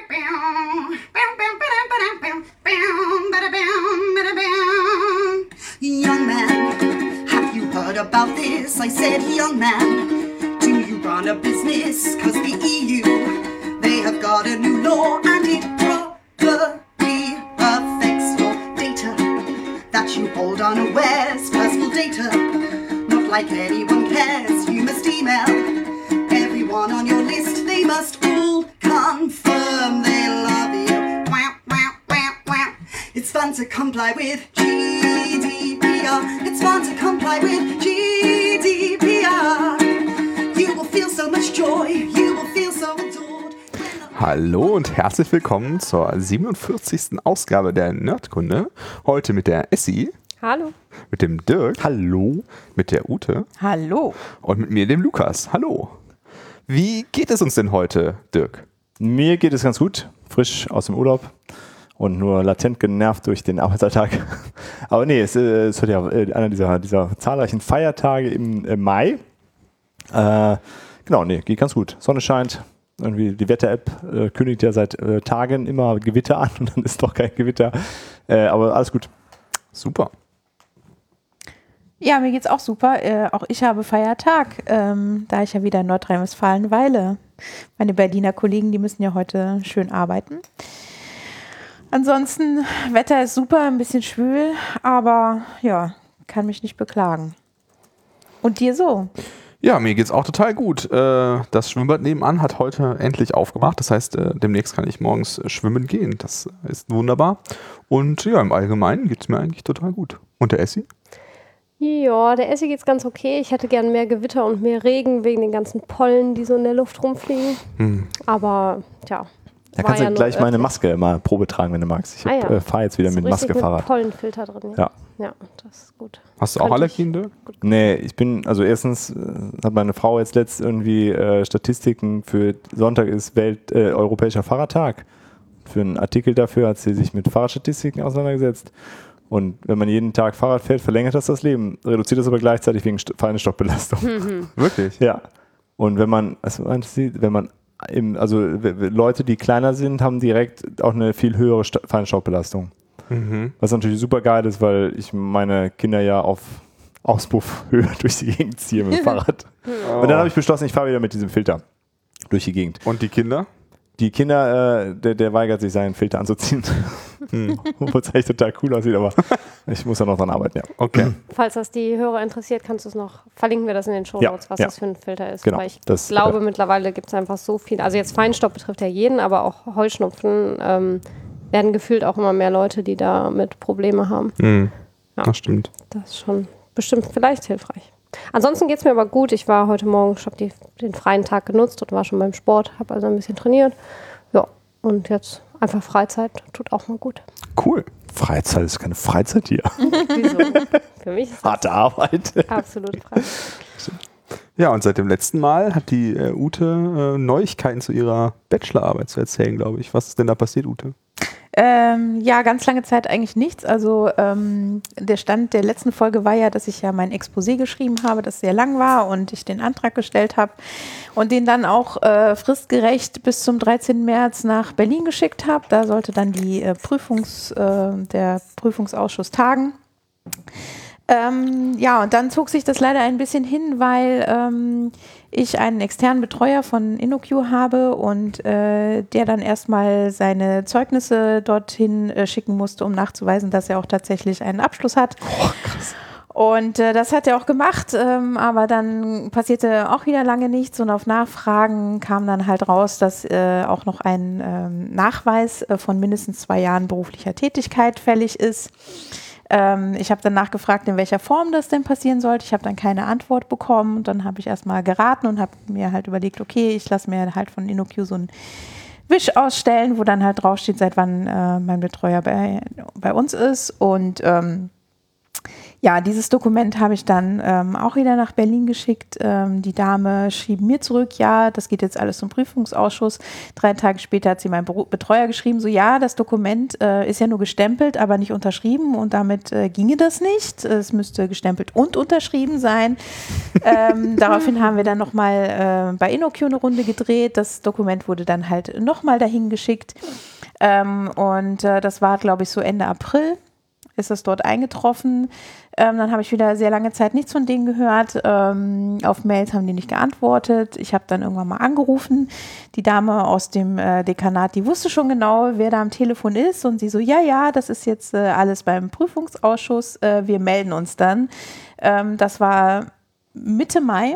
Young man, have you heard about this? I said, young man, do you run a business? 'Cause the EU, they have got a new law and it probably affects your data that you hold unawares. Personal data, not like anyone cares. You must email everyone on your list. They must all confirm they love you. Wow, wow, wow, wow. It's fun to comply with GDPR. It's fun to comply with GDPR. You will feel so much joy. You will feel so adored. Hallo und herzlich willkommen zur 47. Ausgabe der Nerdkunde. Heute mit der Essi. Hallo. Mit dem Dirk. Hallo. Mit der Ute. Hallo. Und mit mir, dem Lukas. Hallo. Wie geht es uns denn heute, Dirk? Mir geht es ganz gut, frisch aus dem Urlaub und nur latent genervt durch den Arbeitsalltag. Aber nee, es ist heute ja einer dieser zahlreichen Feiertage im Mai. Genau, nee, geht ganz gut. Sonne scheint. Irgendwie die Wetter-App kündigt ja seit Tagen immer Gewitter an und dann ist doch kein Gewitter. Aber alles gut. Super. Ja, mir geht's auch super. Auch ich habe Feiertag, da ich ja wieder in Nordrhein-Westfalen weile. Meine Berliner Kollegen, die müssen ja heute schön arbeiten. Ansonsten, Wetter ist super, ein bisschen schwül, aber ja, kann mich nicht beklagen. Und dir so? Ja, mir geht's auch total gut. Das Schwimmbad nebenan hat heute endlich aufgemacht. Das heißt, demnächst kann ich morgens schwimmen gehen. Das ist wunderbar. Und ja, im Allgemeinen geht's mir eigentlich total gut. Und der Essi? Ja, der Essi geht's ganz okay. Ich hätte gern mehr Gewitter und mehr Regen wegen den ganzen Pollen, die so in der Luft rumfliegen. Aber, tja. Da kannst du gleich meine Maske mal Probe tragen, wenn du magst. Ich fahre jetzt wieder mit Maske Fahrrad. Pollenfilter drin. Ja. Ja, das ist gut. Hast du auch Allergien, Dirk? Nee, also erstens hat meine Frau jetzt irgendwie Statistiken für Sonntag ist Europäischer Fahrradtag. Für einen Artikel dafür hat sie sich mit Fahrradstatistiken auseinandergesetzt. Und wenn man jeden Tag Fahrrad fährt, verlängert das Leben, reduziert das aber gleichzeitig wegen Feinstaubbelastung. Wirklich? Ja. Und wenn man, Leute, die kleiner sind, haben direkt auch eine viel höhere Feinstaubbelastung. Was natürlich super geil ist, weil ich meine Kinder ja auf Auspuffhöhe durch die Gegend ziehe mit dem Fahrrad. Und dann habe ich beschlossen, ich fahre wieder mit diesem Filter durch die Gegend. Und die Kinder? Die Kinder, der weigert sich, seinen Filter anzuziehen. Obwohl es echt total cool aussieht, aber ich muss da noch dran arbeiten, ja. Okay. Falls das die Hörer interessiert, verlinken wir das in den Shownotes, was das für ein Filter ist. Genau, weil ich glaube, mittlerweile gibt es einfach so viel. Also jetzt Feinstaub betrifft ja jeden, aber auch Heuschnupfen werden gefühlt auch immer mehr Leute, die damit Probleme haben. Ja, das stimmt. Das ist schon bestimmt vielleicht hilfreich. Ansonsten geht es mir aber gut. Ich war heute Morgen, ich habe den freien Tag genutzt und war schon beim Sport, habe also ein bisschen trainiert. Ja, und jetzt einfach Freizeit, tut auch mal gut. Cool. Freizeit ist keine Freizeit hier. Wieso? Für mich ist das harte Arbeit. Absolut Freizeit. Ja, und seit dem letzten Mal hat die Ute Neuigkeiten zu ihrer Bachelorarbeit zu erzählen, glaube ich. Was ist denn da passiert, Ute? Ja, ganz lange Zeit eigentlich nichts. Also der Stand der letzten Folge war ja, dass ich ja mein Exposé geschrieben habe, das sehr lang war und ich den Antrag gestellt habe und den dann auch fristgerecht bis zum 13. März nach Berlin geschickt habe. Da sollte dann der Prüfungsausschuss tagen. Ja, und dann zog sich das leider ein bisschen hin, weil ich einen externen Betreuer von InnoQ habe und der dann erstmal seine Zeugnisse dorthin schicken musste, um nachzuweisen, dass er auch tatsächlich einen Abschluss hat. Oh, krass. Und das hat er auch gemacht, aber dann passierte auch wieder lange nichts und auf Nachfragen kam dann halt raus, dass auch noch ein Nachweis von mindestens 2 Jahren beruflicher Tätigkeit fällig ist. Ich habe dann nachgefragt, in welcher Form das denn passieren sollte. Ich habe dann keine Antwort bekommen. Dann habe ich erstmal geraten und habe mir halt überlegt, okay, ich lasse mir halt von InnoQ so einen Wisch ausstellen, wo dann halt draufsteht, seit wann mein Betreuer bei uns ist. Und Ja, dieses Dokument habe ich dann auch wieder nach Berlin geschickt. Die Dame schrieb mir zurück, ja, das geht jetzt alles zum Prüfungsausschuss. 3 Tage später hat sie meinem Betreuer geschrieben, so ja, das Dokument ist ja nur gestempelt, aber nicht unterschrieben und damit ginge das nicht. Es müsste gestempelt und unterschrieben sein. Daraufhin haben wir dann nochmal bei InnoQ eine Runde gedreht. Das Dokument wurde dann halt nochmal dahin geschickt. Und das war, glaube ich, so Ende April ist es dort eingetroffen. Dann habe ich wieder sehr lange Zeit nichts von denen gehört. Auf Mails haben die nicht geantwortet. Ich habe dann irgendwann mal angerufen. Die Dame aus dem Dekanat, die wusste schon genau, wer da am Telefon ist. Und sie so, ja, das ist jetzt alles beim Prüfungsausschuss. Wir melden uns dann. Das war Mitte Mai.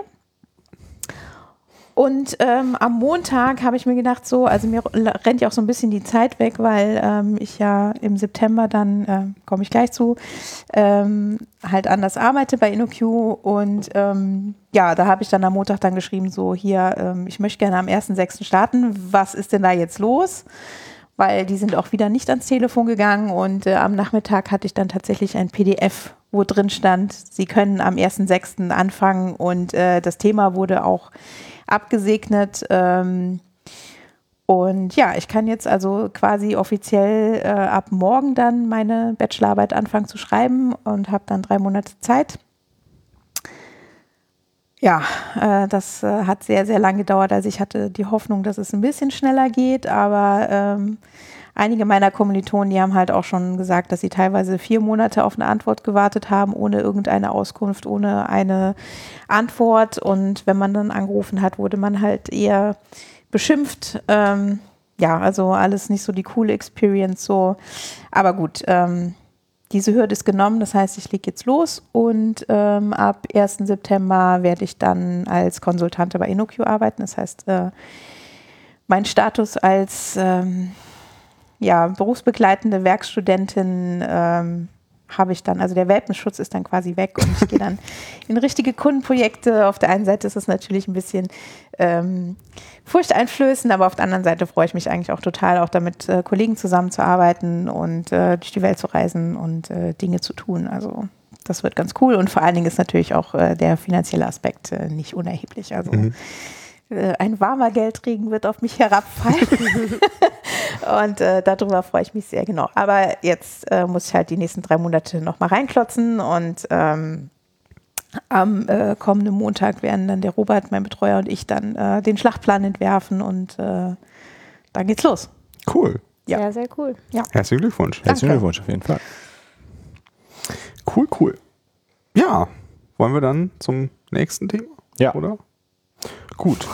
Und am Montag habe ich mir gedacht, so, also mir rennt ja auch so ein bisschen die Zeit weg, weil ich ja im September dann, komme ich gleich zu, halt anders arbeite bei InnoQ und ja, da habe ich dann am Montag dann geschrieben, so hier, ich möchte gerne am 1.6. starten, was ist denn da jetzt los? Weil die sind auch wieder nicht ans Telefon gegangen und am Nachmittag hatte ich dann tatsächlich ein PDF, wo drin stand, Sie können am 1.6. anfangen und das Thema wurde auch abgesegnet und ja, ich kann jetzt also quasi offiziell ab morgen dann meine Bachelorarbeit anfangen zu schreiben und habe dann 3 Monate Zeit. Ja, das hat sehr, sehr lange gedauert. Also ich hatte die Hoffnung, dass es ein bisschen schneller geht, aber einige meiner Kommilitonen, die haben halt auch schon gesagt, dass sie teilweise 4 Monate auf eine Antwort gewartet haben, ohne irgendeine Auskunft, ohne eine Antwort. Und wenn man dann angerufen hat, wurde man halt eher beschimpft. Ja, also alles nicht so die coole Experience so. Aber gut, diese Hürde ist genommen, das heißt, ich lege jetzt los und ab 1. September werde ich dann als Konsultante bei InnoQ arbeiten. Das heißt, mein Status als berufsbegleitende Werkstudentin habe ich dann, also der Welpenschutz ist dann quasi weg und ich gehe dann in richtige Kundenprojekte. Auf der einen Seite ist es natürlich ein bisschen furchteinflößend, aber auf der anderen Seite freue ich mich eigentlich auch total, auch damit Kollegen zusammenzuarbeiten und durch die Welt zu reisen und Dinge zu tun. Also das wird ganz cool und vor allen Dingen ist natürlich auch der finanzielle Aspekt nicht unerheblich. Also ein warmer Geldregen wird auf mich herabfallen. Und darüber freue ich mich sehr, genau. Aber jetzt muss ich halt die nächsten 3 Monate nochmal reinklotzen und am kommenden Montag werden dann der Robert, mein Betreuer und ich dann den Schlachtplan entwerfen und dann geht's los. Cool. Ja. Sehr, sehr cool. Ja. Herzlichen Glückwunsch. Herzlichen Glückwunsch auf jeden Fall. Cool. Ja, wollen wir dann zum nächsten Thema? Ja. Oder? Gut.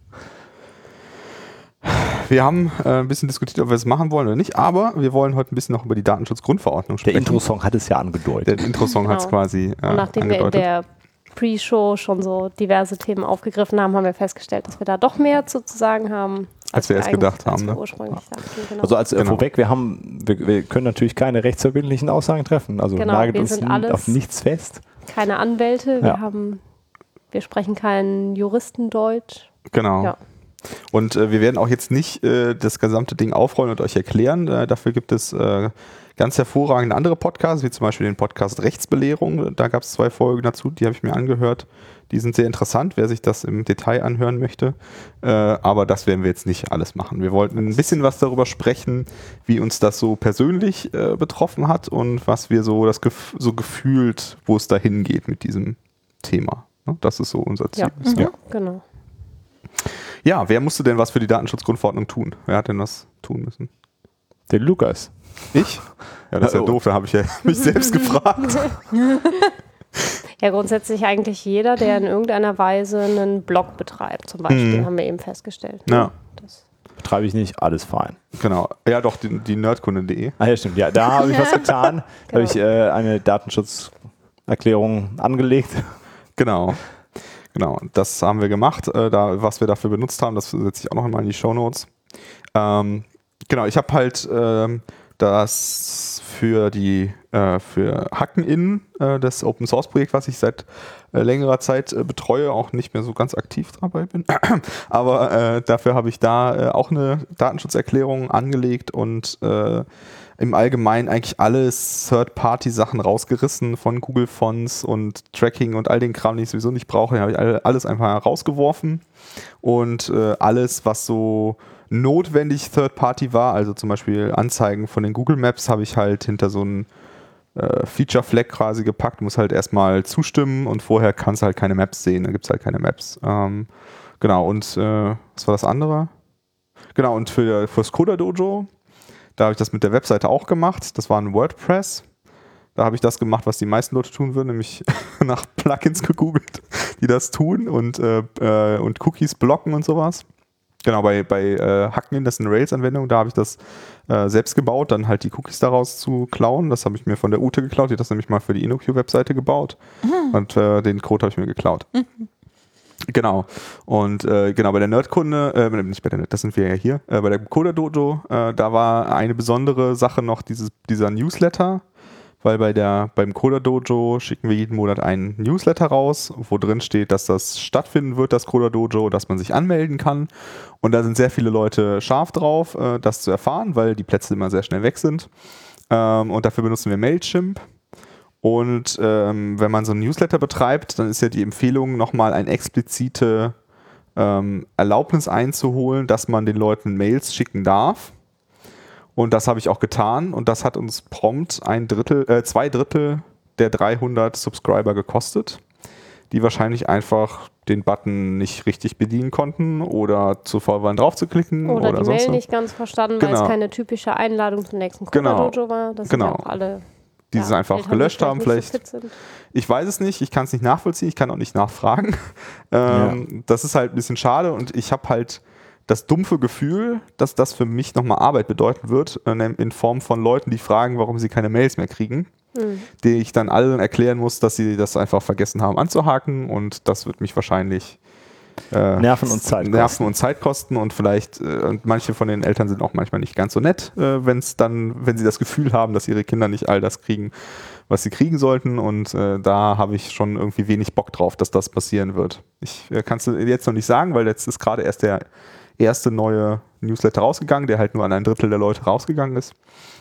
Wir haben ein bisschen diskutiert, ob wir es machen wollen oder nicht, aber wir wollen heute ein bisschen noch über die Datenschutzgrundverordnung sprechen. Der Intro-Song hat es ja angedeutet. Der Intro-Song hat es quasi Und nachdem angedeutet. wir in der Pre-Show schon so diverse Themen aufgegriffen haben, haben wir festgestellt, dass wir da doch mehr zu sagen haben, als wir erst gedacht haben. als wir Ne? ursprünglich sagten. Genau. Also als Genau. vorweg, wir können natürlich keine rechtsverbindlichen Aussagen treffen. Also Genau, nagelt wir uns sind alles- auf nichts fest. Keine Anwälte, Ja. wir sprechen kein Juristendeutsch. Genau. Ja. Und wir werden auch jetzt nicht das gesamte Ding aufrollen und euch erklären. Dafür gibt es ganz hervorragende andere Podcasts, wie zum Beispiel den Podcast Rechtsbelehrung. Da gab es 2 Folgen dazu, die habe ich mir angehört. Die sind sehr interessant, wer sich das im Detail anhören möchte. Aber das werden wir jetzt nicht alles machen. Wir wollten ein bisschen was darüber sprechen, wie uns das so persönlich betroffen hat und was wir so so gefühlt, wo es dahin geht mit diesem Thema. Ne? Das ist so unser Ziel. Ja, genau. Ja, wer musste denn was für die Datenschutzgrundverordnung tun? Wer hat denn was tun müssen? Der Lukas. Ich? Ja, das ist ja doof, da habe ich ja mich selbst gefragt. Ja, grundsätzlich eigentlich jeder, der in irgendeiner Weise einen Blog betreibt, zum Beispiel, haben wir eben festgestellt. Ne? Ja, Das, Betreibe ich nicht, alles fein. genau. Ja, doch, die Nerdkunde.de. Ah ja, stimmt. Ja, da habe ich was getan. Da habe ich eine Datenschutzerklärung angelegt. Genau. Das haben wir gemacht. Was wir dafür benutzt haben, das setze ich auch noch einmal in die Shownotes. Genau, ich habe halt das für Hacken-In, das Open-Source-Projekt, was ich seit längerer Zeit betreue, auch nicht mehr so ganz aktiv dabei bin. Aber dafür habe ich da auch eine Datenschutzerklärung angelegt und im Allgemeinen eigentlich alle Third-Party-Sachen rausgerissen von Google Fonts und Tracking und all den Kram, den ich sowieso nicht brauche, den habe ich alles einfach rausgeworfen. Und alles, was so notwendig Third-Party war, also zum Beispiel Anzeigen von den Google Maps, habe ich halt hinter so einen Feature-Flag quasi gepackt, muss halt erstmal zustimmen und vorher kannst du halt keine Maps sehen, da gibt es halt keine Maps. Genau, und was war das andere? Genau, und fürs Coder-Dojo, da habe ich das mit der Webseite auch gemacht, das war ein WordPress. Da habe ich das gemacht, was die meisten Leute tun würden, nämlich nach Plugins gegoogelt, die das tun und Cookies blocken und sowas. Genau, bei Hacken-In, das ist eine Rails-Anwendung, da habe ich das selbst gebaut, dann halt die Cookies daraus zu klauen. Das habe ich mir von der Ute geklaut, die hat das nämlich mal für die InnoQ-Webseite gebaut. Und den Code habe ich mir geklaut. Genau. Und genau, bei der Nerdkunde, nicht bei der Nerd, das sind wir ja hier, bei der Coder-Dojo, da war eine besondere Sache noch dieser Newsletter, weil beim Coder-Dojo schicken wir jeden Monat einen Newsletter raus, wo drin steht, dass das stattfinden wird, das Coder-Dojo, dass man sich anmelden kann. Und da sind sehr viele Leute scharf drauf, das zu erfahren, weil die Plätze immer sehr schnell weg sind. Und dafür benutzen wir Mailchimp. Und wenn man so einen Newsletter betreibt, dann ist ja die Empfehlung, nochmal eine explizite Erlaubnis einzuholen, dass man den Leuten Mails schicken darf. Und das habe ich auch getan und das hat uns prompt 2/3 der 300 Subscriber gekostet, die wahrscheinlich einfach den Button nicht richtig bedienen konnten oder zu faul waren drauf zu klicken. Oder die sonst Mail nicht ganz verstanden, weil es keine typische Einladung zum nächsten Coder-Dojo war. Das sind ja auch alle, die sie einfach Eltern, gelöscht haben. Vielleicht. So Ich weiß es nicht, ich kann es nicht nachvollziehen, ich kann auch nicht nachfragen. Das ist halt ein bisschen schade und ich habe halt das dumpfe Gefühl, dass das für mich nochmal Arbeit bedeuten wird, in Form von Leuten, die fragen, warum sie keine Mails mehr kriegen, die ich dann allen erklären muss, dass sie das einfach vergessen haben anzuhaken und das wird mich wahrscheinlich Nerven und Zeit kosten und vielleicht, und manche von den Eltern sind auch manchmal nicht ganz so nett, wenn sie das Gefühl haben, dass ihre Kinder nicht all das kriegen, was sie kriegen sollten und da habe ich schon irgendwie wenig Bock drauf, dass das passieren wird. Ich kann es jetzt noch nicht sagen, weil jetzt ist gerade erst der erste neue Newsletter rausgegangen, der halt nur an 1/3 der Leute rausgegangen ist.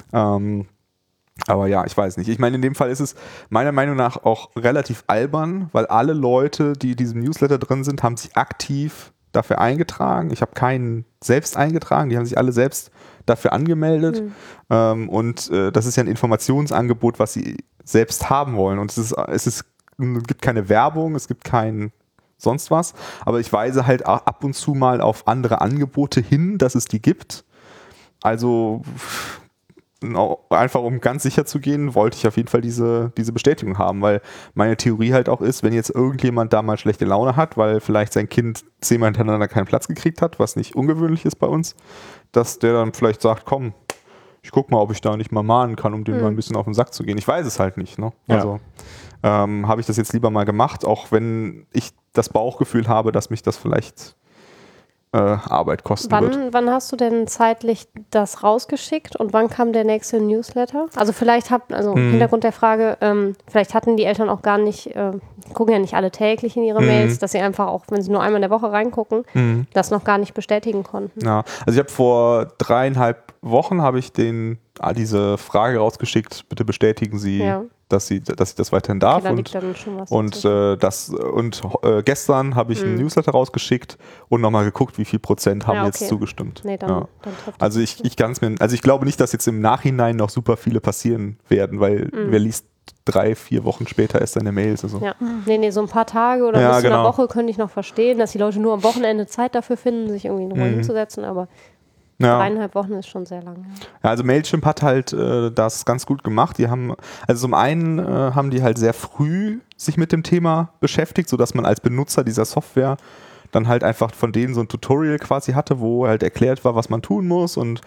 Aber ja, ich weiß nicht. Ich meine, in dem Fall ist es meiner Meinung nach auch relativ albern, weil alle Leute, die in diesem Newsletter drin sind, haben sich aktiv dafür eingetragen. Ich habe keinen selbst eingetragen, die haben sich alle selbst dafür angemeldet. Und das ist ja ein Informationsangebot, was sie selbst haben wollen. Und es gibt keine Werbung, es gibt kein sonst was, aber ich weise halt ab und zu mal auf andere Angebote hin, dass es die gibt. Also einfach um ganz sicher zu gehen, wollte ich auf jeden Fall diese Bestätigung haben, weil meine Theorie halt auch ist, wenn jetzt irgendjemand da mal schlechte Laune hat, weil vielleicht sein Kind 10-mal hintereinander keinen Platz gekriegt hat, was nicht ungewöhnlich ist bei uns, dass der dann vielleicht sagt, komm, ich guck mal, ob ich da nicht mal mahnen kann, um dem mal ein bisschen auf den Sack zu gehen. Ich weiß es halt nicht. Ne? Ja. Also habe ich das jetzt lieber mal gemacht, auch wenn ich das Bauchgefühl habe, dass mich das vielleicht Arbeit kosten wird. Wann hast du denn zeitlich das rausgeschickt und wann kam der nächste Newsletter? Also vielleicht Hintergrund der Frage, vielleicht hatten die Eltern auch gar nicht, gucken ja nicht alle täglich in ihre Mails, dass sie einfach auch, wenn sie nur einmal in der Woche reingucken, das noch gar nicht bestätigen konnten. Ja, also ich habe vor 3,5 Wochen habe ich diese Frage rausgeschickt, bitte bestätigen Sie, dass ich das weiterhin darf. Okay, da liegt dann schon was und gestern habe ich einen Newsletter rausgeschickt und nochmal geguckt, wie viel Prozent haben jetzt zugestimmt. Nee, dann also ich glaube nicht, dass jetzt im Nachhinein noch super viele passieren werden, weil wer liest 3-4 Wochen später erst seine Mails. Also. Ja. Nee, so ein paar Tage oder bis zu einer Woche könnte ich noch verstehen, dass die Leute nur am Wochenende Zeit dafür finden, sich irgendwie nochmal hinzusetzen, aber 3,5 Wochen ist schon sehr lang. Ja, also Mailchimp hat halt das ganz gut gemacht. Die haben, also zum einen haben die halt sehr früh sich mit dem Thema beschäftigt, sodass man als Benutzer dieser Software dann halt einfach von denen so ein Tutorial quasi hatte, wo halt erklärt war, was man tun muss und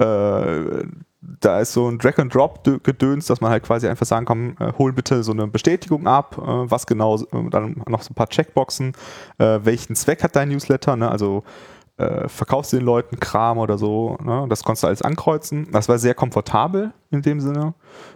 da ist so ein Drag-and-Drop-Gedöns, dass man halt quasi einfach sagen kann, hol bitte so eine Bestätigung ab, was genau, dann noch so ein paar Checkboxen, welchen Zweck hat dein Newsletter, ne? Also verkaufst den Leuten Kram oder so. Ne? Das konntest du alles ankreuzen. Das war sehr komfortabel in dem Sinne.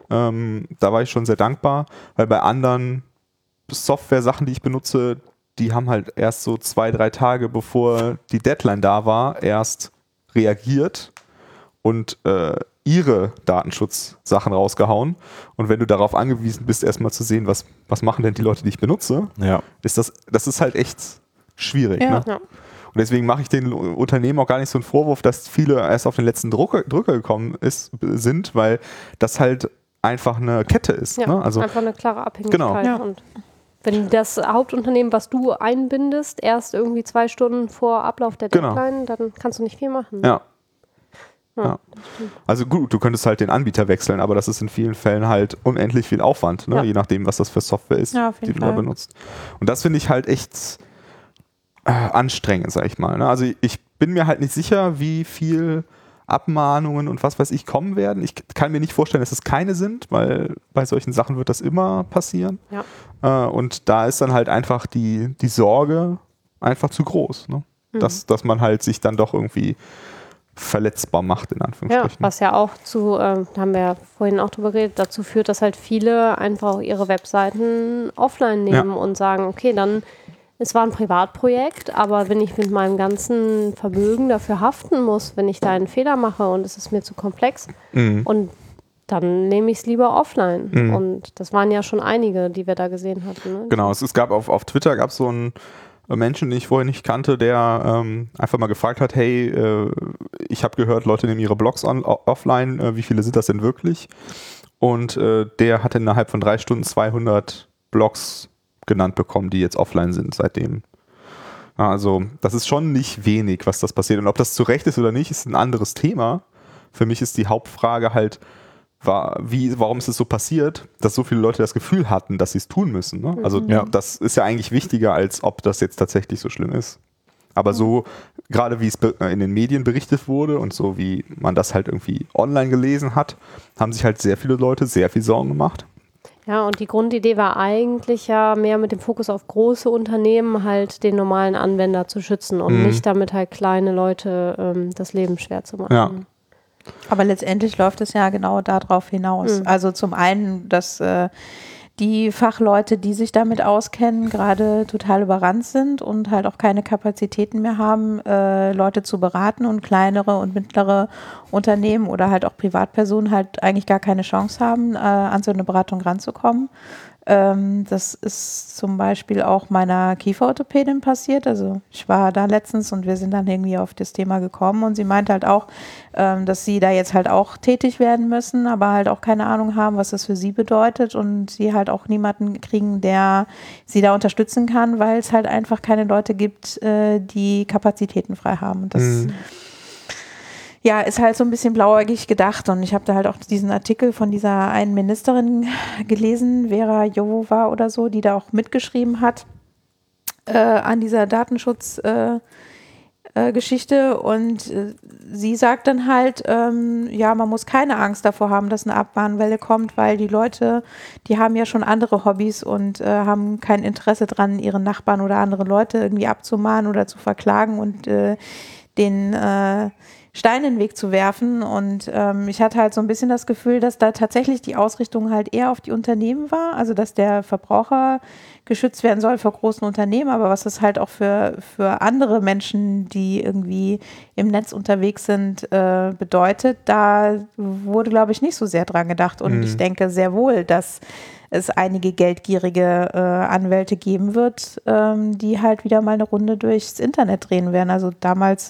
Da war ich schon sehr dankbar, weil bei anderen Software-Sachen, die ich benutze, die haben halt erst so 2-3 Tage, bevor die Deadline da war, erst reagiert und ihre Datenschutzsachen rausgehauen. Und wenn du darauf angewiesen bist, erstmal zu sehen, was machen denn die Leute, die ich benutze, ist das ist halt echt schwierig. Ja. Ne? Ja. Und deswegen mache ich den Unternehmen auch gar nicht so einen Vorwurf, dass viele erst auf den letzten Drücker gekommen sind, weil das halt einfach eine Kette ist. Ja, Ne? Also einfach eine klare Abhängigkeit. Genau. Ja. Und wenn das Hauptunternehmen, was du einbindest, erst irgendwie 2 Stunden vor Ablauf der Genau. Deadline, dann kannst du nicht viel machen. ja. Ja, Ja. Also gut, du könntest halt den Anbieter wechseln, aber das ist in vielen Fällen halt unendlich viel Aufwand, ne? Ja. Je nachdem, was das für Software ist, Ja, auf die jeden du da Fall. benutzt. Und das finde ich halt echt anstrengend, sag ich mal. Ne? Also ich bin mir halt nicht sicher, wie viel Abmahnungen und was weiß ich kommen werden. Ich kann mir nicht vorstellen, dass es keine sind, weil bei solchen Sachen wird das immer passieren. Ja. Und da ist dann halt einfach die Sorge einfach zu groß. Ne? Dass man halt sich dann doch irgendwie verletzbar macht, in Ja, Anführungsstrichen. was ja auch da haben wir ja vorhin auch drüber geredet, dazu führt, dass halt viele einfach auch ihre Webseiten offline nehmen und sagen, okay, dann, es war ein Privatprojekt, aber wenn ich mit meinem ganzen Vermögen dafür haften muss, wenn ich da einen Fehler mache und es ist mir zu komplex, und dann nehme ich es lieber offline. Und das waren ja schon einige, die wir da gesehen hatten. Ne? Genau, es gab auf Twitter gab es so einen Menschen, den ich vorher nicht kannte, der einfach mal gefragt hat, hey, ich habe gehört, Leute nehmen ihre Blogs offline, wie viele sind das denn wirklich? Und der hat innerhalb von 3 Stunden 200 Blogs genannt bekommen, die jetzt offline sind seitdem. Ja, also das ist schon nicht wenig, was das passiert. Und ob das zu Recht ist oder nicht, ist ein anderes Thema. Für mich ist die Hauptfrage halt, warum ist es so passiert, dass so viele Leute das Gefühl hatten, dass sie es tun müssen. Ne? Also das ist ja eigentlich wichtiger, als ob das jetzt tatsächlich so schlimm ist. Aber so, gerade wie es in den Medien berichtet wurde und so wie man das halt irgendwie online gelesen hat, haben sich halt sehr viele Leute sehr viel Sorgen gemacht. Ja, und die Grundidee war eigentlich ja mehr mit dem Fokus auf große Unternehmen halt den normalen Anwender zu schützen und nicht damit halt kleine Leute das Leben schwer zu machen. Ja. Aber letztendlich läuft es ja genau darauf hinaus. Also zum einen, dass die Fachleute, die sich damit auskennen, gerade total überrannt sind und halt auch keine Kapazitäten mehr haben, Leute zu beraten, und kleinere und mittlere Unternehmen oder halt auch Privatpersonen halt eigentlich gar keine Chance haben, an so eine Beratung ranzukommen. Das ist zum Beispiel auch meiner Kieferorthopädin passiert. Also ich war da letztens und wir sind dann irgendwie auf das Thema gekommen, und sie meint halt auch, dass sie da jetzt halt auch tätig werden müssen, aber halt auch keine Ahnung haben, was das für sie bedeutet, und sie halt auch niemanden kriegen, der sie da unterstützen kann, weil es halt einfach keine Leute gibt, die Kapazitäten frei haben. Und das ja, ist halt so ein bisschen blauäugig gedacht, und ich habe da halt auch diesen Artikel von dieser einen Ministerin gelesen, Vera Jourova oder so, die da auch mitgeschrieben hat an dieser Datenschutzgeschichte, und sie sagt dann halt, ja, man muss keine Angst davor haben, dass eine Abmahnwelle kommt, weil die Leute, die haben ja schon andere Hobbys und haben kein Interesse dran, ihren Nachbarn oder andere Leute irgendwie abzumahnen oder zu verklagen und den Stein in den Weg zu werfen. Und ich hatte halt so ein bisschen das Gefühl, dass da tatsächlich die Ausrichtung halt eher auf die Unternehmen war, also dass der Verbraucher geschützt werden soll vor großen Unternehmen, aber was das halt auch für andere Menschen, die irgendwie im Netz unterwegs sind, bedeutet, da wurde, glaube ich, nicht so sehr dran gedacht. Und ich denke sehr wohl, dass es einige geldgierige Anwälte geben wird, die halt wieder mal eine Runde durchs Internet drehen werden. Also damals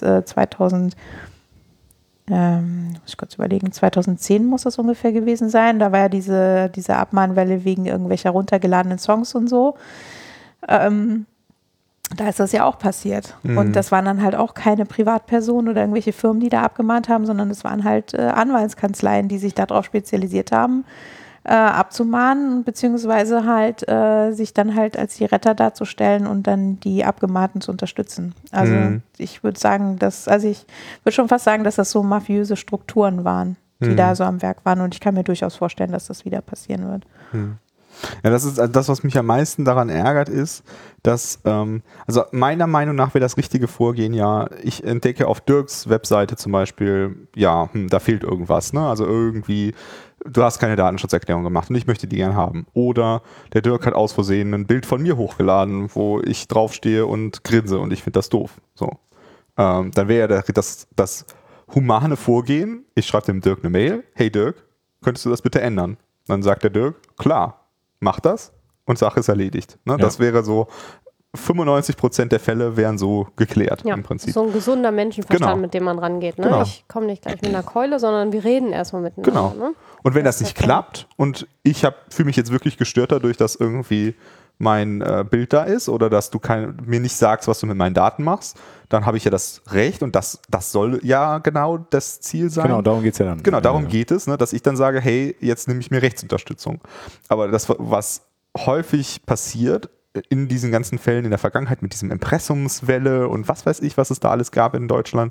muss ich kurz überlegen, 2010 muss das ungefähr gewesen sein. Da war ja diese Abmahnwelle wegen irgendwelcher runtergeladenen Songs und so. Da ist das ja auch passiert. Und das waren dann halt auch keine Privatpersonen oder irgendwelche Firmen, die da abgemahnt haben, sondern es waren halt Anwaltskanzleien, die sich darauf spezialisiert haben, abzumahnen, beziehungsweise halt sich dann halt als die Retter darzustellen und dann die Abgemahnten zu unterstützen. Also ich würde sagen, ich würde schon fast sagen, dass das so mafiöse Strukturen waren, die da so am Werk waren, und ich kann mir durchaus vorstellen, dass das wieder passieren wird. Ja, das ist das, was mich am meisten daran ärgert, ist, dass, also meiner Meinung nach wäre das richtige Vorgehen ja, ich entdecke auf Dirks Webseite zum Beispiel, ja, da fehlt irgendwas, ne? Also irgendwie, du hast keine Datenschutzerklärung gemacht und ich möchte die gern haben. Oder der Dirk hat aus Versehen ein Bild von mir hochgeladen, wo ich draufstehe und grinse und ich finde das doof. So. Dann wäre ja das humane Vorgehen, ich schreibe dem Dirk eine Mail, hey Dirk, könntest du das bitte ändern? Dann sagt der Dirk, klar, mach das und Sache ist erledigt. Ne? Ja. Das wäre so, 95% der Fälle wären so geklärt im Prinzip. So ein gesunder Menschenverstand, mit dem man rangeht. Ne? Genau. Ich komme nicht gleich mit einer Keule, sondern wir reden erstmal miteinander. Genau. Ne? Und wenn das nicht klappt und ich fühle mich jetzt wirklich gestört dadurch, dass irgendwie mein Bild da ist oder dass du mir nicht sagst, was du mit meinen Daten machst, dann habe ich ja das Recht und das soll ja genau das Ziel sein. Genau, darum geht es ja dann. Genau, darum geht es, ne, dass ich dann sage, hey, jetzt nehme ich mir Rechtsunterstützung. Aber das, was häufig passiert in diesen ganzen Fällen in der Vergangenheit mit diesem Impressumswelle und was weiß ich, was es da alles gab in Deutschland,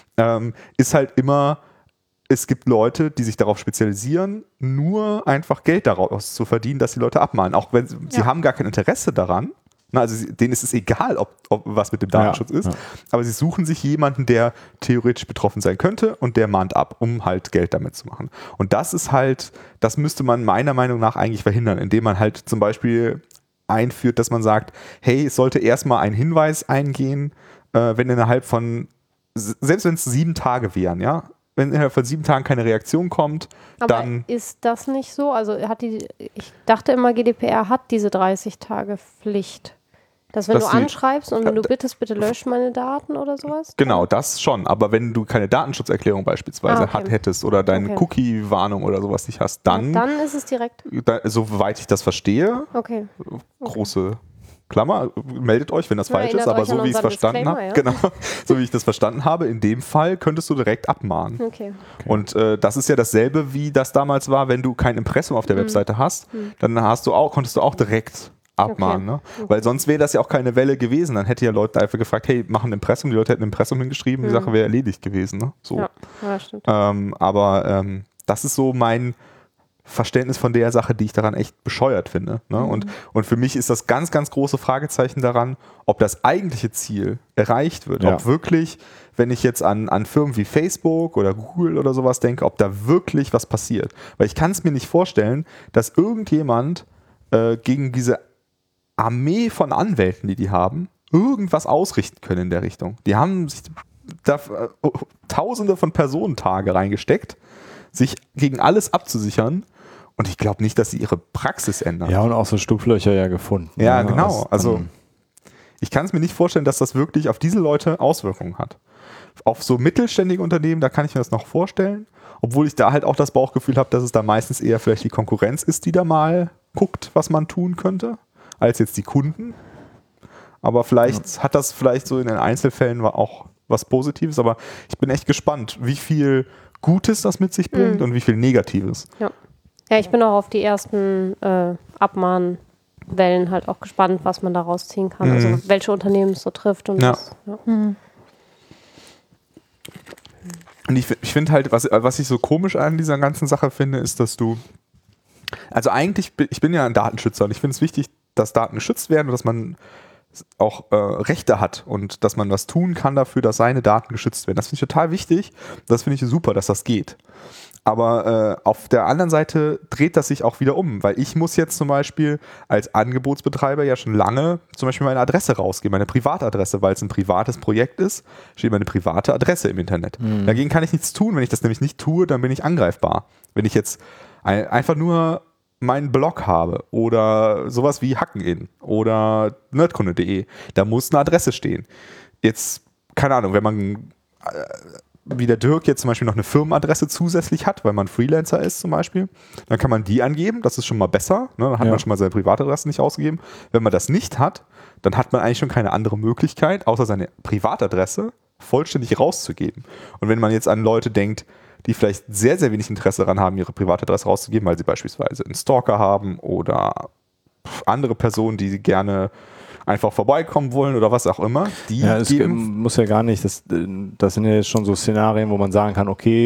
ist halt immer, es gibt Leute, die sich darauf spezialisieren, nur einfach Geld daraus zu verdienen, dass die Leute abmahnen. Auch wenn sie haben gar kein Interesse daran. Na, also denen ist es egal, ob was mit dem Datenschutz ist. Ja. Aber sie suchen sich jemanden, der theoretisch betroffen sein könnte und der mahnt ab, um halt Geld damit zu machen. Und das ist halt, das müsste man meiner Meinung nach eigentlich verhindern, indem man halt zum Beispiel einführt, dass man sagt, hey, es sollte erstmal ein Hinweis eingehen, wenn innerhalb von, selbst wenn es 7 Tage wären, ja, wenn innerhalb von 7 Tagen keine Reaktion kommt, aber dann... ist das nicht so? Also ich dachte immer, GDPR hat diese 30-Tage-Pflicht. Dass wenn du anschreibst und wenn du bittest, bitte lösch meine Daten oder sowas? Genau, das schon. Aber wenn du keine Datenschutzerklärung beispielsweise hättest oder deine Cookie-Warnung oder sowas nicht hast, dann... Ja, dann ist es direkt. Soweit ich das verstehe, große Klammer, meldet euch, wenn das falsch ist, aber so wie ich es verstanden habe, so wie ich das verstanden habe, in dem Fall könntest du direkt abmahnen. Okay. Und das ist ja dasselbe, wie das damals war, wenn du kein Impressum auf der Webseite hast, dann konntest du auch direkt abmahnen. Ne? Weil sonst wäre das ja auch keine Welle gewesen. Dann hätte ja Leute einfach gefragt, hey, mach ein Impressum. Die Leute hätten ein Impressum hingeschrieben, die Sache wäre erledigt gewesen. Ne? So. Ja, stimmt. Aber das ist so mein Verständnis von der Sache, die ich daran echt bescheuert finde. Ne? Und für mich ist das ganz, ganz große Fragezeichen daran, ob das eigentliche Ziel erreicht wird. Ja. Ob wirklich, wenn ich jetzt an Firmen wie Facebook oder Google oder sowas denke, ob da wirklich was passiert. Weil ich kann es mir nicht vorstellen, dass irgendjemand gegen diese Armee von Anwälten, die haben, irgendwas ausrichten können in der Richtung. Die haben sich da Tausende von Personentage reingesteckt, sich gegen alles abzusichern. Und ich glaube nicht, dass sie ihre Praxis ändern. Ja, und auch so Schlupflöcher ja gefunden. Ja, genau. Also ich kann es mir nicht vorstellen, dass das wirklich auf diese Leute Auswirkungen hat. Auf so mittelständige Unternehmen, da kann ich mir das noch vorstellen. Obwohl ich da halt auch das Bauchgefühl habe, dass es da meistens eher vielleicht die Konkurrenz ist, die da mal guckt, was man tun könnte, als jetzt die Kunden. Aber vielleicht hat das so in den Einzelfällen auch was Positives. Aber ich bin echt gespannt, wie viel Gutes das mit sich bringt und wie viel Negatives. Ja, ich bin auch auf die ersten Abmahnwellen halt auch gespannt, was man da rausziehen kann. Also welche Unternehmen es so trifft. Und was, Und ich finde halt, was ich so komisch an dieser ganzen Sache finde, ist, dass also eigentlich, ich bin ja ein Datenschützer und ich finde es wichtig, dass Daten geschützt werden und dass man auch Rechte hat und dass man was tun kann dafür, dass seine Daten geschützt werden. Das finde ich total wichtig. Das finde ich super, dass das geht. Aber auf der anderen Seite dreht das sich auch wieder um, weil ich muss jetzt zum Beispiel als Angebotsbetreiber ja schon lange zum Beispiel meine Adresse rausgeben, meine Privatadresse, weil es ein privates Projekt ist, steht meine private Adresse im Internet. Dagegen kann ich nichts tun. Wenn ich das nämlich nicht tue, dann bin ich angreifbar. Wenn ich jetzt einfach nur meinen Blog habe oder sowas wie Hackenin oder nerdkunde.de, da muss eine Adresse stehen. Jetzt, keine Ahnung, wenn man wie der Dirk jetzt zum Beispiel noch eine Firmenadresse zusätzlich hat, weil man Freelancer ist zum Beispiel, dann kann man die angeben, das ist schon mal besser, ne? Dann hat man schon mal seine Privatadresse nicht ausgegeben. Wenn man das nicht hat, dann hat man eigentlich schon keine andere Möglichkeit, außer seine Privatadresse vollständig rauszugeben. Und wenn man jetzt an Leute denkt, die vielleicht sehr, sehr wenig Interesse daran haben, ihre Privatadresse rauszugeben, weil sie beispielsweise einen Stalker haben oder andere Personen, die gerne einfach vorbeikommen wollen oder was auch immer. Es muss ja gar nicht, das sind ja jetzt schon so Szenarien, wo man sagen kann, okay, da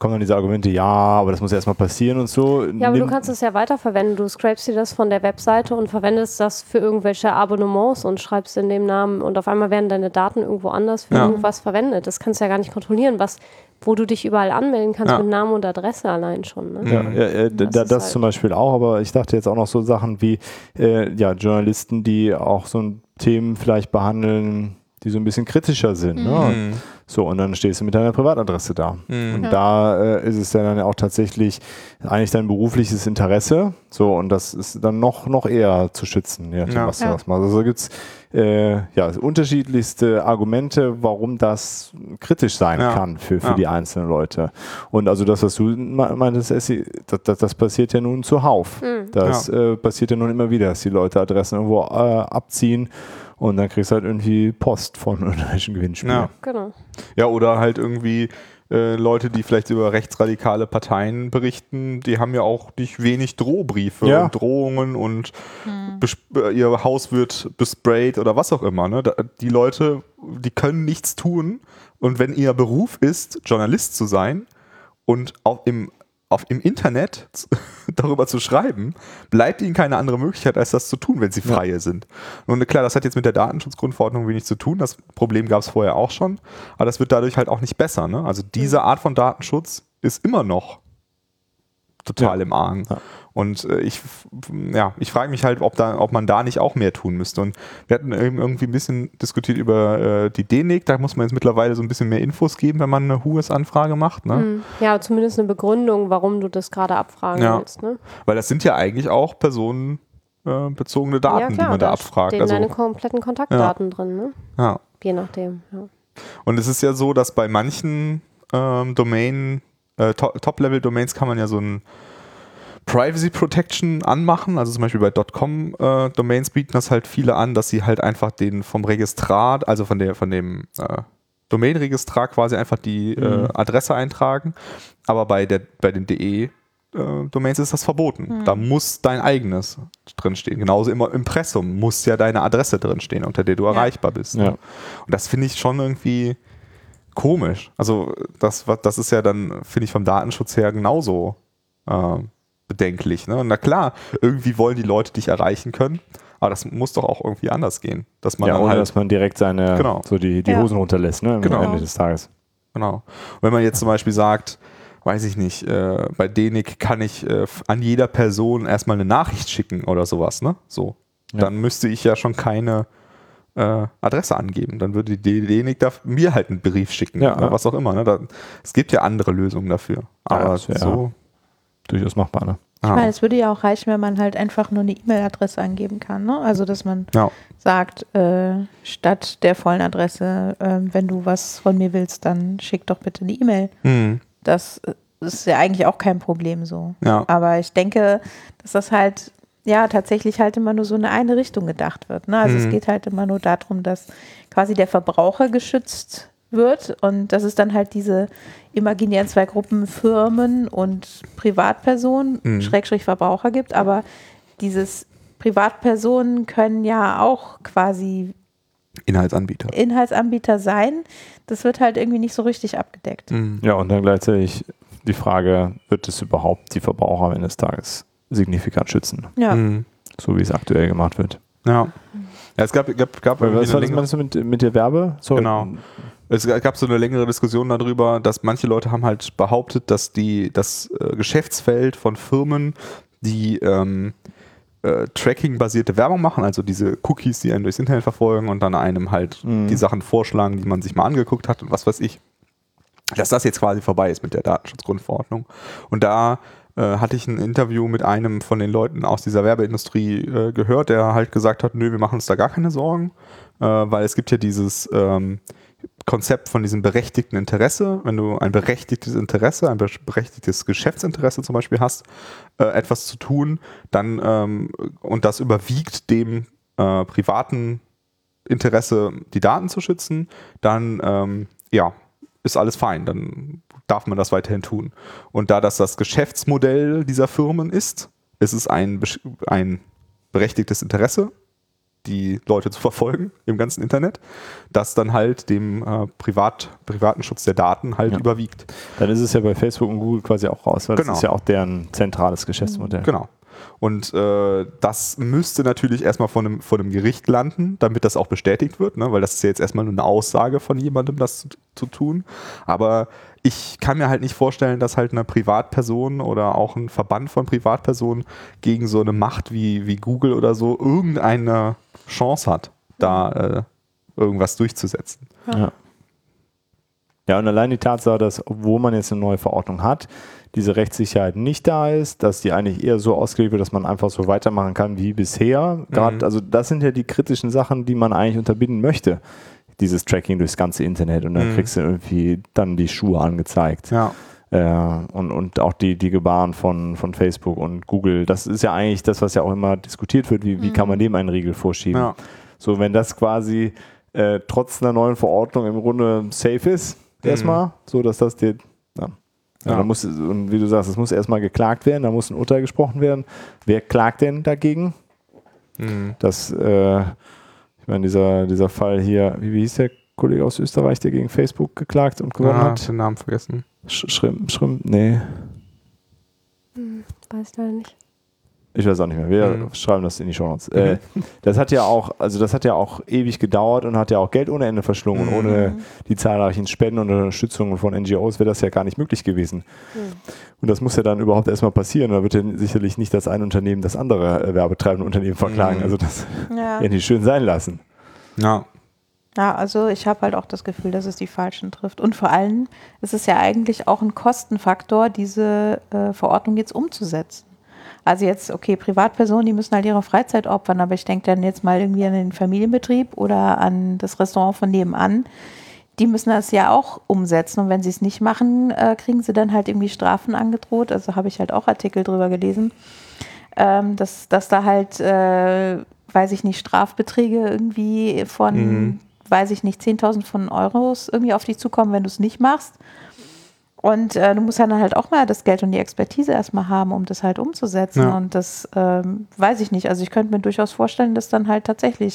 kommen dann diese Argumente, ja, aber das muss erstmal passieren und so. Ja, aber du kannst es ja weiterverwenden. Du scrapest dir das von der Webseite und verwendest das für irgendwelche Abonnements und schreibst in dem Namen und auf einmal werden deine Daten irgendwo anders für irgendwas verwendet. Das kannst du ja gar nicht kontrollieren, wo du dich überall anmelden kannst mit Namen und Adresse allein schon. Ne? Das halt zum Beispiel auch, aber ich dachte jetzt auch noch so Sachen wie Journalisten, die auch so Themen vielleicht behandeln, die so ein bisschen kritischer sind. Ne? So, und dann stehst du mit deiner Privatadresse da. Und da ist es ja dann auch tatsächlich eigentlich dein berufliches Interesse. So, und das ist dann noch eher zu schützen, was du was machst. Also gibt es unterschiedlichste Argumente, warum das kritisch sein kann für die einzelnen Leute. Und also das, was du meintest, Essi, das passiert ja nun zuhauf. Das passiert ja nun immer wieder, dass die Leute Adressen irgendwo abziehen. Und dann kriegst du halt irgendwie Post von irgendwelchen Gewinnspielen. Ja. Genau. Ja, oder halt irgendwie Leute, die vielleicht über rechtsradikale Parteien berichten, die haben ja auch nicht wenig Drohbriefe und Drohungen und ihr Haus wird besprayt oder was auch immer. Ne? Die Leute, die können nichts tun und wenn ihr Beruf ist, Journalist zu sein und auch im Internet darüber zu schreiben, bleibt ihnen keine andere Möglichkeit, als das zu tun, wenn sie freie sind. Und klar, das hat jetzt mit der Datenschutzgrundverordnung wenig zu tun. Das Problem gab es vorher auch schon, aber das wird dadurch halt auch nicht besser. Ne? Also diese Art von Datenschutz ist immer noch total im Argen. Ja. Und ich frage mich halt, ob man da nicht auch mehr tun müsste. Und wir hatten irgendwie ein bisschen diskutiert über die DENIC. Da muss man jetzt mittlerweile so ein bisschen mehr Infos geben, wenn man eine HUES-Anfrage macht. Ne? Ja, zumindest eine Begründung, warum du das gerade abfragen willst. Ne? Weil das sind ja eigentlich auch personenbezogene Daten, die man da abfragt. Da stehen deine kompletten Kontaktdaten drin. Ne? Ja. Je nachdem. Ja. Und es ist ja so, dass bei manchen Top-Level-Domains kann man ja so ein Privacy Protection anmachen, also zum Beispiel bei .com-Domains bieten das halt viele an, dass sie halt einfach den vom Registrar, also von dem Domain-Registrar quasi einfach die Adresse eintragen, aber bei den DE-Domains ist das verboten. Da muss dein eigenes drinstehen. Genauso immer im Impressum muss ja deine Adresse drinstehen, unter der du erreichbar bist. Ne? Und das finde ich schon irgendwie komisch. Also das ist ja dann, finde ich, vom Datenschutz her genauso bedenklich. Ne? Und na klar, irgendwie wollen die Leute dich erreichen können, aber das muss doch auch irgendwie anders gehen. Dass man dann ohne dass man direkt seine die Hosen runterlässt, ne? Am Ende des Tages. Genau. Und wenn man jetzt zum Beispiel sagt, weiß ich nicht, bei DENIC kann ich an jeder Person erstmal eine Nachricht schicken oder sowas, ne? So. Dann müsste ich ja schon keine Adresse angeben. Dann würde die DENIC mir halt einen Brief schicken oder was auch immer. Ne? Es gibt ja andere Lösungen dafür. Aber so durchaus machbar, ne? Ich meine, es würde ja auch reichen, wenn man halt einfach nur eine E-Mail-Adresse angeben kann, ne? Also, dass man sagt, statt der vollen Adresse, wenn du was von mir willst, dann schick doch bitte eine E-Mail. Das ist ja eigentlich auch kein Problem so. Ja. Aber ich denke, dass das halt tatsächlich halt immer nur so in eine Richtung gedacht wird, ne? Also es geht halt immer nur darum, dass quasi der Verbraucher geschützt wird und dass es dann halt diese imaginären zwei Gruppen Firmen und Privatpersonen, Schrägstrich Verbraucher gibt, aber dieses Privatpersonen können ja auch quasi Inhaltsanbieter sein. Das wird halt irgendwie nicht so richtig abgedeckt. Ja, und dann gleichzeitig die Frage, wird es überhaupt die Verbraucher am Ende des Tages signifikant schützen? Ja. So wie es aktuell gemacht wird. Ja. Es gab was meinst du mit der Werbe? So. Genau. Es gab so eine längere Diskussion darüber, dass manche Leute haben halt behauptet, dass das Geschäftsfeld von Firmen, die Tracking-basierte Werbung machen, also diese Cookies, die einen durchs Internet verfolgen und dann einem halt die Sachen vorschlagen, die man sich mal angeguckt hat und was weiß ich, dass das jetzt quasi vorbei ist mit der Datenschutzgrundverordnung. Und da hatte ich ein Interview mit einem von den Leuten aus dieser Werbeindustrie gehört, der halt gesagt hat, nö, wir machen uns da gar keine Sorgen, weil es gibt ja dieses Konzept von diesem berechtigten Interesse. Wenn du ein berechtigtes Interesse, ein berechtigtes Geschäftsinteresse zum Beispiel hast, etwas zu tun, dann und das überwiegt dem privaten Interesse, die Daten zu schützen, dann ist alles fein. Dann darf man das weiterhin tun. Und da das Geschäftsmodell dieser Firmen ist es ein berechtigtes Interesse, die Leute zu verfolgen im ganzen Internet, das dann halt dem privaten Schutz der Daten halt überwiegt. Dann ist es ja bei Facebook und Google quasi auch raus, weil Genau. das ist ja auch deren zentrales Geschäftsmodell. Genau. Und das müsste natürlich erstmal vor einem Gericht landen, damit das auch bestätigt wird, ne? Weil das ist ja jetzt erstmal nur eine Aussage von jemandem, das zu tun. Aber ich kann mir halt nicht vorstellen, dass halt eine Privatperson oder auch ein Verband von Privatpersonen gegen so eine Macht wie Google oder so irgendeine Chance hat, da irgendwas durchzusetzen. Ja, und allein die Tatsache, dass, obwohl man jetzt eine neue Verordnung hat, diese Rechtssicherheit nicht da ist, dass die eigentlich eher so ausgelegt wird, dass man einfach so weitermachen kann wie bisher. Gerade, also das sind ja die kritischen Sachen, die man eigentlich unterbinden möchte. Dieses Tracking durchs ganze Internet und dann kriegst du irgendwie dann die Schuhe angezeigt. Ja. Und auch die Gebaren von Facebook und Google. Das ist ja eigentlich das, was ja auch immer diskutiert wird. Wie kann man dem einen Riegel vorschieben? Ja. So, wenn das quasi trotz einer neuen Verordnung im Grunde safe ist, erstmal, so dass das dir. Ja, dann muss, und wie du sagst, es muss erstmal geklagt werden, da muss ein Urteil gesprochen werden. Wer klagt denn dagegen? Das, ich meine, dieser Fall hier, wie hieß der Kollege aus Österreich, der gegen Facebook geklagt und gewonnen hat? Den Namen vergessen. Schrimp, nee. Weiß ich leider nicht. Ich weiß auch nicht mehr. Wir schreiben das in die Shownotes. Das hat ja auch ewig gedauert und hat ja auch Geld ohne Ende verschlungen. Und ohne die zahlreichen Spenden und Unterstützungen von NGOs wäre das ja gar nicht möglich gewesen. Und das muss ja dann überhaupt erstmal passieren. Da wird ja sicherlich nicht das ein Unternehmen das andere werbetreibende Unternehmen verklagen. Also das ja nicht schön sein lassen. Ja. Ja, also ich habe halt auch das Gefühl, dass es die Falschen trifft. Und vor allem ist es ja eigentlich auch ein Kostenfaktor, diese Verordnung jetzt umzusetzen. Also jetzt, okay, Privatpersonen, die müssen halt ihre Freizeit opfern, aber ich denke dann jetzt mal irgendwie an den Familienbetrieb oder an das Restaurant von nebenan. Die müssen das ja auch umsetzen und wenn sie es nicht machen, kriegen sie dann halt irgendwie Strafen angedroht. Also habe ich halt auch Artikel drüber gelesen, dass da halt, weiß ich nicht, Strafbeträge irgendwie von, weiß ich nicht, 10.000 von Euros irgendwie auf dich zukommen, wenn du es nicht machst. Und du musst dann halt auch mal das Geld und die Expertise erstmal haben, um das halt umzusetzen. Ja. Und das weiß ich nicht. Also ich könnte mir durchaus vorstellen, dass dann halt tatsächlich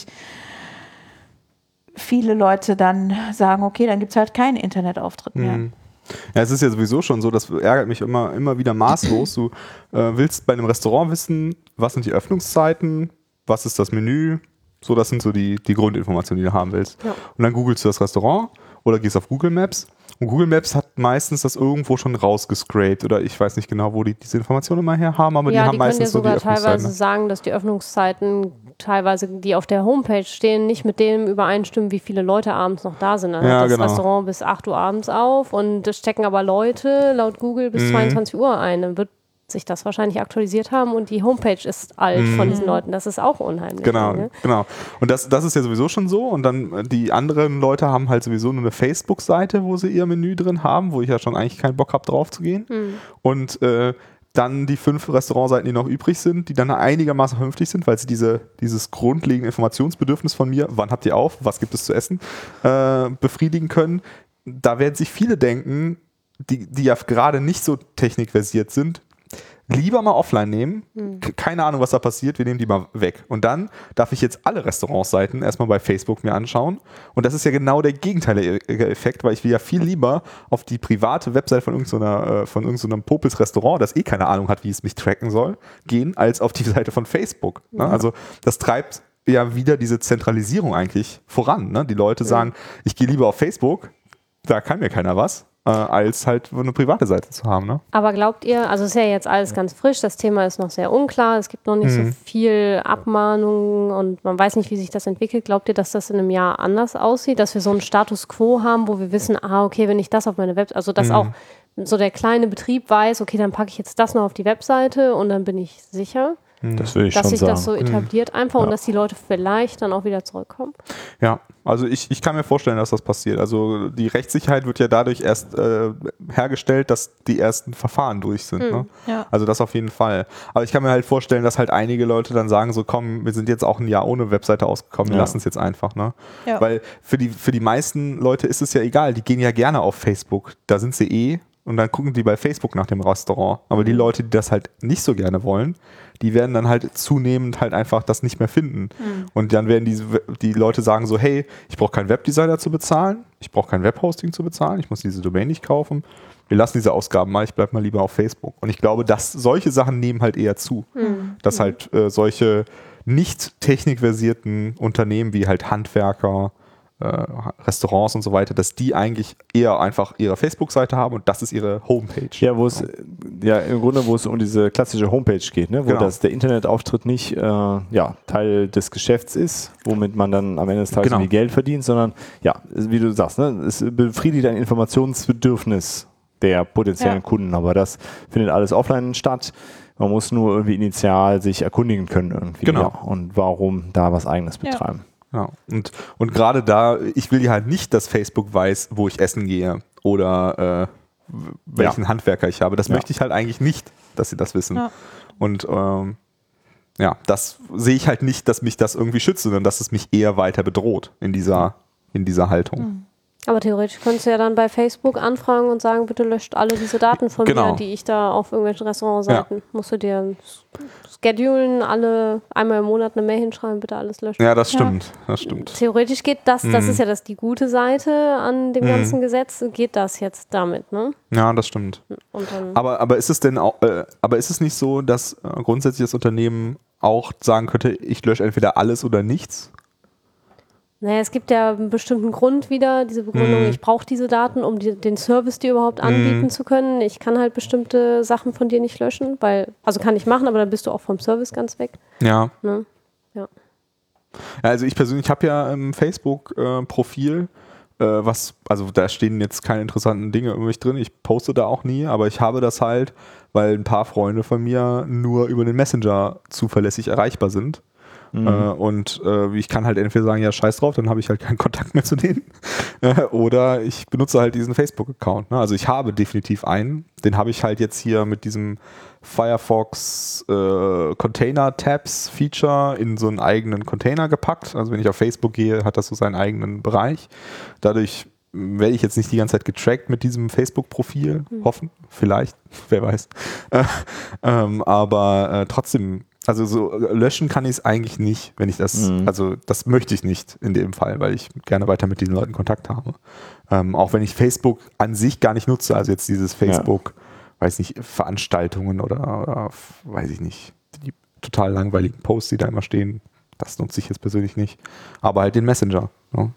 viele Leute dann sagen, okay, dann gibt es halt keinen Internetauftritt mehr. Ja, es ist ja sowieso schon so, das ärgert mich immer wieder maßlos. Du willst bei einem Restaurant wissen, was sind die Öffnungszeiten, was ist das Menü, so das sind so die Grundinformationen, die du haben willst. Ja. Und dann googelst du das Restaurant oder gehst auf Google Maps. Und Google Maps hat meistens das irgendwo schon rausgescrapt oder ich weiß nicht genau, wo die diese Informationen immer her haben, aber die haben meistens so die Öffnungszeiten. Ja, die können ja sogar teilweise sagen, dass die Öffnungszeiten teilweise, die auf der Homepage stehen, nicht mit dem übereinstimmen, wie viele Leute abends noch da sind. Dann hat das Restaurant bis 8 Uhr abends auf und das stecken aber Leute laut Google bis 22 Uhr ein. Dann wird sich das wahrscheinlich aktualisiert haben und die Homepage ist alt von diesen Leuten. Das ist auch unheimlich. Genau. Und das ist ja sowieso schon so. Und dann die anderen Leute haben halt sowieso nur eine Facebook-Seite, wo sie ihr Menü drin haben, wo ich ja schon eigentlich keinen Bock habe, drauf zu gehen. Und dann die 5 Restaurantseiten, die noch übrig sind, die dann einigermaßen vernünftig sind, weil sie dieses grundlegende Informationsbedürfnis von mir, wann habt ihr auf, was gibt es zu essen, befriedigen können. Da werden sich viele denken, die ja gerade nicht so technikversiert sind, lieber mal offline nehmen. Keine Ahnung, was da passiert. Wir nehmen die mal weg. Und dann darf ich jetzt alle Restaurantseiten erstmal bei Facebook mir anschauen. Und das ist ja genau der gegenteilige Effekt, weil ich will ja viel lieber auf die private Website von irgendeinem Popels Restaurant, das keine Ahnung hat, wie es mich tracken soll, gehen, als auf die Seite von Facebook. Ne? Also das treibt ja wieder diese Zentralisierung eigentlich voran. Ne? Die Leute sagen, ich gehe lieber auf Facebook, da kann mir keiner was, als halt eine private Seite zu haben. Ne? Aber glaubt ihr, also es ist ja jetzt alles ganz frisch, das Thema ist noch sehr unklar, es gibt noch nicht so viel Abmahnungen und man weiß nicht, wie sich das entwickelt. Glaubt ihr, dass das in einem Jahr anders aussieht, dass wir so einen Status quo haben, wo wir wissen, okay, wenn ich das auf meine Webseite, also dass auch so der kleine Betrieb weiß, okay, dann packe ich jetzt das noch auf die Webseite und dann bin ich sicher? Das will ich dass schon sich sagen. Das so etabliert einfach und dass die Leute vielleicht dann auch wieder zurückkommen? Ja, also ich kann mir vorstellen, dass das passiert. Also die Rechtssicherheit wird ja dadurch erst hergestellt, dass die ersten Verfahren durch sind. Ne? Ja. Also das auf jeden Fall. Aber ich kann mir halt vorstellen, dass halt einige Leute dann sagen so, komm, wir sind jetzt auch ein Jahr ohne Webseite ausgekommen, wir lassen es jetzt einfach. Ne? Ja. Weil für die meisten Leute ist es ja egal, die gehen ja gerne auf Facebook, da sind sie und dann gucken die bei Facebook nach dem Restaurant. Aber die Leute, die das halt nicht so gerne wollen, die werden dann halt zunehmend halt einfach das nicht mehr finden. Und dann werden die Leute sagen so, hey, ich brauche keinen Webdesigner zu bezahlen, ich brauche kein Webhosting zu bezahlen, ich muss diese Domain nicht kaufen. Wir lassen diese Ausgaben mal, ich bleibe mal lieber auf Facebook. Und ich glaube, dass solche Sachen nehmen halt eher zu. Dass halt solche nicht technikversierten Unternehmen wie halt Handwerker, Restaurants und so weiter, dass die eigentlich eher einfach ihre Facebook-Seite haben und das ist ihre Homepage. Ja, im Grunde, wo es um diese klassische Homepage geht, ne? Wo Genau. der Internetauftritt nicht Teil des Geschäfts ist, womit man dann am Ende des Tages irgendwie Geld verdient, sondern wie du sagst, ne? Es befriedigt ein Informationsbedürfnis der potenziellen Kunden, aber das findet alles offline statt. Man muss nur irgendwie initial sich erkundigen können irgendwie. Genau. Ja, und warum da was Eigenes betreiben. Ja. Und gerade da, ich will ja halt nicht, dass Facebook weiß, wo ich essen gehe oder welchen Handwerker ich habe. Das möchte ich halt eigentlich nicht, dass sie das wissen. Ja. Und das sehe ich halt nicht, dass mich das irgendwie schützt, sondern dass es mich eher weiter bedroht in dieser Haltung. Aber theoretisch könntest du ja dann bei Facebook anfragen und sagen, bitte löscht alle diese Daten von mir, die ich da auf irgendwelchen Restaurantseiten. Musst du dir schedulen, alle einmal im Monat eine Mail hinschreiben, bitte alles löschen. Ja, das stimmt. Das stimmt. Theoretisch geht das, das ist ja die gute Seite an dem ganzen Gesetz, geht das jetzt damit, ne? Ja, das stimmt. Und dann aber ist es denn auch, ist es nicht so, dass grundsätzlich das Unternehmen auch sagen könnte, ich lösche entweder alles oder nichts? Naja, es gibt ja einen bestimmten Grund wieder, diese Begründung, ich brauche diese Daten, um den Service dir überhaupt anbieten zu können. Ich kann halt bestimmte Sachen von dir nicht löschen, also kann ich machen, aber dann bist du auch vom Service ganz weg. Ja. Ne? Ja. Also ich persönlich habe ja ein Facebook-Profil, also da stehen jetzt keine interessanten Dinge irgendwie drin, ich poste da auch nie, aber ich habe das halt, weil ein paar Freunde von mir nur über den Messenger zuverlässig erreichbar sind. Und ich kann halt entweder sagen, ja, scheiß drauf, dann habe ich halt keinen Kontakt mehr zu denen. Oder ich benutze halt diesen Facebook-Account. Ne? Also ich habe definitiv einen. Den habe ich halt jetzt hier mit diesem Firefox Container-Tabs-Feature in so einen eigenen Container gepackt. Also wenn ich auf Facebook gehe, hat das so seinen eigenen Bereich. Dadurch werde ich jetzt nicht die ganze Zeit getrackt mit diesem Facebook-Profil. Hoffen, vielleicht, wer weiß. Aber trotzdem, also so löschen kann ich es eigentlich nicht, wenn ich das, also das möchte ich nicht in dem Fall, weil ich gerne weiter mit diesen Leuten Kontakt habe. Auch wenn ich Facebook an sich gar nicht nutze, also jetzt dieses Facebook, weiß nicht, Veranstaltungen oder weiß ich nicht, die total langweiligen Posts, die da immer stehen, das nutze ich jetzt persönlich nicht. Aber halt den Messenger. Ja.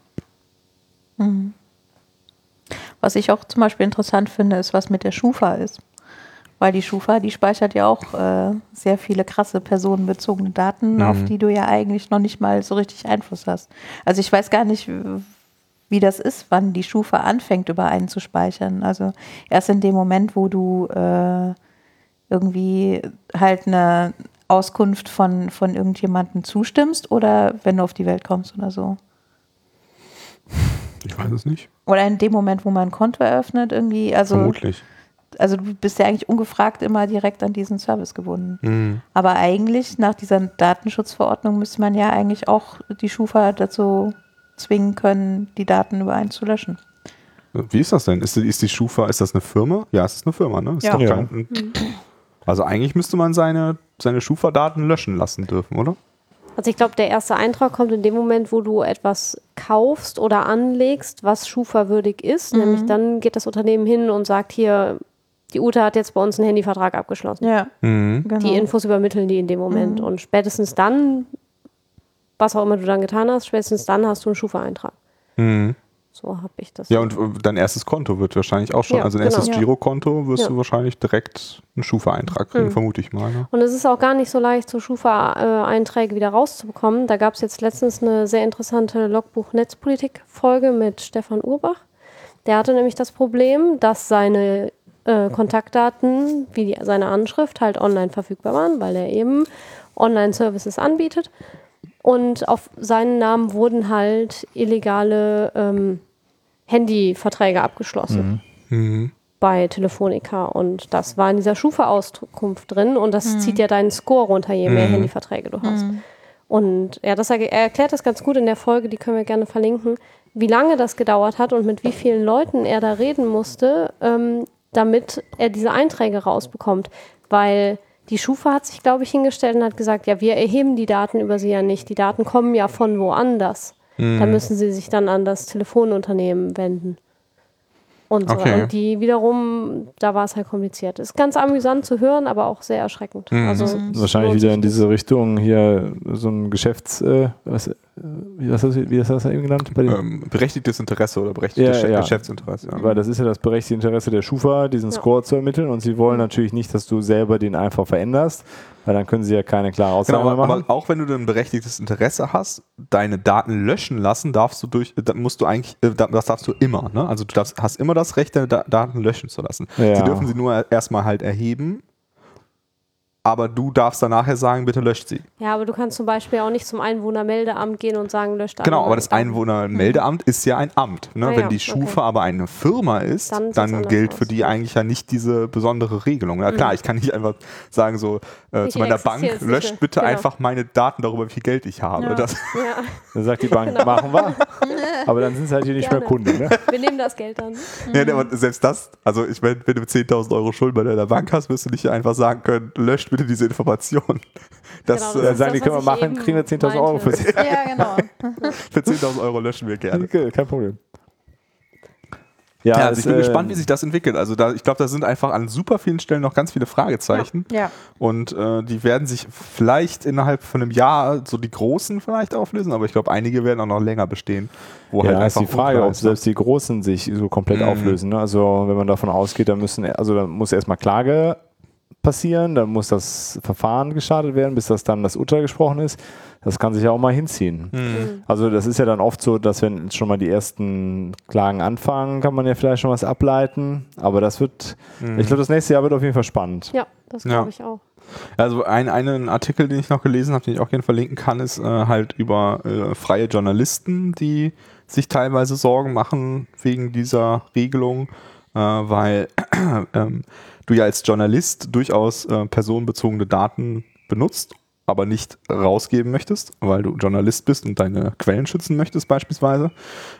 Was ich auch zum Beispiel interessant finde, ist, was mit der Schufa ist. Weil die Schufa, die speichert ja auch sehr viele krasse personenbezogene Daten, auf die du ja eigentlich noch nicht mal so richtig Einfluss hast. Also ich weiß gar nicht, wie das ist, wann die Schufa anfängt, über einen zu speichern. Also erst in dem Moment, wo du irgendwie halt eine Auskunft von irgendjemandem zustimmst oder wenn du auf die Welt kommst oder so. Ich weiß es nicht. Oder in dem Moment, wo man ein Konto eröffnet irgendwie. Also vermutlich. Also du bist ja eigentlich ungefragt immer direkt an diesen Service gebunden. Aber eigentlich nach dieser Datenschutzverordnung müsste man ja eigentlich auch die Schufa dazu zwingen können, die Daten über einen zu löschen. Wie ist das denn? Ist die Schufa, ist das eine Firma? Ja, es ist eine Firma, ne? Ist Ja. doch also eigentlich müsste man seine Schufa-Daten löschen lassen dürfen, oder? Also ich glaube, der erste Eintrag kommt in dem Moment, wo du etwas kaufst oder anlegst, was Schufa-würdig ist. Nämlich dann geht das Unternehmen hin und sagt hier, die Ute hat jetzt bei uns einen Handyvertrag abgeschlossen. Ja, genau. Die Infos übermitteln die in dem Moment. Und spätestens dann, was auch immer du dann getan hast, spätestens dann hast du einen Schufa-Eintrag. So habe ich das. Ja, und dein erstes Konto wird wahrscheinlich auch schon, Ja, also ein genau. erstes Girokonto wirst Ja. du wahrscheinlich direkt einen Schufa-Eintrag kriegen, vermute ich mal. Ne? Und es ist auch gar nicht so leicht, so Schufa-Einträge wieder rauszubekommen. Da gab es jetzt letztens eine sehr interessante Logbuch-Netzpolitik-Folge mit Stefan Urbach. Der hatte nämlich das Problem, dass seine Kontaktdaten, wie seine Anschrift, halt online verfügbar waren, weil er eben Online-Services anbietet. Und auf seinen Namen wurden halt illegale Handyverträge abgeschlossen bei Telefonica. Und das war in dieser Schufa-Auskunft drin und das zieht ja deinen Score runter, je mehr Handyverträge du hast. Und ja, er erklärt das ganz gut in der Folge, die können wir gerne verlinken, wie lange das gedauert hat und mit wie vielen Leuten er da reden musste, damit er diese Einträge rausbekommt. Weil die Schufa hat sich, glaube ich, hingestellt und hat gesagt, ja, wir erheben die Daten über sie ja nicht. Die Daten kommen ja von woanders. Da müssen sie sich dann an das Telefonunternehmen wenden. Und, so. Okay. Und die wiederum, da war es halt kompliziert. Ist ganz amüsant zu hören, aber auch sehr erschreckend. Also, Wahrscheinlich wieder in diese Richtung hier so ein Geschäfts... wie hast du das eben genannt? Bei dem Berechtigtes Interesse oder berechtigtes Ja. Geschäftsinteresse. Ja. Weil das ist ja das berechtigte Interesse der Schufa, diesen Score zu ermitteln, und sie wollen natürlich nicht, dass du selber den einfach veränderst, weil dann können sie ja keine klare Aussage Genau, mehr machen. aber auch wenn du ein berechtigtes Interesse hast, deine Daten löschen lassen, das darfst du immer. Ne? Also du hast immer das Recht, deine Daten löschen zu lassen. Ja. Sie dürfen sie nur erstmal halt erheben, aber du darfst dann nachher sagen, bitte löscht sie. ja, aber du kannst zum Beispiel auch nicht zum Einwohnermeldeamt gehen und sagen, löscht alle Genau, aber meine das Daten. Einwohnermeldeamt ist ja ein Amt. Ne? Ah ja, Wenn die Schufa aber eine Firma ist, Dann sieht's dann anders gilt aus. für die eigentlich ja nicht diese besondere Regelung. Na klar, ich kann nicht einfach sagen, so Ich zu meiner existiere Bank, jetzt löscht nicht. bitte Genau. einfach meine Daten darüber, wie viel Geld ich habe. Ja. Das, Ja, Dann sagt die Bank, machen wir, aber dann sind sie halt hier nicht Gerne. mehr Kunde. Ne? wir nehmen das Geld dann. ja, aber selbst das, also ich meine, wenn du 10.000 Euro Schulden bei deiner Bank hast, wirst du nicht einfach sagen können, löscht bitte diese Information. Das, Genau, Dann ist sagen die, das, können wir was ich machen, eben kriegen wir 10.000 Euro für meinte. sie. Ja, genau. für 10.000 Euro löschen wir gerne. Kein Problem. Ja, also es, ich bin gespannt, wie sich das entwickelt. Also ich glaube, da sind einfach an super vielen Stellen noch ganz viele Fragezeichen. Ja. Und die werden sich vielleicht innerhalb von einem Jahr so die großen vielleicht auflösen, aber ich glaube, einige werden auch noch länger bestehen. Wo Ja, halt ist die Frage, unklar ob ist, selbst die Großen sich so komplett auflösen. Ne? Also wenn man davon ausgeht, dann muss erstmal Klage passieren, dann muss das Verfahren gestartet werden, bis das Urteil gesprochen ist. Das kann sich ja auch mal hinziehen. Also das ist ja dann oft so, dass wenn jetzt schon mal die ersten Klagen anfangen, kann man ja vielleicht schon was ableiten. Aber das wird, ich glaube, das nächste Jahr wird auf jeden Fall spannend. Ja, das Ja. glaube ich auch. Also einen Artikel, den ich noch gelesen habe, den ich auch gerne verlinken kann, ist halt über freie Journalisten, die sich teilweise Sorgen machen wegen dieser Regelung, weil du ja als Journalist durchaus personenbezogene Daten benutzt, aber nicht rausgeben möchtest, weil du Journalist bist und deine Quellen schützen möchtest beispielsweise.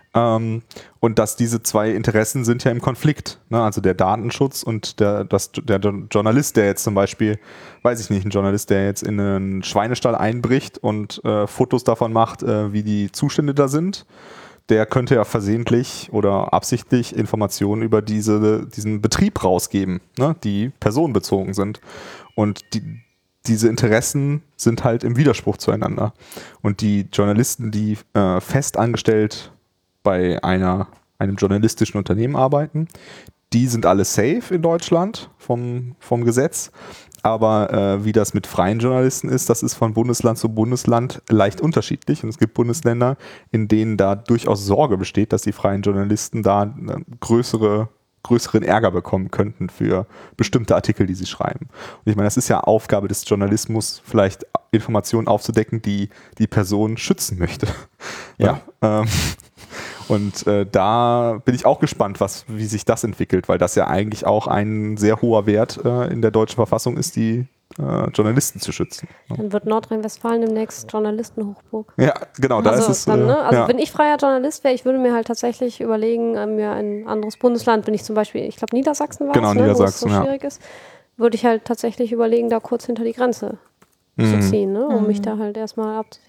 Und dass diese zwei Interessen sind ja im Konflikt. Ne? Also der Datenschutz und der Journalist, der jetzt zum Beispiel, weiß ich nicht, ein Journalist, der jetzt in einen Schweinestall einbricht und Fotos davon macht, wie die Zustände da sind, der könnte ja versehentlich oder absichtlich Informationen über diesen Betrieb rausgeben, ne? Die personenbezogen sind. Und diese Interessen sind halt im Widerspruch zueinander. Und die Journalisten, die fest angestellt bei einem journalistischen Unternehmen arbeiten, die sind alle safe in Deutschland vom Gesetz. Aber wie das mit freien Journalisten ist, das ist von Bundesland zu Bundesland leicht unterschiedlich. Und es gibt Bundesländer, in denen da durchaus Sorge besteht, dass die freien Journalisten da größeren Ärger bekommen könnten für bestimmte Artikel, die sie schreiben. Und ich meine, das ist ja Aufgabe des Journalismus, vielleicht Informationen aufzudecken, die die Person schützen möchte. Ja. Und da bin ich auch gespannt, wie sich das entwickelt, weil das ja eigentlich auch ein sehr hoher Wert in der deutschen Verfassung ist, die Journalisten zu schützen. Dann wird Nordrhein-Westfalen demnächst Journalistenhochburg. Ja, genau, da ist es. Dann, ne? Also ja. wenn ich freier Journalist wäre, ich würde mir halt tatsächlich überlegen, mir ein anderes Bundesland, wenn ich zum Beispiel, ich glaube Niedersachsen war Genau, es, ne, wo es so Niedersachsen, ja. schwierig ist, würde ich halt tatsächlich überlegen, da kurz hinter die Grenze zu ziehen, ne? Um mich da halt erstmal abzusichern.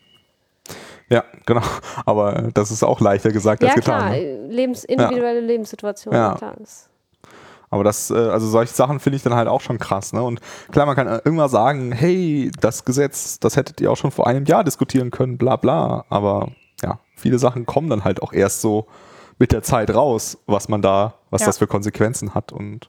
Ja, genau. Aber das ist auch leichter gesagt Ja als getan. klar, Ne? individuelle Lebenssituation, Ja. klar. Aber also solche Sachen finde ich dann halt auch schon krass. Ne? Und klar, man kann irgendwann sagen, hey, das Gesetz, das hättet ihr auch schon vor einem Jahr diskutieren können, bla bla. Aber ja, viele Sachen kommen dann halt auch erst so mit der Zeit raus, was das für Konsequenzen hat. Und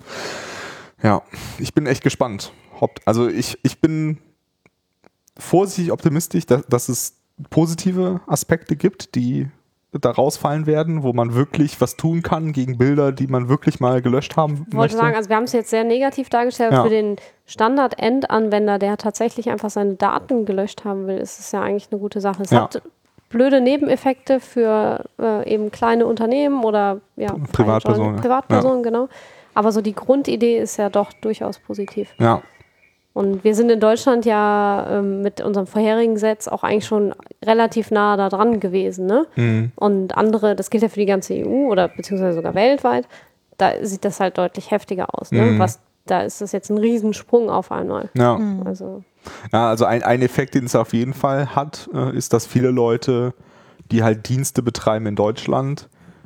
ja, ich bin echt gespannt. Also ich bin vorsichtig optimistisch, dass es positive Aspekte gibt, die da rausfallen werden, wo man wirklich was tun kann gegen Bilder, die man wirklich mal gelöscht haben Ich wollte sagen, also wir haben es jetzt sehr negativ dargestellt. Ja. Für den Standard-Endanwender, der tatsächlich einfach seine Daten gelöscht haben will, ist es ja eigentlich eine gute Sache. Es hat blöde Nebeneffekte für eben kleine Unternehmen oder Privatpersonen, genau. Aber so die Grundidee ist ja doch durchaus positiv. Ja. Und wir sind in Deutschland ja mit unserem vorherigen Gesetz auch eigentlich schon relativ nah da dran gewesen. Ne? Und andere, das gilt ja für die ganze EU oder beziehungsweise sogar weltweit, da sieht das halt deutlich heftiger aus. Ne? Da ist das jetzt ein Riesensprung auf einmal. Ja. Also ein Effekt, den es auf jeden Fall hat, ist, dass viele Leute, die halt Dienste betreiben in Deutschland,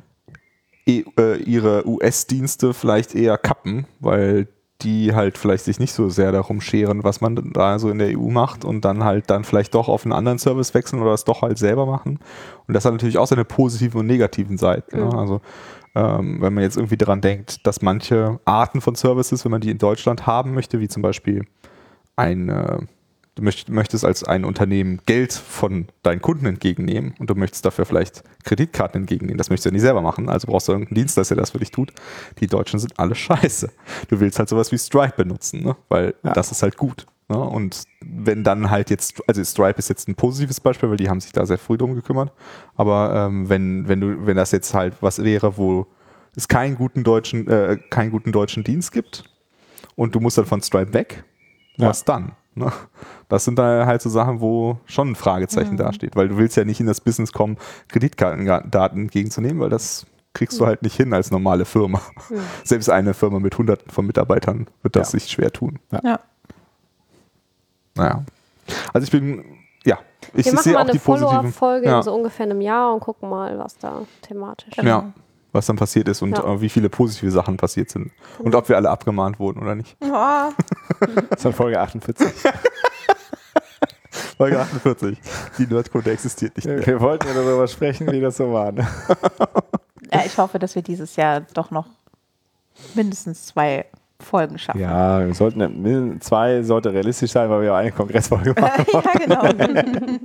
ihre US-Dienste vielleicht eher kappen, weil die halt vielleicht sich nicht so sehr darum scheren, was man da so in der EU macht und dann vielleicht doch auf einen anderen Service wechseln oder es doch halt selber machen. Und das hat natürlich auch seine positiven und negativen Seiten. Ne? Also wenn man jetzt irgendwie daran denkt, dass manche Arten von Services, wenn man die in Deutschland haben möchte, wie zum Beispiel du möchtest als ein Unternehmen Geld von deinen Kunden entgegennehmen und du möchtest dafür vielleicht Kreditkarten entgegennehmen. Das möchtest du ja nicht selber machen, also brauchst du irgendeinen Dienstleister, der das für dich tut. Die Deutschen sind alle scheiße. Du willst halt sowas wie Stripe benutzen, ne? Weil das ist halt gut. Ne? Und wenn dann halt jetzt, also Stripe ist jetzt ein positives Beispiel, weil die haben sich da sehr früh drum gekümmert, aber wenn das jetzt halt was wäre, wo es keinen guten deutschen Dienst gibt und du musst dann von Stripe weg, was dann? Ne? Das sind da halt so Sachen, wo schon ein Fragezeichen dasteht, weil du willst ja nicht in das Business kommen, Kreditkartendaten entgegenzunehmen, weil das kriegst du halt nicht hin als normale Firma. Selbst eine Firma mit Hunderten von Mitarbeitern wird das sich schwer tun. Ja. Naja. Also wir machen mal eine Follow-up-Folge in so ungefähr einem Jahr und gucken mal, was da thematisch ist. Ja, was dann passiert ist und wie viele positive Sachen passiert sind. Und ob wir alle abgemahnt wurden oder nicht. Oh. Das ist dann Folge 48. Folge 48. Die Nerdkunde existiert nicht mehr. Wir wollten ja darüber sprechen, wie das so war. Ne? Ja, ich hoffe, dass wir dieses Jahr doch noch mindestens 2 Folgen schaffen. Ja, wir sollten 2 sollte realistisch sein, weil wir ja eine Kongressfolge machen. Ja, genau.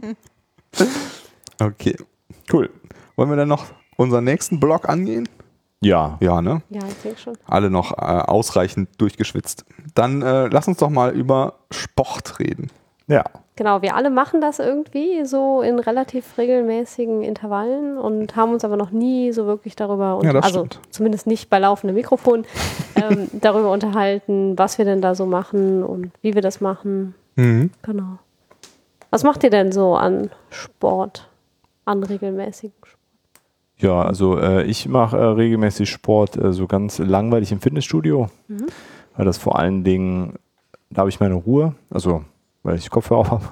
Okay, cool. Wollen wir dann noch unseren nächsten Blog angehen? Ja. Ja, ne? Ja, ich denke schon. Alle noch ausreichend durchgeschwitzt. Dann lass uns doch mal über Sport reden. Ja. Genau, wir alle machen das irgendwie so in relativ regelmäßigen Intervallen und haben uns aber noch nie so wirklich darüber, zumindest nicht bei laufendem Mikrofon, darüber unterhalten, was wir denn da so machen und wie wir das machen. Mhm. Genau. Was macht ihr denn so an Sport, an regelmäßigen Sport? Ja, also ich mache regelmäßig Sport so ganz langweilig im Fitnessstudio, weil das vor allen Dingen, da habe ich meine Ruhe, also weil ich Kopfhörer auf habe.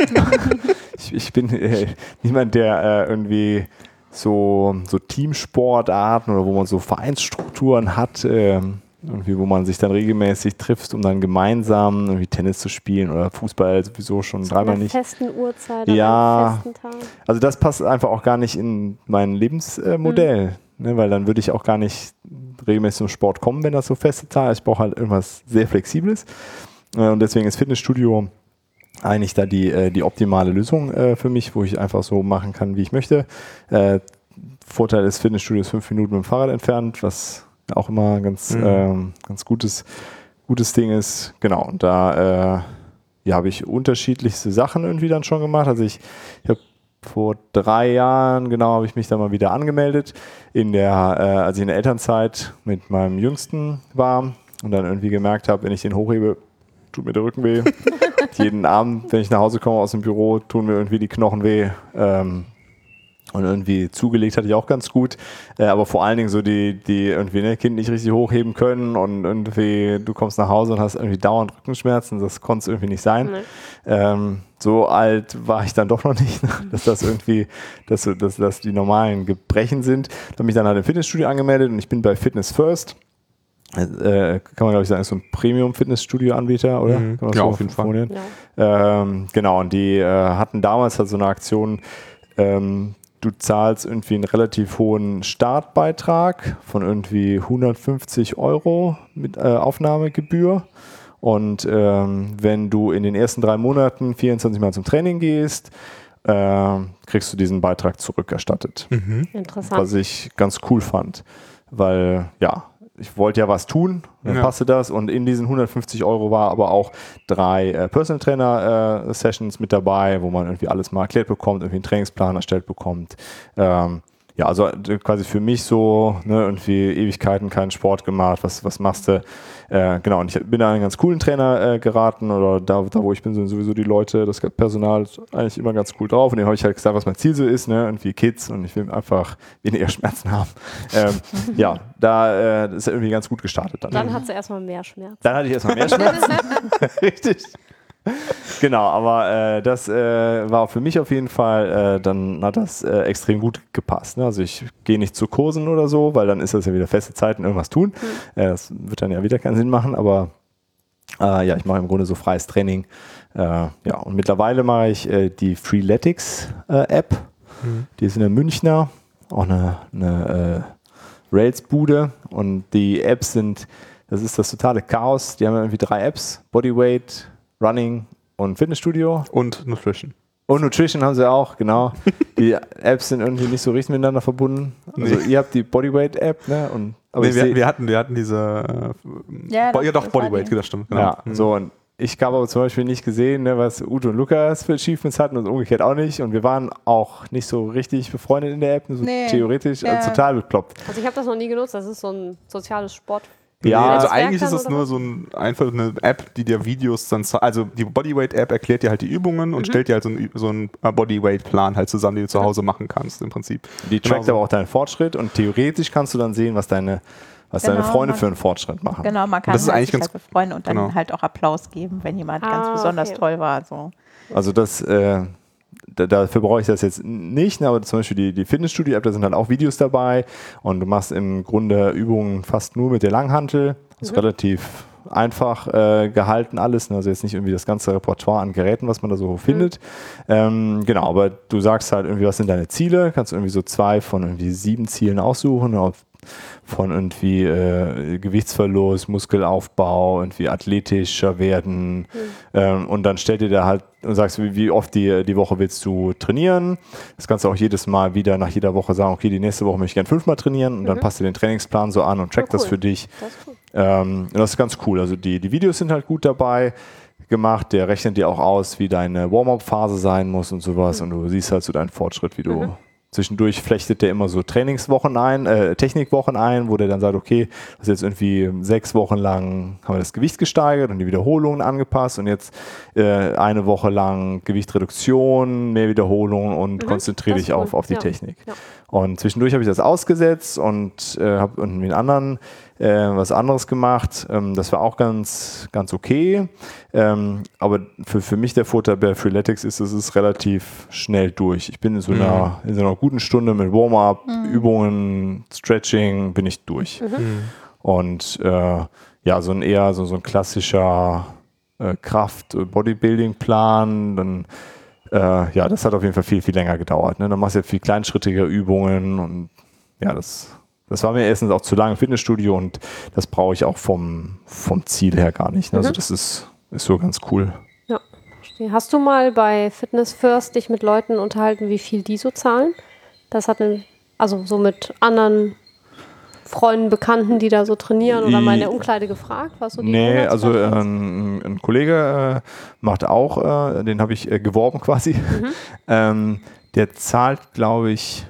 ich bin niemand, der irgendwie so Teamsportarten oder wo man so Vereinsstrukturen hat, irgendwie, wo man sich dann regelmäßig trifft, um dann gemeinsam irgendwie Tennis zu spielen oder Fußball sowieso schon dreimal nicht. An einer festen Uhrzeit, ja, an einem festen Tag. Also das passt einfach auch gar nicht in mein Lebensmodell, ne, weil dann würde ich auch gar nicht regelmäßig zum Sport kommen, wenn das so feste Tage ist. Ich brauche halt irgendwas sehr Flexibles und deswegen ist Fitnessstudio eigentlich da die optimale Lösung für mich, wo ich einfach so machen kann, wie ich möchte. Vorteil ist, Fitnessstudio ist 5 Minuten mit dem Fahrrad entfernt, was auch immer ein ganz gutes Ding ist. Genau, und da habe ich unterschiedlichste Sachen irgendwie dann schon gemacht. Also ich habe vor 3 Jahren, genau, habe ich mich dann mal wieder angemeldet, als ich in der Elternzeit mit meinem Jüngsten war und dann irgendwie gemerkt habe, wenn ich den hochhebe, tut mir der Rücken weh. Jeden Abend, wenn ich nach Hause komme aus dem Büro, tun mir irgendwie die Knochen weh. Und irgendwie zugelegt hatte ich auch ganz gut. Aber vor allen Dingen so die irgendwie Kind nicht richtig hochheben können und irgendwie du kommst nach Hause und hast irgendwie dauernd Rückenschmerzen. Das konnte es irgendwie nicht sein. Nee. So alt war ich dann doch noch nicht, dass das irgendwie, dass die normalen Gebrechen sind. Ich habe mich dann halt im Fitnessstudio angemeldet und ich bin bei Fitness First. Kann man, glaube ich, sagen, ist so ein Premium-Fitnessstudio-Anbieter, oder? Kann man ja, so auf jeden Fall. Ja. Genau, und die hatten damals halt so eine Aktion, du zahlst irgendwie einen relativ hohen Startbeitrag von irgendwie 150 € mit Aufnahmegebühr. Und wenn du in den ersten 3 Monaten 24 Mal zum Training gehst, kriegst du diesen Beitrag zurückerstattet. Interessant. Was ich ganz cool fand, weil, ja, ich wollte ja was tun, dann passte das und in diesen 150 € war aber auch 3 Personal Trainer Sessions mit dabei, wo man irgendwie alles mal erklärt bekommt, irgendwie einen Trainingsplan erstellt bekommt. ja, also quasi für mich so, ne, irgendwie Ewigkeiten keinen Sport gemacht, was machst du? Genau, und ich bin da einen ganz coolen Trainer geraten, oder da wo ich bin, sind sowieso die Leute, das Personal ist eigentlich immer ganz cool drauf, und dem habe ich halt gesagt, was mein Ziel so ist, ne, irgendwie Kids, und ich will einfach weniger Schmerzen haben. Ja, da ist er irgendwie ganz gut gestartet dann. Dann hat sie erstmal mehr Schmerz. Dann hatte ich erstmal mehr Schmerzen. Richtig. Genau, aber das war für mich auf jeden Fall, dann hat das extrem gut gepasst. Ne? Also ich gehe nicht zu Kursen oder so, weil dann ist das ja wieder feste Zeiten, irgendwas tun. Das wird dann ja wieder keinen Sinn machen, aber ja, ich mache im Grunde so freies Training. Ja, und mittlerweile mache ich die Freeletics App. Die ist in der Münchner, auch eine Rails-Bude, und die Apps das ist das totale Chaos. Die haben irgendwie 3 Apps: Bodyweight, Running und Fitnessstudio. Und Nutrition. Und Nutrition haben sie auch, genau. Die Apps sind irgendwie nicht so richtig miteinander verbunden. Also ihr habt die Bodyweight-App, ne? Aber Nee, wir hatten diese Ja, ja doch, das Bodyweight, war das stimmt. Genau. Ja, so, und ich habe aber zum Beispiel nicht gesehen, ne, was Ute und Lukas für Achievements hatten, und umgekehrt auch nicht. Und wir waren auch nicht so richtig befreundet in der App, nur so Nee. theoretisch, Ja. total bekloppt. Also ich habe das noch nie genutzt, das ist so ein soziales Sport. Ja, Nee, also Netzwerk eigentlich ist dann es oder nur was? einfach eine App, die dir Videos dann also die Bodyweight-App erklärt dir halt die Übungen und stellt dir halt so einen Bodyweight-Plan halt zusammen, den du zu Hause machen kannst im Prinzip. Die trackt Genau aber auch deinen Fortschritt, und theoretisch kannst du dann sehen, was deine Freunde für einen Fortschritt machen. Genau, man kann das ist eigentlich sich ganz- halt befreuen und dann genau. halt auch Applaus geben, wenn jemand ganz besonders okay. toll war. So. Also das, dafür brauche ich das jetzt nicht, ne, aber zum Beispiel die Fitnessstudio-App, da sind halt auch Videos dabei, und du machst im Grunde Übungen fast nur mit der Langhantel. Das ist relativ einfach gehalten alles, ne? Also jetzt nicht irgendwie das ganze Repertoire an Geräten, was man da so findet. Genau, aber du sagst halt irgendwie, was sind deine Ziele, kannst irgendwie so 2 von irgendwie 7 Zielen aussuchen, von irgendwie Gewichtsverlust, Muskelaufbau, irgendwie athletischer werden, und dann stellt ihr da halt und sagst, wie oft die Woche willst du trainieren. Das kannst du auch jedes Mal wieder nach jeder Woche sagen, okay, die nächste Woche möchte ich gerne 5-mal trainieren, und dann passt du den Trainingsplan so an und trackt das cool. für dich. Das ist gut. Und das ist ganz cool. Also die Videos sind halt gut dabei gemacht, der rechnet dir auch aus, wie deine Warm-up-Phase sein muss und sowas, und du siehst halt so deinen Fortschritt, wie du zwischendurch flechtet der immer so Trainingswochen ein, Technikwochen ein, wo der dann sagt, okay, das ist jetzt irgendwie 6 Wochen lang haben wir das Gewicht gesteigert und die Wiederholungen angepasst, und jetzt eine Woche lang Gewichtreduktion, mehr Wiederholungen, und konzentriere das dich ist cool. auf die Ja. Technik. Ja. Und zwischendurch habe ich das ausgesetzt und habe irgendwie einen anderen was anderes gemacht. Das war auch ganz okay. Aber für mich der Vorteil bei Freeletics ist, es ist relativ schnell durch. Ich bin in so einer guten Stunde mit Warm-up, Übungen, Stretching, bin ich durch. Und ja, so ein klassischer Kraft-Bodybuilding-Plan, dann ja, das hat auf jeden Fall viel länger gedauert. Ne? Dann machst du ja viel kleinschrittige Übungen, und ja, das war mir erstens auch zu lang im Fitnessstudio, und das brauche ich auch vom Ziel her gar nicht. Ne? Also das ist so ganz cool. Ja, verstehe. Hast du mal bei Fitness First dich mit Leuten unterhalten, wie viel die so zahlen? Das hat also so mit anderen Freunden, Bekannten, die da so trainieren, oder mal in der Umkleide gefragt, was so die Nee, also Monatsgehälter sind? ein Kollege macht auch, den habe ich geworben quasi. Der zahlt, glaube ich,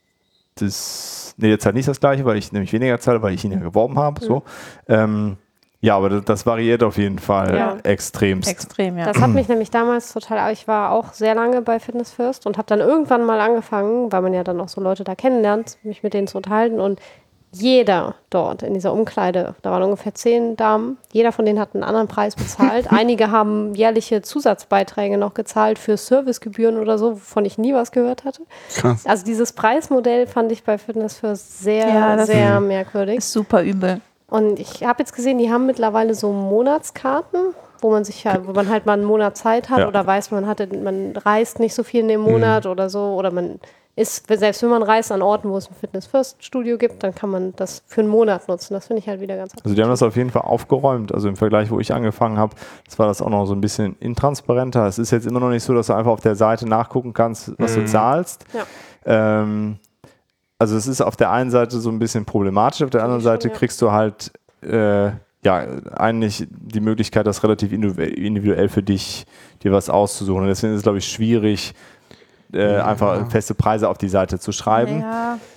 der zahlt nicht das Gleiche, weil ich nämlich weniger zahle, weil ich ihn ja geworben habe. So. Ja, aber das variiert auf jeden Fall extremst. Extrem, ja. Das hat mich nämlich damals total, ich war auch sehr lange bei Fitness First und habe dann irgendwann mal angefangen, weil man ja dann auch so Leute da kennenlernt, mich mit denen zu unterhalten, und jeder dort in dieser Umkleide, da waren ungefähr 10 Damen, jeder von denen hat einen anderen Preis bezahlt. Einige haben jährliche Zusatzbeiträge noch gezahlt für Servicegebühren oder so, wovon ich nie was gehört hatte. Krass. Also dieses Preismodell fand ich bei Fitness First sehr, sehr merkwürdig. Ist super übel. Und ich habe jetzt gesehen, die haben mittlerweile so Monatskarten, wo man halt mal einen Monat Zeit hat, Ja. oder weiß, man reist nicht so viel in dem Monat oder so, oder man ist, selbst wenn man reist an Orten, wo es ein Fitness First Studio gibt, dann kann man das für einen Monat nutzen. Das finde ich halt wieder ganz Also die haben das auf jeden Fall aufgeräumt. Also im Vergleich, wo ich angefangen habe, das war das auch noch so ein bisschen intransparenter. Es ist jetzt immer noch nicht so, dass du einfach auf der Seite nachgucken kannst, was du zahlst. Ja. Also es ist auf der einen Seite so ein bisschen problematisch, auf der anderen Seite kriegst du halt ja eigentlich die Möglichkeit, das relativ individuell für dich dir was auszusuchen. Und deswegen ist es, glaube ich, schwierig, einfach feste Preise auf die Seite zu schreiben. Ja,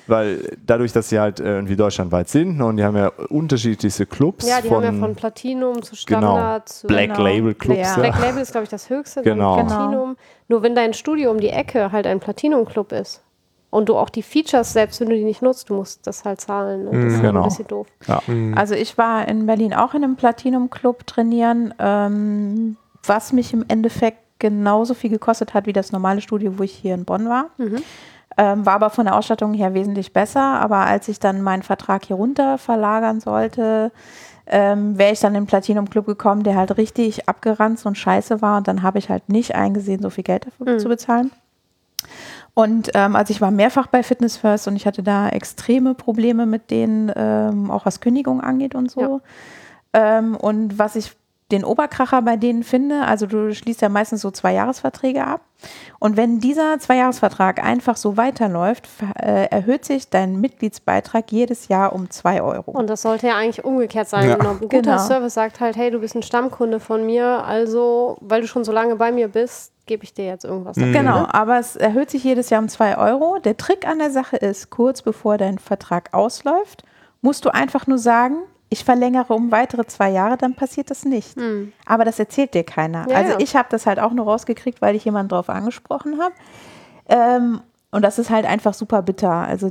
weil dadurch, dass sie halt irgendwie deutschlandweit sind, ne, und die haben ja unterschiedlichste Clubs. Ja, die haben ja von Platinum zu Standard zu Black Label Clubs. Ja. Black Label ist, glaube ich, das höchste. Genau. Dann Platinum. Nur wenn dein Studio um die Ecke halt ein Platinum-Club ist und du auch die Features, selbst wenn du die nicht nutzt, du musst das halt zahlen. Und das ist halt ein bisschen doof. Ja. Also ich war in Berlin auch in einem Platinum-Club trainieren, was mich im Endeffekt genauso viel gekostet hat wie das normale Studio, wo ich hier in Bonn war. War aber von der Ausstattung her wesentlich besser. Aber als ich dann meinen Vertrag hier runter verlagern sollte, wäre ich dann in den Platinum-Club gekommen, der halt richtig abgeranzt und scheiße war. Und dann habe ich halt nicht eingesehen, so viel Geld dafür zu bezahlen. Und also ich war mehrfach bei Fitness First und ich hatte da extreme Probleme mit denen, auch was Kündigung angeht und so. Ja. Und was ich den Oberkracher bei denen finde, also du schließt ja meistens so 2-Jahresverträge ab. Und wenn dieser 2-Jahresvertrag einfach so weiterläuft, erhöht sich dein Mitgliedsbeitrag jedes Jahr um 2 Euro. Und das sollte ja eigentlich umgekehrt sein. Ja. Ein guter Service sagt halt, hey, du bist ein Stammkunde von mir, also weil du schon so lange bei mir bist, gebe ich dir jetzt irgendwas dafür. Genau, aber es erhöht sich jedes Jahr um 2 Euro. Der Trick an der Sache ist, kurz bevor dein Vertrag ausläuft, musst du einfach nur sagen, ich verlängere um weitere 2 Jahre, dann passiert das nicht. Aber das erzählt dir keiner. Ja, also ja. ich habe das halt auch nur rausgekriegt, weil ich jemanden drauf angesprochen habe. Und das ist halt einfach super bitter. Also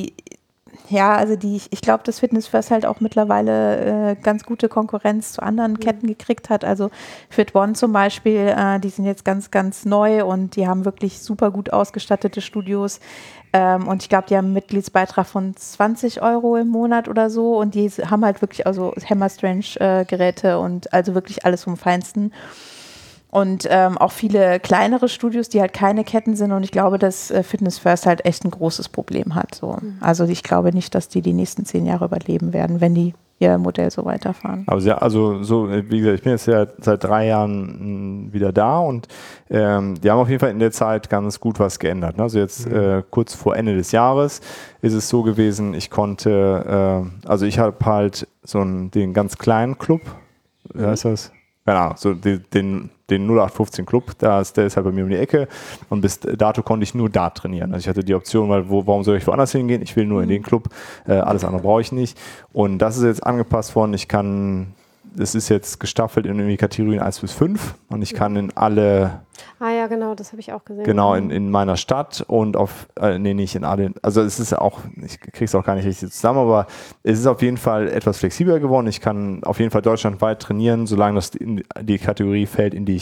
ich glaube, dass Fitness First halt auch mittlerweile ganz gute Konkurrenz zu anderen Ketten gekriegt hat. Also Fit One zum Beispiel, die sind jetzt ganz, ganz neu und die haben wirklich super gut ausgestattete Studios. Und ich glaube, die haben einen Mitgliedsbeitrag von 20 Euro im Monat oder so. Und die haben halt wirklich also Hammer Strange Geräte und also wirklich alles vom Feinsten. Und auch viele kleinere Studios, die halt keine Ketten sind. Und ich glaube, dass Fitness First halt echt ein großes Problem hat. So. Also ich glaube nicht, dass die nächsten 10 Jahre überleben werden, wenn die ihr Modell so weiterfahren. Aber ja, also so, wie gesagt, ich bin jetzt ja seit 3 Jahren wieder da und die haben auf jeden Fall in der Zeit ganz gut was geändert. Ne? Also jetzt kurz vor Ende des Jahres ist es so gewesen, ich konnte, also ich habe halt den ganz kleinen Club, wie heißt das? Keine Ahnung, so den 0815 Club, der ist halt bei mir um die Ecke und bis dato konnte ich nur da trainieren. Also ich hatte die Option, weil warum soll ich woanders hingehen? Ich will nur in den Club, alles andere brauche ich nicht. Und das ist jetzt angepasst worden. Das ist jetzt gestaffelt in die Kategorien 1 bis 5 und ich kann in alle... Ah ja, genau, das habe ich auch gesehen. Genau, in meiner Stadt und nicht in alle, also es ist auch, ich kriege es auch gar nicht richtig zusammen, aber es ist auf jeden Fall etwas flexibler geworden. Ich kann auf jeden Fall deutschlandweit trainieren, solange das in die Kategorie fällt, in der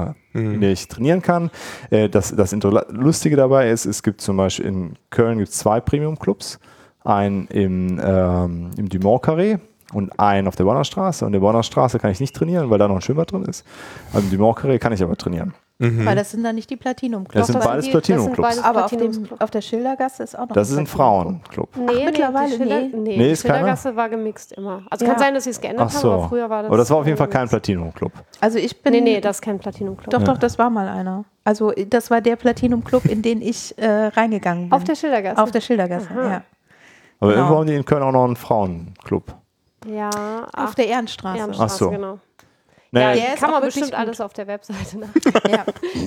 ich trainieren kann. Das Lustige dabei ist, es gibt zum Beispiel in Köln 2 Premium-Clubs, einen im Dumont-Carré und einen auf der Bonner Straße. Und der Bonner Straße kann ich nicht trainieren, weil da noch ein Schwimmbad drin ist. Also im Dumont-Carré kann ich aber trainieren. Weil das sind dann nicht die Platinum-Clubs. Das sind beides Platinum-Clubs. Aber auf der Schildergasse ist auch noch Das ist ein Frauenclub. Mittlerweile die ist keiner? Schildergasse war gemixt immer. Also kann sein, dass sie es geändert haben, aber früher war das... Aber das war auf jeden Fall kein Platinum-Club. Also ich bin... Nee, das ist kein Platinum-Club. Doch, das war mal einer. Also das war der Platinum-Club, in den ich reingegangen bin. Auf der Schildergasse? Auf der Schildergasse, ja. Aber Genau. irgendwo haben die in Köln auch noch einen Frauenclub. Ja. Auf der Ehrenstraße. Ehrenstraße, Ach so. genau. Naja, Ja, Der ist kann man auch wirklich bestimmt gut. alles auf der Webseite nach. Ja.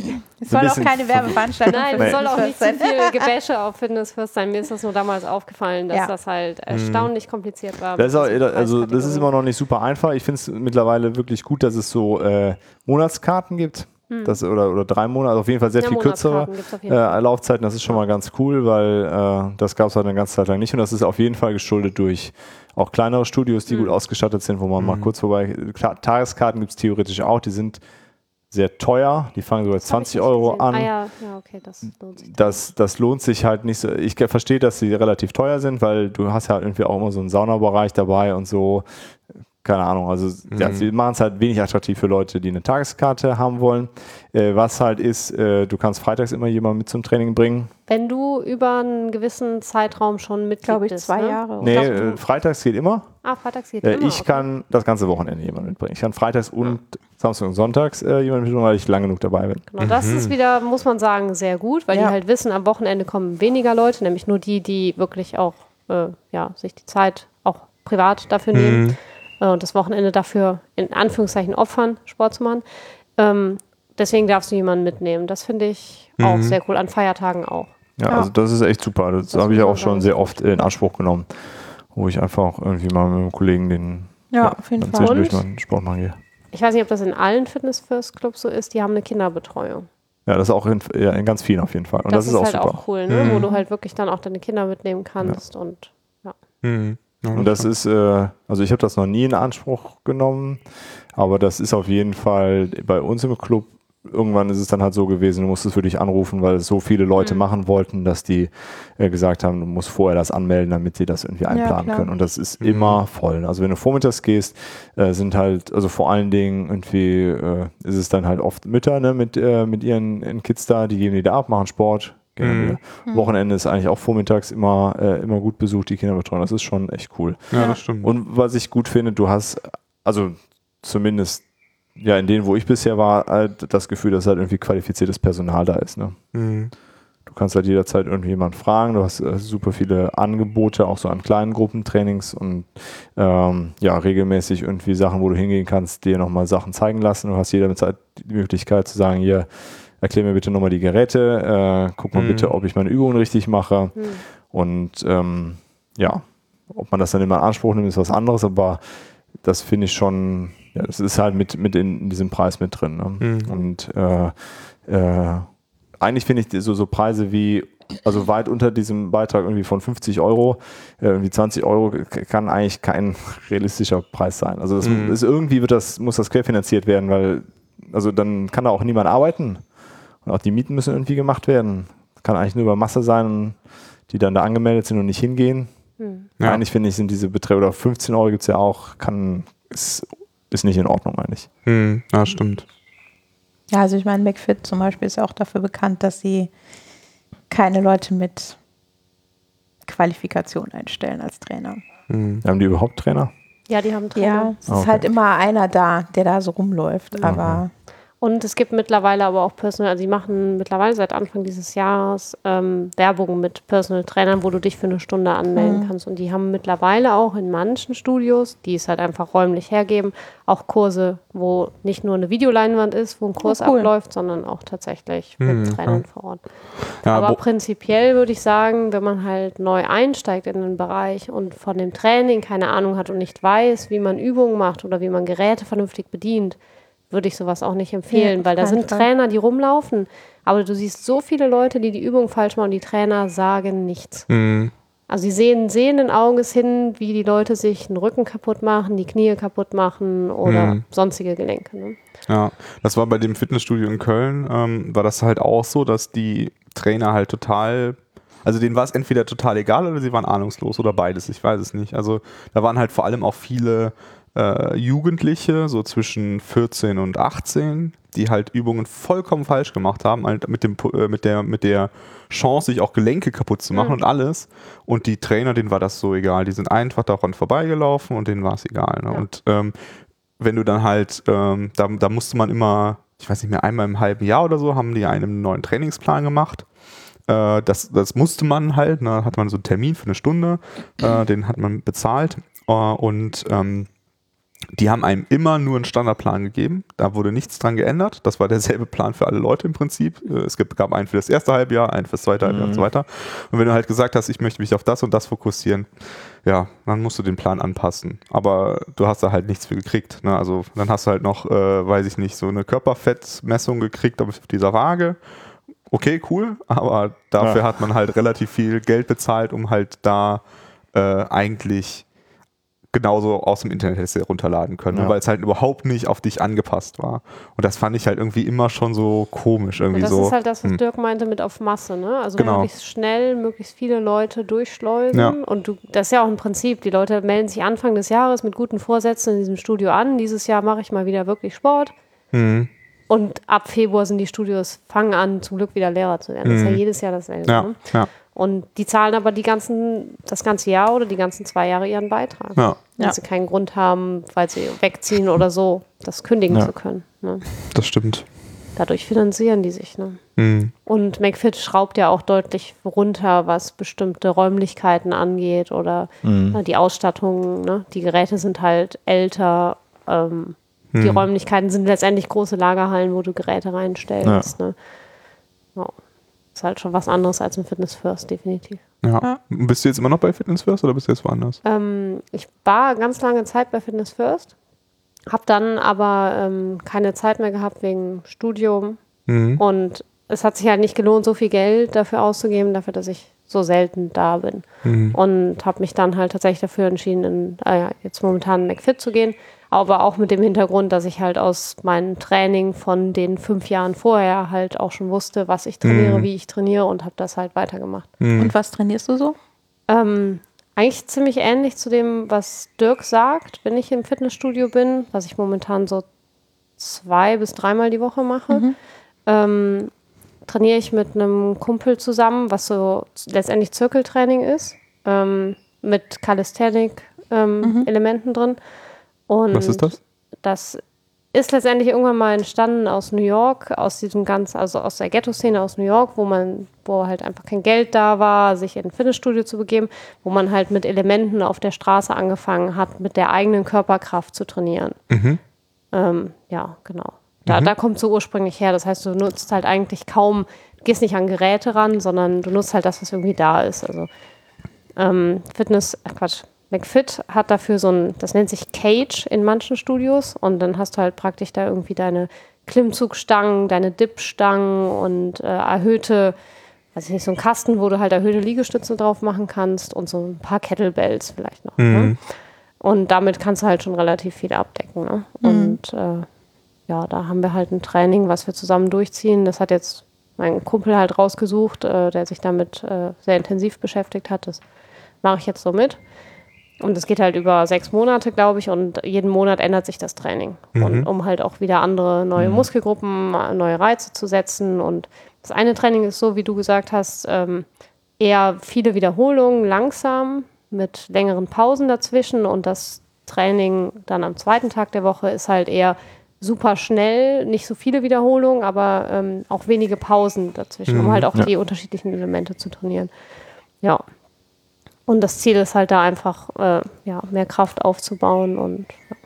Es soll auch bisschen keine Werbeveranstaltung Nein, für es soll auch nicht Fitness zu viel Gebäsche auf Fitness First sein. Mir ist das nur damals aufgefallen, dass das halt erstaunlich kompliziert war. das ist immer noch nicht super einfach. Ich finde es mittlerweile wirklich gut, dass es so Monatskarten gibt. Oder 3 Monate, also auf jeden Fall sehr viel kürzere Monatskarten gibt's auf jeden Fall. Laufzeiten. Das ist schon mal ganz cool, weil das gab es halt eine ganze Zeit lang nicht. Und das ist auf jeden Fall geschuldet durch auch kleinere Studios, die gut ausgestattet sind, wo man mal kurz vorbei... Klar, Tageskarten gibt es theoretisch auch, die sind sehr teuer. Die fangen sogar 20 Euro an. Ah ja, okay, das lohnt sich. Das lohnt sich halt nicht so. Ich verstehe, dass sie relativ teuer sind, weil du hast ja halt irgendwie auch immer so einen Saunabereich dabei und so. Keine Ahnung, also sie machen es halt wenig attraktiv für Leute, die eine Tageskarte haben wollen. Was halt ist, du kannst freitags immer jemanden mit zum Training bringen. Wenn du über einen gewissen Zeitraum schon Mitglied Glaube ich, bist, 2 ne? Jahre. Nee, freitags geht immer. Freitags geht immer. Ich kann das ganze Wochenende jemanden mitbringen. Ich kann freitags und Samstag und Sonntags jemanden mitbringen, weil ich lang genug dabei bin. Genau, das ist wieder, muss man sagen, sehr gut, weil die halt wissen, am Wochenende kommen weniger Leute, nämlich nur die wirklich auch sich die Zeit auch privat dafür nehmen und das Wochenende dafür in Anführungszeichen opfern, Sport zu machen. Deswegen darfst du jemanden mitnehmen. Das finde ich auch sehr cool, an Feiertagen auch. Ja, also das ist echt super. Das habe ich auch schon sehr oft in Anspruch genommen, wo ich einfach irgendwie mal mit einem Kollegen auf jeden Fall. zwischendurch mal einen Sport machen gehe. Ich weiß nicht, ob das in allen Fitness First Clubs so ist, die haben eine Kinderbetreuung. Ja, das ist auch in ganz vielen auf jeden Fall. Und das ist auch halt super. auch cool, ne? Wo du halt wirklich dann auch deine Kinder mitnehmen kannst und ja. Ja, Und das ist, also ich habe das noch nie in Anspruch genommen, aber das ist auf jeden Fall bei uns im Club, irgendwann ist es dann halt so gewesen, du musstest für dich anrufen, weil es so viele Leute machen wollten, dass die gesagt haben, du musst vorher das anmelden, damit sie das irgendwie einplanen können. Und das ist immer voll. Also wenn du vormittags gehst, sind halt, also vor allen Dingen irgendwie ist es dann halt oft Mütter, ne, mit ihren Kids da, die gehen wieder ab, machen Sport. Wochenende ist eigentlich auch vormittags immer gut besucht, die Kinderbetreuung. Das ist schon echt cool. Ja, das stimmt. Und was ich gut finde, du hast, also zumindest ja in denen, wo ich bisher war, halt das Gefühl, dass halt irgendwie qualifiziertes Personal da ist. Ne? Du kannst halt jederzeit irgendwie jemanden fragen, du hast super viele Angebote, auch so an kleinen Gruppentrainings und regelmäßig irgendwie Sachen, wo du hingehen kannst, dir nochmal Sachen zeigen lassen. Du hast jederzeit die Möglichkeit zu sagen, hier, erklär mir bitte nochmal die Geräte, guck mal bitte, ob ich meine Übungen richtig mache. Und ob man das dann immer in Anspruch nimmt, ist was anderes, aber das finde ich schon, ja, das ist halt mit in diesem Preis mit drin. Ne? Und eigentlich finde ich so Preise wie, also weit unter diesem Beitrag irgendwie von 50 €, irgendwie 20 € kann eigentlich kein realistischer Preis sein. Also das ist, irgendwie muss das querfinanziert werden, weil also dann kann da auch niemand arbeiten. Und auch die Mieten müssen irgendwie gemacht werden. Das kann eigentlich nur über Masse sein, die dann da angemeldet sind und nicht hingehen. Ja. Eigentlich finde ich, sind diese Beträge, oder 15 € gibt es ja auch, ist nicht in Ordnung eigentlich. Ja, stimmt. Ja, also ich meine, McFit zum Beispiel ist ja auch dafür bekannt, dass sie keine Leute mit Qualifikation einstellen als Trainer. Haben die überhaupt Trainer? Ja, die haben Trainer. Ja, es ist halt immer einer da, der da so rumläuft, aber... Und es gibt mittlerweile aber auch Personal, also die machen mittlerweile seit Anfang dieses Jahres Werbung mit Personal Trainern, wo du dich für eine Stunde anmelden kannst. Und die haben mittlerweile auch in manchen Studios, die es halt einfach räumlich hergeben, auch Kurse, wo nicht nur eine Videoleinwand ist, wo ein Kurs abläuft, sondern auch tatsächlich mit Trainern vor Ort. Ja, aber prinzipiell würde ich sagen, wenn man halt neu einsteigt in den Bereich und von dem Training keine Ahnung hat und nicht weiß, wie man Übungen macht oder wie man Geräte vernünftig bedient, würde ich sowas auch nicht empfehlen, weil da sind Trainer, die rumlaufen, aber du siehst so viele Leute, die Übung falsch machen und die Trainer sagen nichts. Also sie sehen sehenden Auges hin, wie die Leute sich den Rücken kaputt machen, die Knie kaputt machen oder sonstige Gelenke. Ne? Ja, das war bei dem Fitnessstudio in Köln, war das halt auch so, dass die Trainer halt total, also denen war es entweder total egal oder sie waren ahnungslos oder beides, ich weiß es nicht. Also da waren halt vor allem auch viele Jugendliche, so zwischen 14 und 18, die halt Übungen vollkommen falsch gemacht haben, halt mit der Chance, sich auch Gelenke kaputt zu machen und alles. Und die Trainer, denen war das so egal. Die sind einfach daran vorbeigelaufen und denen war es egal. Ne? Ja. Und wenn du dann halt, da musste man immer, ich weiß nicht mehr, einmal im halben Jahr oder so, haben die einen neuen Trainingsplan gemacht. Das musste man halt, ne? Hat man so einen Termin für eine Stunde, den hat man bezahlt und die haben einem immer nur einen Standardplan gegeben. Da wurde nichts dran geändert. Das war derselbe Plan für alle Leute im Prinzip. Es gab einen für das erste Halbjahr, einen für das zweite Halbjahr und so weiter. Und wenn du halt gesagt hast, ich möchte mich auf das und das fokussieren, ja, dann musst du den Plan anpassen. Aber du hast da halt nichts für gekriegt. Ne? Also dann hast du halt noch, weiß ich nicht, so eine Körperfettmessung gekriegt auf dieser Waage. Okay, cool. Aber dafür hat man halt relativ viel Geld bezahlt, um halt da eigentlich genauso aus dem Internet hättest du runterladen können, weil es halt überhaupt nicht auf dich angepasst war. Und das fand ich halt irgendwie immer schon so komisch. Irgendwie das ist halt das, was Dirk meinte mit auf Masse, ne? Also möglichst schnell, möglichst viele Leute durchschleusen. Ja. Und das ist ja auch ein Prinzip. Die Leute melden sich Anfang des Jahres mit guten Vorsätzen in diesem Studio an. Dieses Jahr mache ich mal wieder wirklich Sport. Und ab Februar sind die Studios, fangen an, zum Glück wieder Lehrer zu werden. Das ist ja jedes Jahr dasselbe. Ja. Ne? Ja. Und die zahlen aber das ganze Jahr oder die ganzen 2 Jahre ihren Beitrag. Ja. Wenn sie keinen Grund haben, weil sie wegziehen oder so, das kündigen zu können. Ne? Das stimmt. Dadurch finanzieren die sich. Ne? Und McFit schraubt ja auch deutlich runter, was bestimmte Räumlichkeiten angeht oder die Ausstattung. Ne? Die Geräte sind halt älter. Die Räumlichkeiten sind letztendlich große Lagerhallen, wo du Geräte reinstellst. Ne? Ja. ist halt schon was anderes als im Fitness First, definitiv. Ja. Bist du jetzt immer noch bei Fitness First oder bist du jetzt woanders? Ich war ganz lange Zeit bei Fitness First, habe dann aber keine Zeit mehr gehabt wegen Studium und es hat sich halt nicht gelohnt, so viel Geld dafür auszugeben, dafür, dass ich so selten da bin. Und habe mich dann halt tatsächlich dafür entschieden, jetzt momentan in McFit zu gehen, aber auch mit dem Hintergrund, dass ich halt aus meinem Training von den 5 Jahren vorher halt auch schon wusste, was ich trainiere, wie ich trainiere und habe das halt weitergemacht. Und was trainierst du so? Eigentlich ziemlich ähnlich zu dem, was Dirk sagt, wenn ich im Fitnessstudio bin, was ich momentan so 2 bis 3-mal die Woche mache. Trainiere ich mit einem Kumpel zusammen, was so letztendlich Zirkeltraining ist, mit Calisthenic-Elementen drin. Und was ist das? Das ist letztendlich irgendwann mal entstanden aus New York, aus diesem also aus der Ghetto-Szene aus New York, wo halt einfach kein Geld da war, sich in ein Fitnessstudio zu begeben, wo man halt mit Elementen auf der Straße angefangen hat, mit der eigenen Körperkraft zu trainieren. Ja, genau. Da kommt so ursprünglich her. Das heißt, du nutzt halt eigentlich gehst nicht an Geräte ran, sondern du nutzt halt das, was irgendwie da ist. Also McFit hat dafür das nennt sich Cage in manchen Studios und dann hast du halt praktisch da irgendwie deine Klimmzugstangen, deine Dip-Stangen und erhöhte, weiß ich nicht, so ein Kasten, wo du halt erhöhte Liegestütze drauf machen kannst und so ein paar Kettlebells vielleicht noch. Ne? Und damit kannst du halt schon relativ viel abdecken. Ne? Und ja, da haben wir halt ein Training, was wir zusammen durchziehen. Das hat jetzt mein Kumpel halt rausgesucht, der sich damit sehr intensiv beschäftigt hat. Das mache ich jetzt so mit. Und es geht halt über 6 Monate, glaube ich, und jeden Monat ändert sich das Training. Und um halt auch wieder andere neue Muskelgruppen, neue Reize zu setzen. Und das eine Training ist so, wie du gesagt hast, eher viele Wiederholungen, langsam, mit längeren Pausen dazwischen. Und das Training dann am 2. Tag der Woche ist halt eher super schnell, nicht so viele Wiederholungen, aber auch wenige Pausen dazwischen, um halt auch die unterschiedlichen Elemente zu trainieren. Ja. Und das Ziel ist halt da einfach, mehr Kraft aufzubauen und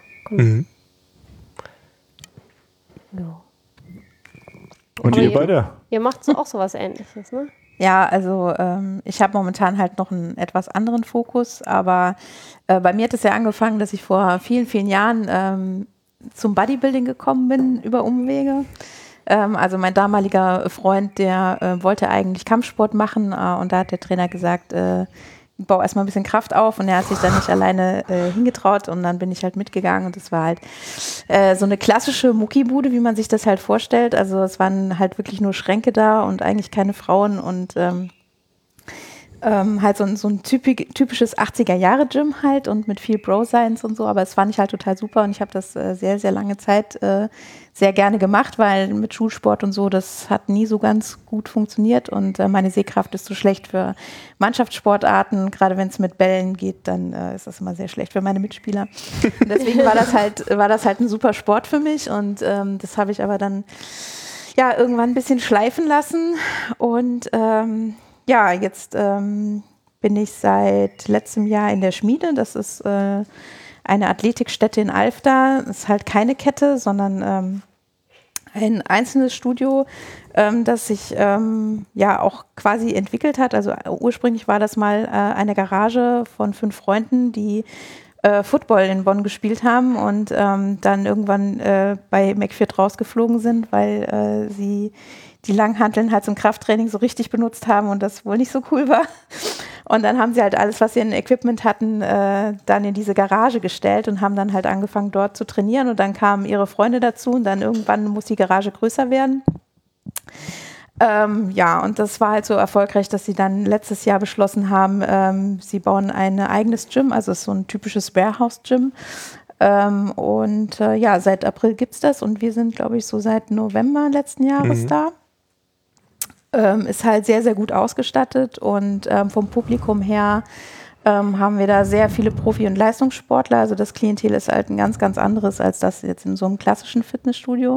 ja. Und ihr beide? Ihr macht so auch sowas Ähnliches, ne? Ja, also ich habe momentan halt noch einen etwas anderen Fokus, aber bei mir hat es ja angefangen, dass ich vor vielen, vielen Jahren zum Bodybuilding gekommen bin über Umwege. Also mein damaliger Freund, der wollte eigentlich Kampfsport machen und da hat der Trainer gesagt, bau erstmal ein bisschen Kraft auf und er hat sich dann nicht alleine hingetraut und dann bin ich halt mitgegangen und es war halt so eine klassische Muckibude, wie man sich das halt vorstellt. Also es waren halt wirklich nur Schränke da und eigentlich keine Frauen und halt so ein typisches 80er-Jahre-Gym halt und mit viel Bro-Science und so, aber es fand ich halt total super und ich habe das sehr, sehr lange Zeit sehr gerne gemacht, weil mit Schulsport und so, das hat nie so ganz gut funktioniert und meine Sehkraft ist so schlecht für Mannschaftssportarten, gerade wenn es mit Bällen geht, dann ist das immer sehr schlecht für meine Mitspieler. Und deswegen war das halt ein super Sport für mich und das habe ich aber dann ja irgendwann ein bisschen schleifen lassen und ja, jetzt bin ich seit letztem Jahr in der Schmiede. Das ist eine Athletikstätte in Alfter. Das ist halt keine Kette, sondern ein einzelnes Studio, das sich ja auch quasi entwickelt hat. Also ursprünglich war das mal eine Garage von 5 Freunden, die Football in Bonn gespielt haben und dann irgendwann bei McFit rausgeflogen sind, weil sie die Langhanteln halt zum Krafttraining so richtig benutzt haben und das wohl nicht so cool war. Und dann haben sie halt alles, was sie in Equipment hatten, dann in diese Garage gestellt und haben dann halt angefangen, dort zu trainieren. Und dann kamen ihre Freunde dazu und dann irgendwann muss die Garage größer werden. Ja, und das war halt so erfolgreich, dass sie dann letztes Jahr beschlossen haben, sie bauen ein eigenes Gym, also es ist so ein typisches Warehouse-Gym. Und ja, seit April gibt es das und wir sind, glaube ich, so seit November letzten Jahres da. Ist halt sehr, sehr gut ausgestattet und vom Publikum her haben wir da sehr viele Profi- und Leistungssportler. Also das Klientel ist halt ein ganz, ganz anderes als das jetzt in so einem klassischen Fitnessstudio.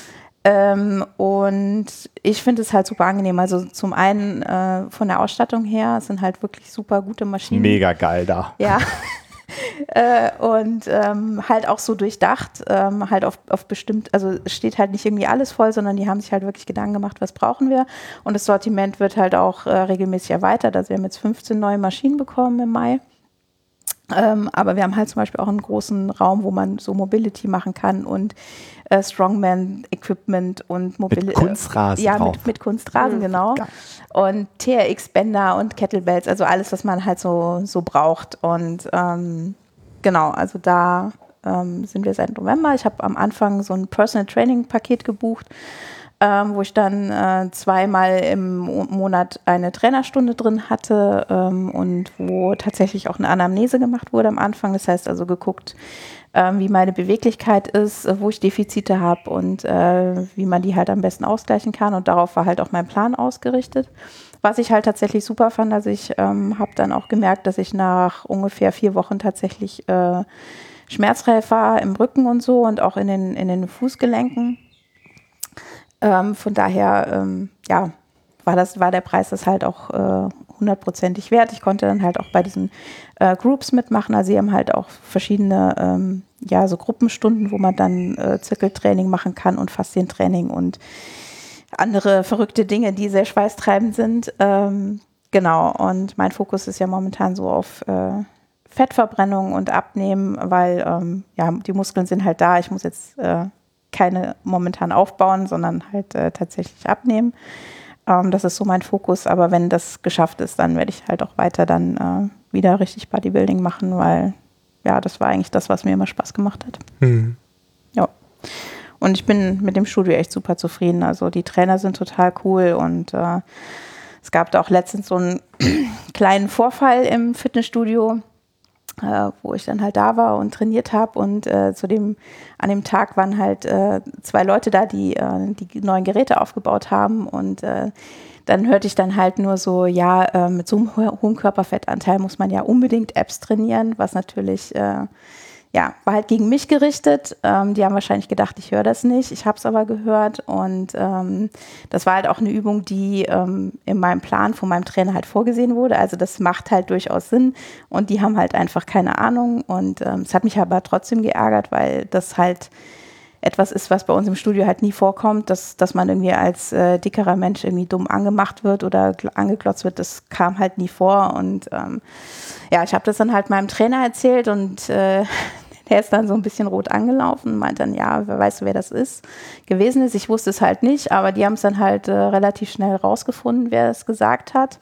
Und ich finde es halt super angenehm. Also zum einen von der Ausstattung her, es sind halt wirklich super gute Maschinen. Mega geil da. Ja. Und halt auch so durchdacht, halt auf bestimmt, also es steht halt nicht irgendwie alles voll, sondern die haben sich halt wirklich Gedanken gemacht, was brauchen wir. Und das Sortiment wird halt auch regelmäßig erweitert. Also wir haben jetzt 15 neue Maschinen bekommen im Mai. Aber wir haben halt zum Beispiel auch einen großen Raum, wo man so Mobility machen kann und Strongman-Equipment und Mobility. Mit Kunstrasen drauf. Mit Kunstrasen, genau. Geil. Und TRX-Bänder und Kettlebells, also alles, was man halt so braucht. Und genau, also da sind wir seit November. Ich habe am Anfang so ein Personal Training-Paket gebucht, wo ich dann 2-mal im Monat eine Trainerstunde drin hatte und wo tatsächlich auch eine Anamnese gemacht wurde am Anfang. Das heißt also geguckt, wie meine Beweglichkeit ist, wo ich Defizite habe und wie man die halt am besten ausgleichen kann. Und darauf war halt auch mein Plan ausgerichtet. Was ich halt tatsächlich super fand, also ich habe dann auch gemerkt, dass ich nach ungefähr 4 Wochen tatsächlich schmerzfrei war im Rücken und so und auch in den Fußgelenken. Von daher, ja, war der Preis das halt auch 100%ig wert. Ich konnte dann halt auch bei diesen Groups mitmachen. Also sie haben halt auch verschiedene, ja, so Gruppenstunden, wo man dann Zirkeltraining machen kann und Faszientraining und andere verrückte Dinge, die sehr schweißtreibend sind. Genau, und mein Fokus ist ja momentan so auf Fettverbrennung und Abnehmen, weil ja, die Muskeln sind halt da. Ich muss jetzt keine momentan aufbauen, sondern halt tatsächlich abnehmen. Das ist so mein Fokus, aber wenn das geschafft ist, dann werde ich halt auch weiter dann wieder richtig Bodybuilding machen, weil ja, das war eigentlich das, was mir immer Spaß gemacht hat. Mhm. Ja. Und ich bin mit dem Studio echt super zufrieden. Also die Trainer sind total cool und es gab da auch letztens so einen kleinen Vorfall im Fitnessstudio, wo ich dann halt da war und trainiert habe und an dem Tag waren halt 2 Leute da, die die neuen Geräte aufgebaut haben und dann hörte ich dann halt nur so, ja, mit so einem hohen Körperfettanteil muss man ja unbedingt Abs trainieren, was natürlich, ja, war halt gegen mich gerichtet. Die haben wahrscheinlich gedacht, ich höre das nicht. Ich habe es aber gehört und das war halt auch eine Übung, die in meinem Plan von meinem Trainer halt vorgesehen wurde. Also das macht halt durchaus Sinn und die haben halt einfach keine Ahnung und es hat mich aber trotzdem geärgert, weil das halt etwas ist, was bei uns im Studio halt nie vorkommt, dass man irgendwie als dickerer Mensch irgendwie dumm angemacht wird oder angeglotzt wird. Das kam halt nie vor und ja, ich habe das dann halt meinem Trainer erzählt und der ist dann so ein bisschen rot angelaufen und meint dann, ja, weißt du, wer das gewesen ist? Ich wusste es halt nicht, aber die haben es dann halt relativ schnell rausgefunden, wer es gesagt hat.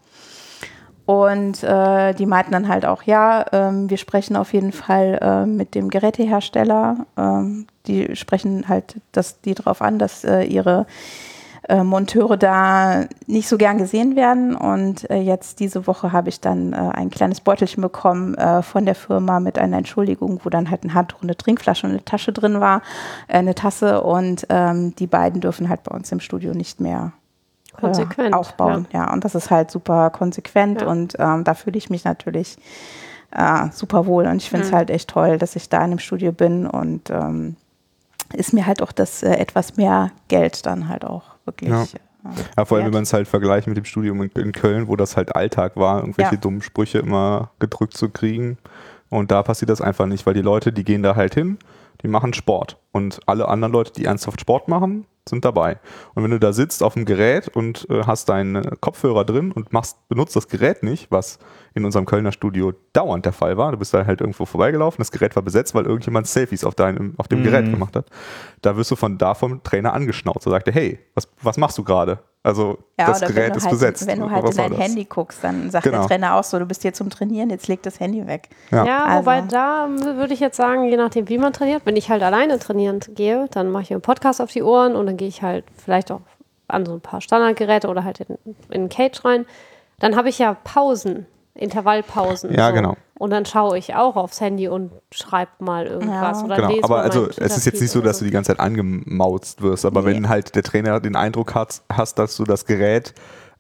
Und die meinten dann halt auch, ja, wir sprechen auf jeden Fall mit dem Gerätehersteller. Die sprechen halt die darauf an, dass ihre Monteure da nicht so gern gesehen werden. Und jetzt diese Woche habe ich dann ein kleines Beutelchen bekommen von der Firma mit einer Entschuldigung, wo dann halt ein Handtuch, eine Trinkflasche und eine Tasche drin war, eine Tasse. Und die beiden dürfen halt bei uns im Studio nicht mehr konsequent aufbauen. Ja, und das ist halt super konsequent und da fühle ich mich natürlich super wohl. Und ich finde es halt echt toll, dass ich da in dem Studio bin und ist mir halt auch das etwas mehr Geld dann halt auch wirklich. Ja, vor allem, wenn man es halt vergleicht mit dem Studium in Köln, wo das halt Alltag war, irgendwelche dummen Sprüche immer gedrückt zu kriegen. Und da passiert das einfach nicht, weil die Leute, die gehen da halt hin, die machen Sport. Und alle anderen Leute, die ernsthaft Sport machen, sind dabei. Und wenn du da sitzt auf dem Gerät und hast deinen Kopfhörer drin und benutzt das Gerät nicht, was in unserem Kölner Studio dauernd der Fall war, du bist da halt irgendwo vorbeigelaufen, das Gerät war besetzt, weil irgendjemand Selfies auf dem Gerät gemacht hat, da wirst du vom Trainer angeschnauzt. Da sagt er, hey, was machst du gerade? Also das Gerät ist besetzt. Wenn du halt in dein Handy guckst, dann sagt der Trainer auch so, du bist hier zum Trainieren, jetzt leg das Handy weg. Ja, wobei da würde ich jetzt sagen, je nachdem wie man trainiert, wenn ich halt alleine trainieren gehe, dann mache ich mir einen Podcast auf die Ohren und dann gehe ich halt vielleicht auch an so ein paar Standardgeräte oder halt in den Cage rein. Dann habe ich ja Pausen, Intervallpausen. Ja, genau. Und dann schaue ich auch aufs Handy und schreibe mal irgendwas oder lese aber mal also es ist jetzt nicht so, dass du die ganze Zeit angemauzt wirst, aber wenn halt der Trainer den Eindruck hast, dass du das Gerät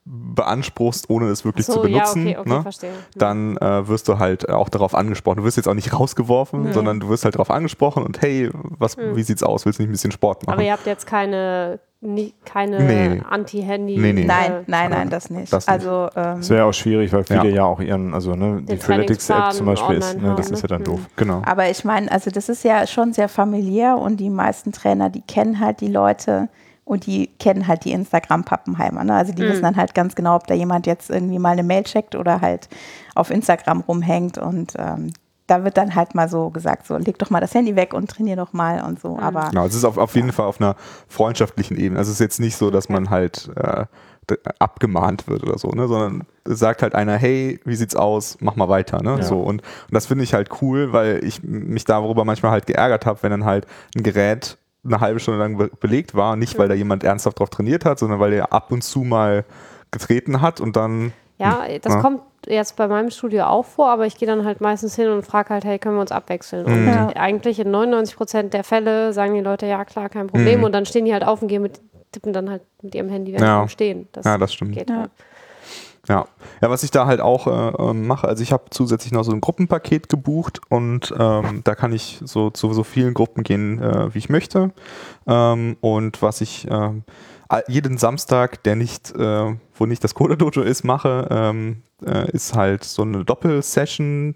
beanspruchst, ohne es wirklich zu benutzen, ja, okay, ne? verstehe. Dann wirst du halt auch darauf angesprochen. Du wirst jetzt auch nicht rausgeworfen, sondern du wirst halt darauf angesprochen und hey, wie sieht's aus? Willst du nicht ein bisschen Sport machen? Aber ihr habt jetzt keine Nee. Anti-Handy. Nee. Nein, das nicht. Das nicht. Also, Das wäre ja auch schwierig, weil viele ja auch ihren, also ne, die Freeletics-App zum Beispiel ist, ne, das ist ja dann doof. Genau. aber ich meine, also das ist ja schon sehr familiär und die meisten Trainer, die kennen halt die Leute und die kennen halt die Instagram-Pappenheimer. Ne? Also die wissen dann halt ganz genau, ob da jemand jetzt irgendwie mal eine Mail checkt oder halt auf Instagram rumhängt und da wird dann halt mal so gesagt, so leg doch mal das Handy weg und trainier doch mal und so. Aber Genau, es ist auf jeden Fall auf einer freundschaftlichen Ebene. Also es ist jetzt nicht so, dass man halt abgemahnt wird oder so, ne? Sondern es sagt halt einer, hey, wie sieht's aus? Mach mal weiter. Ne? So, und das finde ich halt cool, weil ich mich darüber manchmal halt geärgert habe, wenn dann halt ein Gerät eine halbe Stunde lang belegt war. Nicht, weil da jemand ernsthaft drauf trainiert hat, sondern weil er ab und zu mal getreten hat und dann... Ja, das kommt jetzt bei meinem Studio auch vor, aber ich gehe dann halt meistens hin und frage halt, hey, können wir uns abwechseln? Und eigentlich in 99% der Fälle sagen die Leute, ja klar, kein Problem. Und dann stehen die halt auf und tippen dann halt mit ihrem Handy, wenn sie stehen. Das stimmt. Geht halt. Ja, was ich da halt auch mache, also ich habe zusätzlich noch so ein Gruppenpaket gebucht und da kann ich so zu so vielen Gruppen gehen, wie ich möchte. Und was ich jeden Samstag, wo nicht das Coder-Dojo ist, mache, ist halt so eine Doppelsession,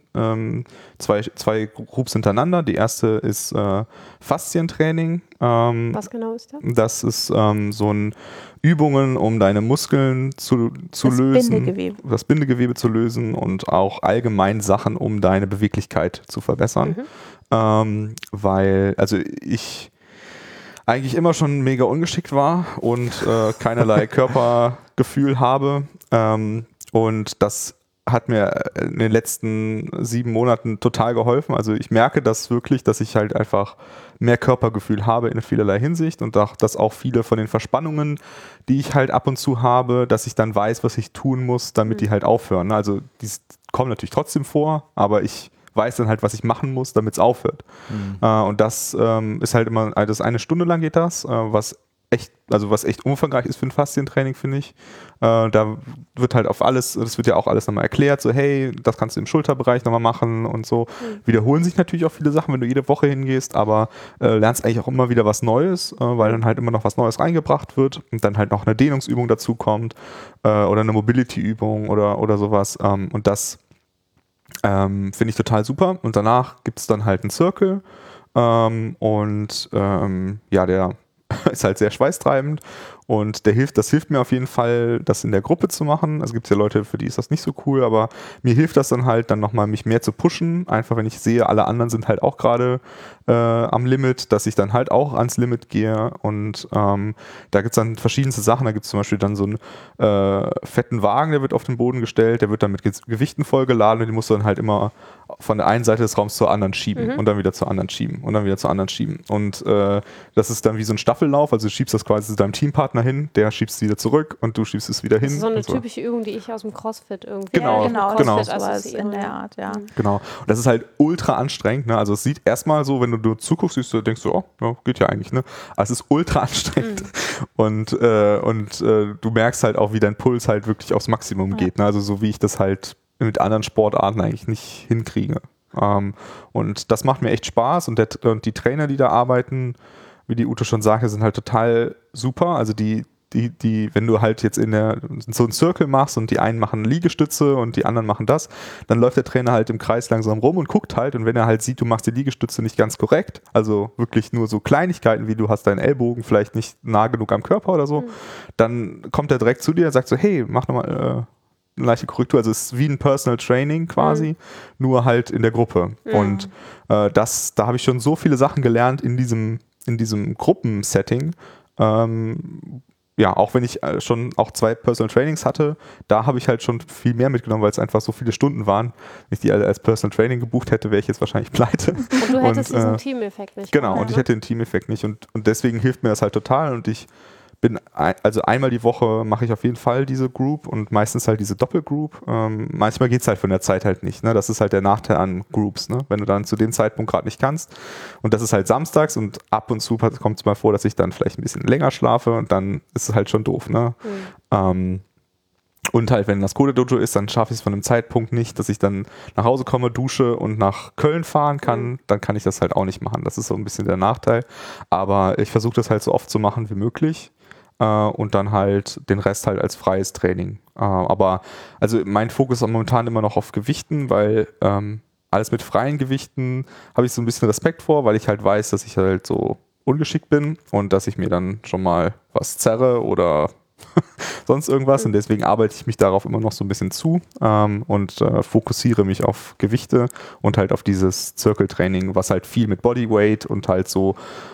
zwei Groups hintereinander. Die erste ist Faszientraining. Was genau ist das? Das ist so ein Übungen, um deine Muskeln zu lösen, das Bindegewebe zu lösen und auch allgemein Sachen, um deine Beweglichkeit zu verbessern. Weil, also ich eigentlich immer schon mega ungeschickt war und keinerlei Körpergefühl habe. Und das hat mir in den letzten 7 Monaten total geholfen. Also ich merke das wirklich, dass ich halt einfach mehr Körpergefühl habe in vielerlei Hinsicht und auch, dass auch viele von den Verspannungen, die ich halt ab und zu habe, dass ich dann weiß, was ich tun muss, damit die halt aufhören. Also die kommen natürlich trotzdem vor, aber ich weiß dann halt, was ich machen muss, damit es aufhört. Und das ist halt immer, das 1 Stunde lang geht das, was echt umfangreich ist für ein Faszientraining, finde ich. Da wird halt auf alles, das wird ja auch alles nochmal erklärt, so hey, das kannst du im Schulterbereich nochmal machen und so. Wiederholen sich natürlich auch viele Sachen, wenn du jede Woche hingehst, aber lernst eigentlich auch immer wieder was Neues, weil dann halt immer noch was Neues reingebracht wird und dann halt noch eine Dehnungsübung dazu kommt oder eine Mobility-Übung oder sowas. Und das finde ich total super. Und danach gibt es dann halt einen Circle der ist halt sehr schweißtreibend und das hilft mir auf jeden Fall, das in der Gruppe zu machen. Also gibt es ja Leute, für die ist das nicht so cool, aber mir hilft das dann halt, dann nochmal mich mehr zu pushen. Einfach, wenn ich sehe, alle anderen sind halt auch gerade am Limit, dass ich dann halt auch ans Limit gehe und da gibt es dann verschiedenste Sachen. Da gibt es zum Beispiel dann so einen fetten Wagen, der wird auf den Boden gestellt, der wird dann mit Gewichten vollgeladen und den musst du dann halt immer von der einen Seite des Raums zur anderen schieben und dann wieder zur anderen schieben und dann wieder zur anderen schieben. Und das ist dann wie so ein Staffellauf, also du schiebst das quasi zu deinem Teampartner hin, der schiebst es wieder zurück und du schiebst es wieder hin. Das ist so eine typische Übung, die ich aus dem CrossFit irgendwie Genau. Sowas in der Art, ja. Genau. Und das ist halt ultra anstrengend, ne? Also es sieht erstmal so, wenn du zuguckst, denkst du, oh, ja, geht ja eigentlich, ne? Aber es ist ultra anstrengend. Und du merkst halt auch, wie dein Puls halt wirklich aufs Maximum geht, ne? Also so wie ich das halt mit anderen Sportarten eigentlich nicht hinkriege. Und das macht mir echt Spaß und die Trainer, die da arbeiten, wie die Ute schon sagte, sind halt total super. Also wenn du halt jetzt so einen Circle machst und die einen machen Liegestütze und die anderen machen das, dann läuft der Trainer halt im Kreis langsam rum und guckt halt und wenn er halt sieht, du machst die Liegestütze nicht ganz korrekt, also wirklich nur so Kleinigkeiten, wie du hast deinen Ellbogen vielleicht nicht nah genug am Körper oder so, dann kommt er direkt zu dir und sagt so, hey, mach nochmal eine leichte Korrektur, also es ist wie ein Personal Training quasi, nur halt in der Gruppe. Und da habe ich schon so viele Sachen gelernt in diesem Gruppensetting. Auch wenn ich schon auch 2 Personal Trainings hatte, da habe ich halt schon viel mehr mitgenommen, weil es einfach so viele Stunden waren. Wenn ich die alle als Personal Training gebucht hätte, wäre ich jetzt wahrscheinlich pleite. Und du hättest diesen Teameffekt nicht. Genau, und ich hätte den Teameffekt nicht und deswegen hilft mir das halt total und ich also einmal die Woche mache ich auf jeden Fall diese Group und meistens halt diese Doppelgroup. Manchmal geht es halt von der Zeit halt nicht. Ne? Das ist halt der Nachteil an Groups, ne? Wenn du dann zu dem Zeitpunkt gerade nicht kannst. Und das ist halt samstags und ab und zu kommt es mal vor, dass ich dann vielleicht ein bisschen länger schlafe und dann ist es halt schon doof. Ne? Und halt, wenn das Kodo-Dojo ist, dann schaffe ich es von einem Zeitpunkt nicht, dass ich dann nach Hause komme, dusche und nach Köln fahren kann. Dann kann ich das halt auch nicht machen. Das ist so ein bisschen der Nachteil. Aber ich versuche das halt so oft zu machen wie möglich. Und dann halt den Rest halt als freies Training. Aber also mein Fokus ist momentan immer noch auf Gewichten, weil alles mit freien Gewichten habe ich so ein bisschen Respekt vor, weil ich halt weiß, dass ich halt so ungeschickt bin und dass ich mir dann schon mal was zerre oder sonst irgendwas. Und deswegen arbeite ich mich darauf immer noch so ein bisschen zu und fokussiere mich auf Gewichte und halt auf dieses Circle-Training, was halt viel mit Bodyweight und halt so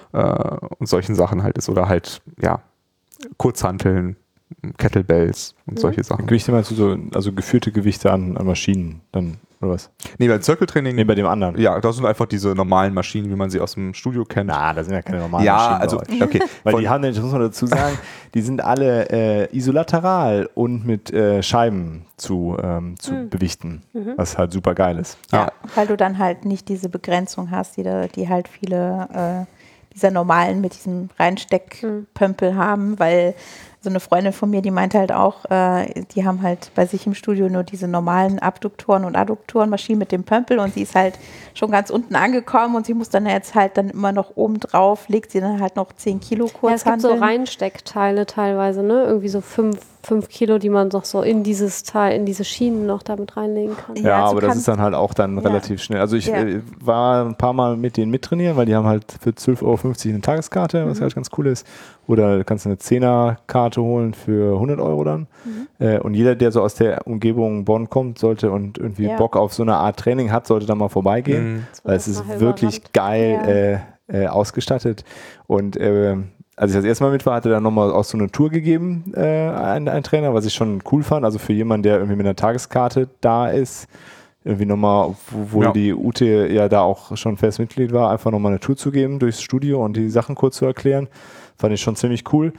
und solchen Sachen halt ist. Oder halt, ja, Kurzhanteln, Kettlebells und solche Sachen. Gewichte meinst du so, also geführte Gewichte an Maschinen dann, oder was? Nee, beim Circle-Training. Nee, bei dem anderen. Ja, das sind einfach diese normalen Maschinen, wie man sie aus dem Studio kennt. Na, das sind ja keine normalen Ja, Maschinen. also, bei euch. okay. Weil die haben, das muss man dazu sagen, die sind alle isolateral und mit Scheiben zu bewichten, was halt super geil ist. Ja, weil du dann halt nicht diese Begrenzung hast, die halt viele dieser normalen mit diesem Reinsteckpömpel haben, weil so eine Freundin von mir, die meinte halt auch, die haben halt bei sich im Studio nur diese normalen Abduktoren und Adduktoren-Maschinen mit dem Pömpel und sie ist halt schon ganz unten angekommen und sie muss dann jetzt halt dann immer noch oben drauf, legt sie dann halt noch 10 Kilo Kurzhanteln. Ja, es gibt so Reinsteckteile teilweise, ne? Irgendwie so 5 Kilo, die man doch so in dieses Teil, in diese Schienen noch damit reinlegen kann. Ja, also aber das ist dann halt auch dann relativ schnell. Also ich war ein paar Mal mit denen mittrainieren, weil die haben halt für 12,50 € eine Tageskarte, was halt ganz cool ist. Oder du kannst eine 10er-Karte holen für 100 € dann. Und jeder, der so aus der Umgebung Bonn kommt, sollte und irgendwie Bock auf so eine Art Training hat, sollte da mal vorbeigehen. Weil es ist wirklich geil ausgestattet. Und als ich das erste Mal mit war, hatte er dann nochmal auch so eine Tour gegeben, ein Trainer, was ich schon cool fand. Also für jemanden, der irgendwie mit einer Tageskarte da ist, irgendwie nochmal, obwohl die Ute ja da auch schon fest Mitglied war, einfach nochmal eine Tour zu geben durchs Studio und die Sachen kurz zu erklären. Fand ich schon ziemlich cool.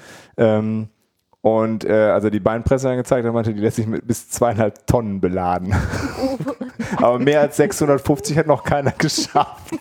Und als er die Beinpresse angezeigt hat, meinte, die lässt sich mit bis 2,5 Tonnen beladen. Aber mehr als 650 hat noch keiner geschafft.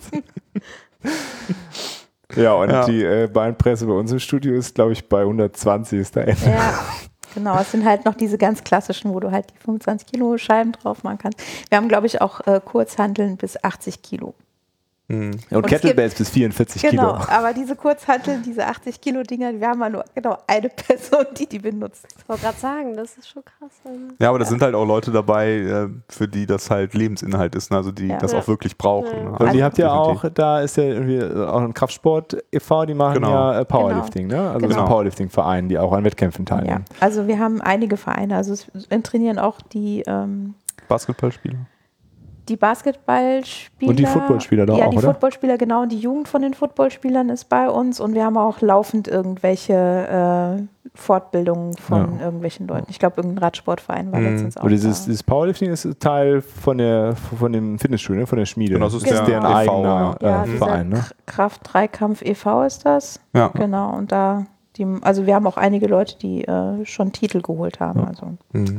Ja, und die Beinpresse bei uns im Studio ist, glaube ich, bei 120 ist da Ende. Ja, genau. Es sind halt noch diese ganz klassischen, wo du halt die 25 Kilo Scheiben drauf machen kannst. Wir haben, glaube ich, auch Kurzhanteln bis 80 Kilo. Und Kettlebells bis 44 Kilo. Genau, aber diese Kurzhanteln, diese 80 Kilo Dinger, wir haben ja nur eine Person, die benutzt. Ich wollte gerade sagen, das ist schon krass. Ja, aber da sind halt auch Leute dabei, für die das halt Lebensinhalt ist, ne? Also die das auch wirklich brauchen. Ja. Ne? Und die habt ja definitiv. auch, da ist ja irgendwie auch ein Kraftsport e.V., die machen ja Powerlifting, ne? Also so ein Powerlifting-Verein, die auch an Wettkämpfen teilnehmen. Ja, also wir haben einige Vereine, also es trainieren auch die Basketballspieler. die Basketballspieler. Und die Footballspieler da auch, Ja, die oder? Footballspieler, genau. Und die Jugend von den Footballspielern ist bei uns. Und wir haben auch laufend irgendwelche Fortbildungen von irgendwelchen Leuten. Ich glaube, irgendein Radsportverein war letztens auch Und dieses Powerlifting ist Teil von dem Fitnessstudio, ne? Von der Schmiede. Genau, das ist deren der eigener ja, Verein. Ne? Kraft-Dreikampf e.V. ist das. Ja. Genau. Und also wir haben auch einige Leute, die schon Titel geholt haben. Ja. Also.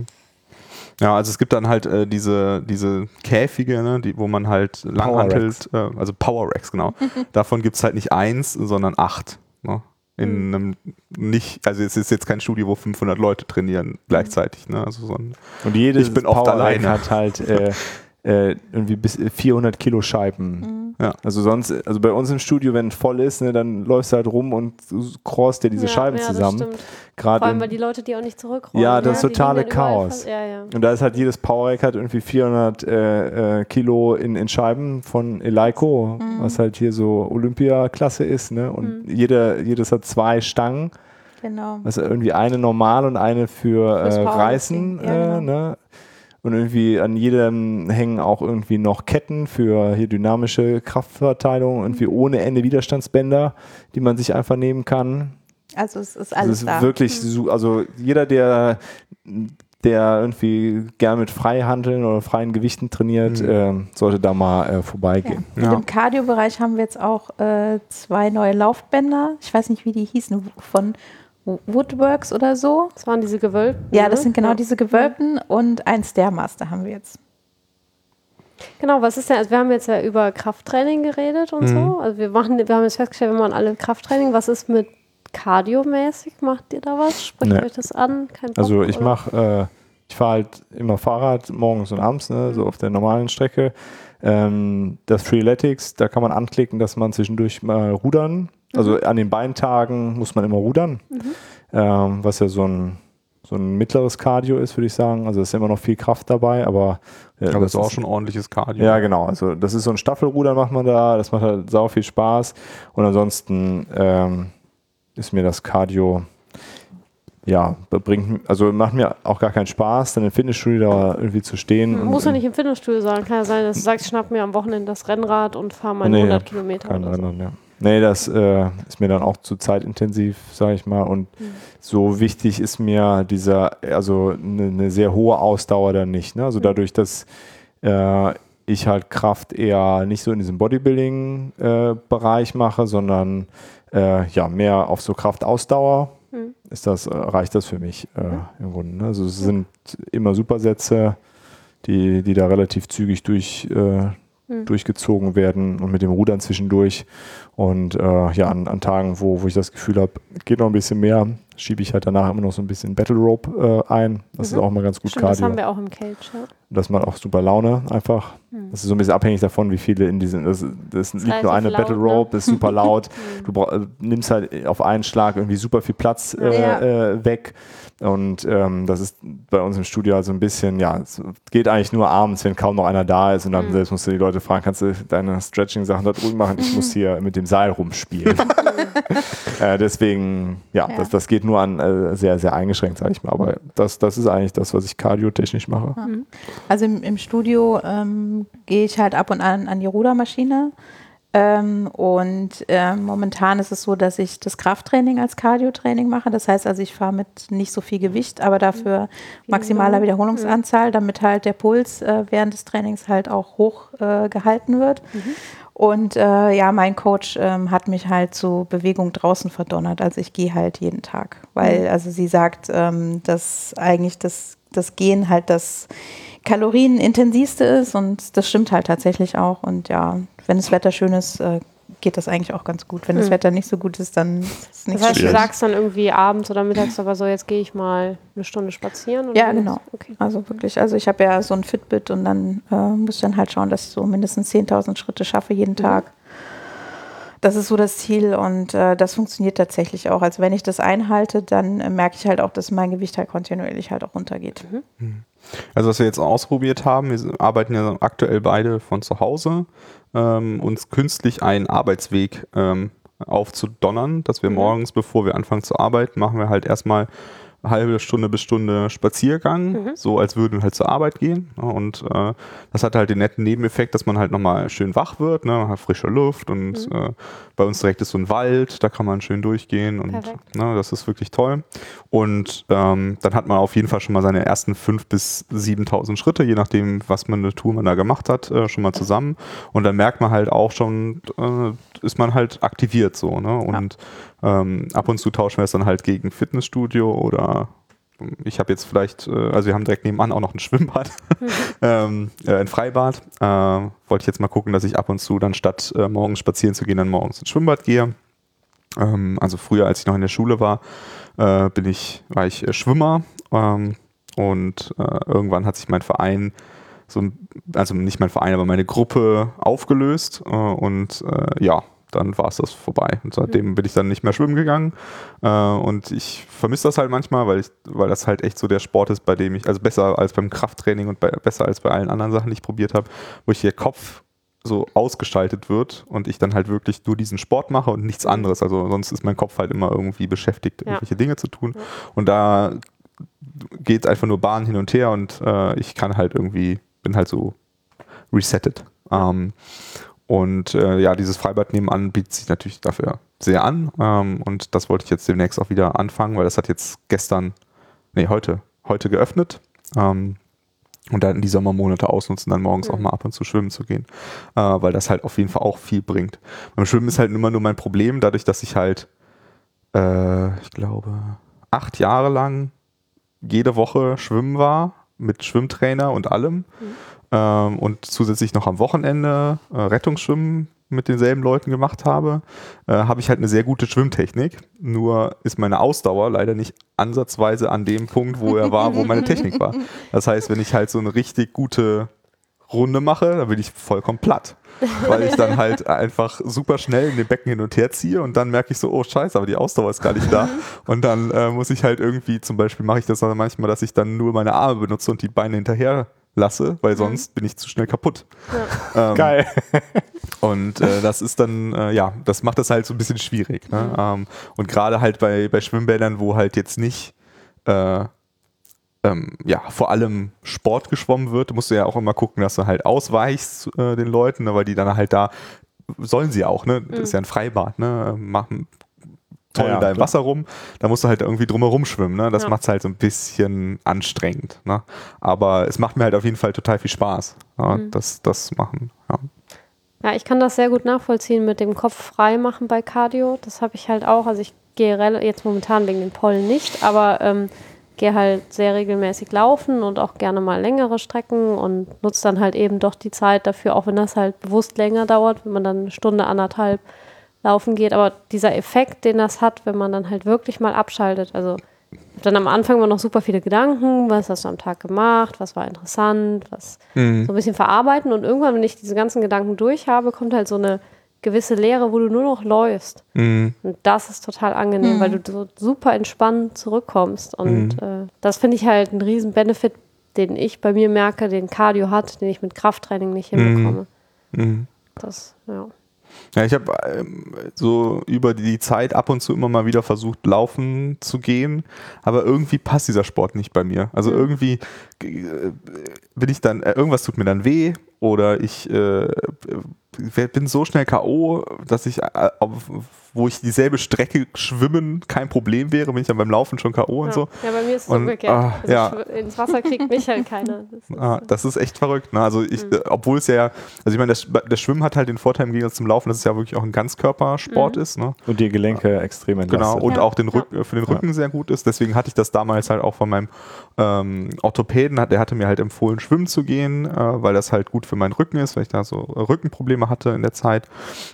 Ja, also es gibt dann halt diese Käfige, ne, wo man halt langhantelt, also Power Racks, genau. Davon gibt es halt nicht 1, sondern 8. Ne? In einem nicht, also es ist jetzt kein Studio, wo 500 Leute trainieren gleichzeitig. Ne? Also Und jedes ich bin oft Power Rack alleine. hat halt irgendwie bis 400 Kilo Scheiben. Ja. Also bei uns im Studio, wenn es voll ist, ne, dann läufst du halt rum und crossst dir diese Scheiben zusammen. Das stimmt. Gerade vor allem, weil die Leute die auch nicht zurückrollen. Ja, das Die totale liegen dann überall Chaos. Ja. Und da ist halt jedes Power-Rack hat irgendwie 400 Kilo in Scheiben von Eleiko, was halt hier so Olympia-Klasse ist. Ne? Und jedes hat 2 Stangen. Genau. Also irgendwie eine normal und eine für Fürs Reißen. Powerlifting, ja, genau. Ne? Und irgendwie an jedem hängen auch irgendwie noch Ketten für hier dynamische Kraftverteilung, irgendwie ohne Ende Widerstandsbänder, die man sich einfach nehmen kann. Also es ist alles Das ist da. wirklich, also jeder, der irgendwie gern mit Freihandeln oder freien Gewichten trainiert, sollte da mal vorbeigehen. Ja. Und im Cardio-Bereich haben wir jetzt auch 2 neue Laufbänder. Ich weiß nicht, wie die hießen, von Woodworks oder so. Das waren diese gewölbten. Ja, das sind genau Ja. diese gewölbten und ein Stairmaster haben wir jetzt. Genau, was ist denn, also wir haben jetzt ja über Krafttraining geredet und so. Also wir haben jetzt festgestellt, wir machen alle Krafttraining. Was ist mit Cardio-mäßig? Macht ihr da was? Spricht Nee. euch das an? Kein Bock, Also ich oder? ich fahre halt immer Fahrrad morgens und abends, ne, so auf der normalen Strecke. Das Freeletics, da kann man anklicken, dass man zwischendurch mal rudern, also an den Beintagen muss man immer rudern, was ja so ein mittleres Cardio ist, würde ich sagen. Also es ist immer noch viel Kraft dabei, aber das ist auch schon ordentliches Cardio. Ja, genau. Also das ist so ein Staffelruder, macht man da. Das macht halt sau viel Spaß. Und ansonsten ist mir das Cardio, ja, macht mir auch gar keinen Spaß, dann im Fitnessstudio da irgendwie zu stehen. Muss ja nicht im Fitnessstudio sein. Kann ja sein, dass du sagst, ich schnapp mir am Wochenende das Rennrad und fahre meine 100 Kilometer. Kein oder so. Rennen, ja. Nee, das ist mir dann auch zu zeitintensiv, sage ich mal. Und so wichtig ist mir eine sehr hohe Ausdauer dann nicht. Ne? Also dadurch, dass ich halt Kraft eher nicht so in diesem Bodybuilding-Bereich mache, sondern mehr auf so Kraftausdauer, reicht das für mich im Grunde. Ne? Also es sind immer Supersätze, die da relativ zügig durchgezogen werden und mit dem Rudern zwischendurch. Und an Tagen, wo ich das Gefühl habe, geht noch ein bisschen mehr, schiebe ich halt danach immer noch so ein bisschen Battle Rope ein. Das ist auch mal ganz gut. Stimmt, Cardio. Das haben wir auch im Cage. Ja. Das macht auch super Laune einfach. Das ist so ein bisschen abhängig davon, wie viele in diesen, das liegt nur eine laut, Battle Rope, das ist super laut. Du nimmst halt auf einen Schlag irgendwie super viel Platz weg. Und das ist bei uns im Studio also ein bisschen, es geht eigentlich nur abends, wenn kaum noch einer da ist und dann selbst musst du die Leute fragen, kannst du deine Stretching-Sachen da drüben machen? Ich muss hier mit dem Seil rumspielen. Deswegen, das geht nur an sehr, sehr eingeschränkt, sage ich mal. Aber das ist eigentlich das, was ich cardiotechnisch mache. Also im Studio gehe ich halt ab und an die Rudermaschine. Momentan ist es so, dass ich das Krafttraining als Cardio-Training mache. Das heißt also, ich fahre mit nicht so viel Gewicht, aber dafür maximaler Wiederholungsanzahl, damit halt der Puls während des Trainings halt auch hoch gehalten wird. Und mein Coach hat mich halt zu Bewegung draußen verdonnert. Also ich gehe halt jeden Tag, weil also sie sagt, dass eigentlich das Gehen halt das kalorienintensivste ist und das stimmt halt tatsächlich auch. Und wenn das Wetter schön ist, geht das eigentlich auch ganz gut. Wenn das Wetter nicht so gut ist, dann ist es nicht Das heißt, so du sagst dann irgendwie abends oder mittags aber so, jetzt gehe ich mal eine Stunde spazieren? Oder ja, genau. Okay. Also wirklich, ich habe ja so ein Fitbit und dann muss ich dann halt schauen, dass ich so mindestens 10.000 Schritte schaffe jeden Tag. Das ist so das Ziel und das funktioniert tatsächlich auch. Also wenn ich das einhalte, dann merke ich halt auch, dass mein Gewicht halt kontinuierlich halt auch runtergeht. Also was wir jetzt ausprobiert haben, wir arbeiten ja aktuell beide von zu Hause, uns künstlich einen Arbeitsweg aufzudonnern, dass wir morgens, bevor wir anfangen zu arbeiten, machen wir halt erstmal halbe Stunde bis Stunde Spaziergang, so als würden wir halt zur Arbeit gehen. Und das hat halt den netten Nebeneffekt, dass man halt nochmal schön wach wird, ne, hat frische Luft und bei uns direkt ist so ein Wald, da kann man schön durchgehen und das ist wirklich toll. Und dann hat man auf jeden Fall schon mal seine ersten 5.000 bis 7.000 Schritte, je nachdem, was man eine Tour man da gemacht hat, schon mal zusammen. Und dann merkt man halt auch schon, ist man halt aktiviert so, ne? Und ab und zu tauschen wir es dann halt gegen Fitnessstudio oder ich habe jetzt vielleicht, also wir haben direkt nebenan auch noch ein Schwimmbad, ein Freibad. Wollte ich jetzt mal gucken, dass ich ab und zu dann statt morgens spazieren zu gehen, dann morgens ins Schwimmbad gehe. Also früher, als ich noch in der Schule war, war ich Schwimmer und irgendwann hat sich mein Verein also nicht mein Verein, aber meine Gruppe aufgelöst und dann war es das vorbei. Und seitdem bin ich dann nicht mehr schwimmen gegangen. Und ich vermisse das halt manchmal, weil das halt echt so der Sport ist, bei dem ich, also besser als beim Krafttraining und besser als bei allen anderen Sachen, die ich probiert habe, wo der Kopf so ausgestaltet wird und ich dann halt wirklich nur diesen Sport mache und nichts anderes. Also sonst ist mein Kopf halt immer irgendwie beschäftigt, irgendwelche Dinge zu tun. Und da geht einfach nur Bahn hin und her und ich kann halt irgendwie, bin halt so resettet. Und dieses Freibad nebenan bietet sich natürlich dafür sehr an. Und das wollte ich jetzt demnächst auch wieder anfangen, weil das hat jetzt heute geöffnet. Und dann die Sommermonate ausnutzen, dann morgens auch mal ab und zu schwimmen zu gehen. Weil das halt auf jeden Fall auch viel bringt. Beim Schwimmen ist halt immer nur mein Problem, dadurch, dass ich halt, ich glaube, 8 Jahre lang jede Woche schwimmen war, mit Schwimmtrainer und allem. Und zusätzlich noch am Wochenende Rettungsschwimmen mit denselben Leuten gemacht habe, habe ich halt eine sehr gute Schwimmtechnik. Nur ist meine Ausdauer leider nicht ansatzweise an dem Punkt, wo er war, wo meine Technik war. Das heißt, wenn ich halt so eine richtig gute Runde mache, dann bin ich vollkommen platt. Weil ich dann halt einfach super schnell in den Becken hin und her ziehe und dann merke ich so, oh scheiße, aber die Ausdauer ist gar nicht da. Und dann muss ich halt irgendwie, zum Beispiel mache ich das dann manchmal, dass ich dann nur meine Arme benutze und die Beine hinterher lasse, weil sonst bin ich zu schnell kaputt. Ja. Geil. Und das ist dann, das macht das halt so ein bisschen schwierig. Ne? Und gerade halt bei Schwimmbädern, wo halt jetzt nicht vor allem Sport geschwommen wird, musst du ja auch immer gucken, dass du halt ausweichst den Leuten, ne? Weil die dann halt da, sollen sie auch, ne? Das ist ja ein Freibad, ne? Machen toll da im Wasser rum, da musst du halt irgendwie drumherum schwimmen, ne? Das macht es halt so ein bisschen anstrengend, ne? Aber es macht mir halt auf jeden Fall total viel Spaß, das machen, ja. Ja, ich kann das sehr gut nachvollziehen mit dem Kopf frei machen bei Cardio. Das habe ich halt auch. Also ich gehe jetzt momentan wegen den Pollen nicht, aber gehe halt sehr regelmäßig laufen und auch gerne mal längere Strecken und nutze dann halt eben doch die Zeit dafür, auch wenn das halt bewusst länger dauert, wenn man dann 1 Stunde, 1,5 laufen geht. Aber dieser Effekt, den das hat, wenn man dann halt wirklich mal abschaltet, also dann am Anfang waren noch super viele Gedanken, was hast du am Tag gemacht, was war interessant, was so ein bisschen verarbeiten und irgendwann, wenn ich diese ganzen Gedanken durch habe, kommt halt so eine gewisse Leere, wo du nur noch läufst. Und das ist total angenehm, weil du so super entspannt zurückkommst. Und das finde ich halt einen riesen Benefit, den ich bei mir merke, den Cardio hat, den ich mit Krafttraining nicht hinbekomme. Das, ja. Ja, ich habe so über die Zeit ab und zu immer mal wieder versucht, laufen zu gehen, aber irgendwie passt dieser Sport nicht bei mir. Also irgendwie bin ich dann, irgendwas tut mir dann weh oder ich bin so schnell K.O., dass ich, wo ich dieselbe Strecke schwimmen kein Problem wäre, bin ich dann beim Laufen schon K.O. und so. Ja, bei mir ist es umgekehrt. Ins Wasser kriegt mich halt keiner. Das ist echt verrückt. Ne? Also obwohl es ja, also ich meine, das Schwimmen hat halt den Vorteil im Gegensatz zum Laufen, dass es ja wirklich auch ein Ganzkörpersport ist. Ne? Und die Gelenke extrem entlastet. Genau, und auch für den Rücken sehr gut ist. Deswegen hatte ich das damals halt auch von meinem Orthopäden, der hatte mir halt empfohlen, schwimmen zu gehen, weil das halt gut für meinen Rücken ist, weil ich da so Rückenprobleme hatte in der Zeit.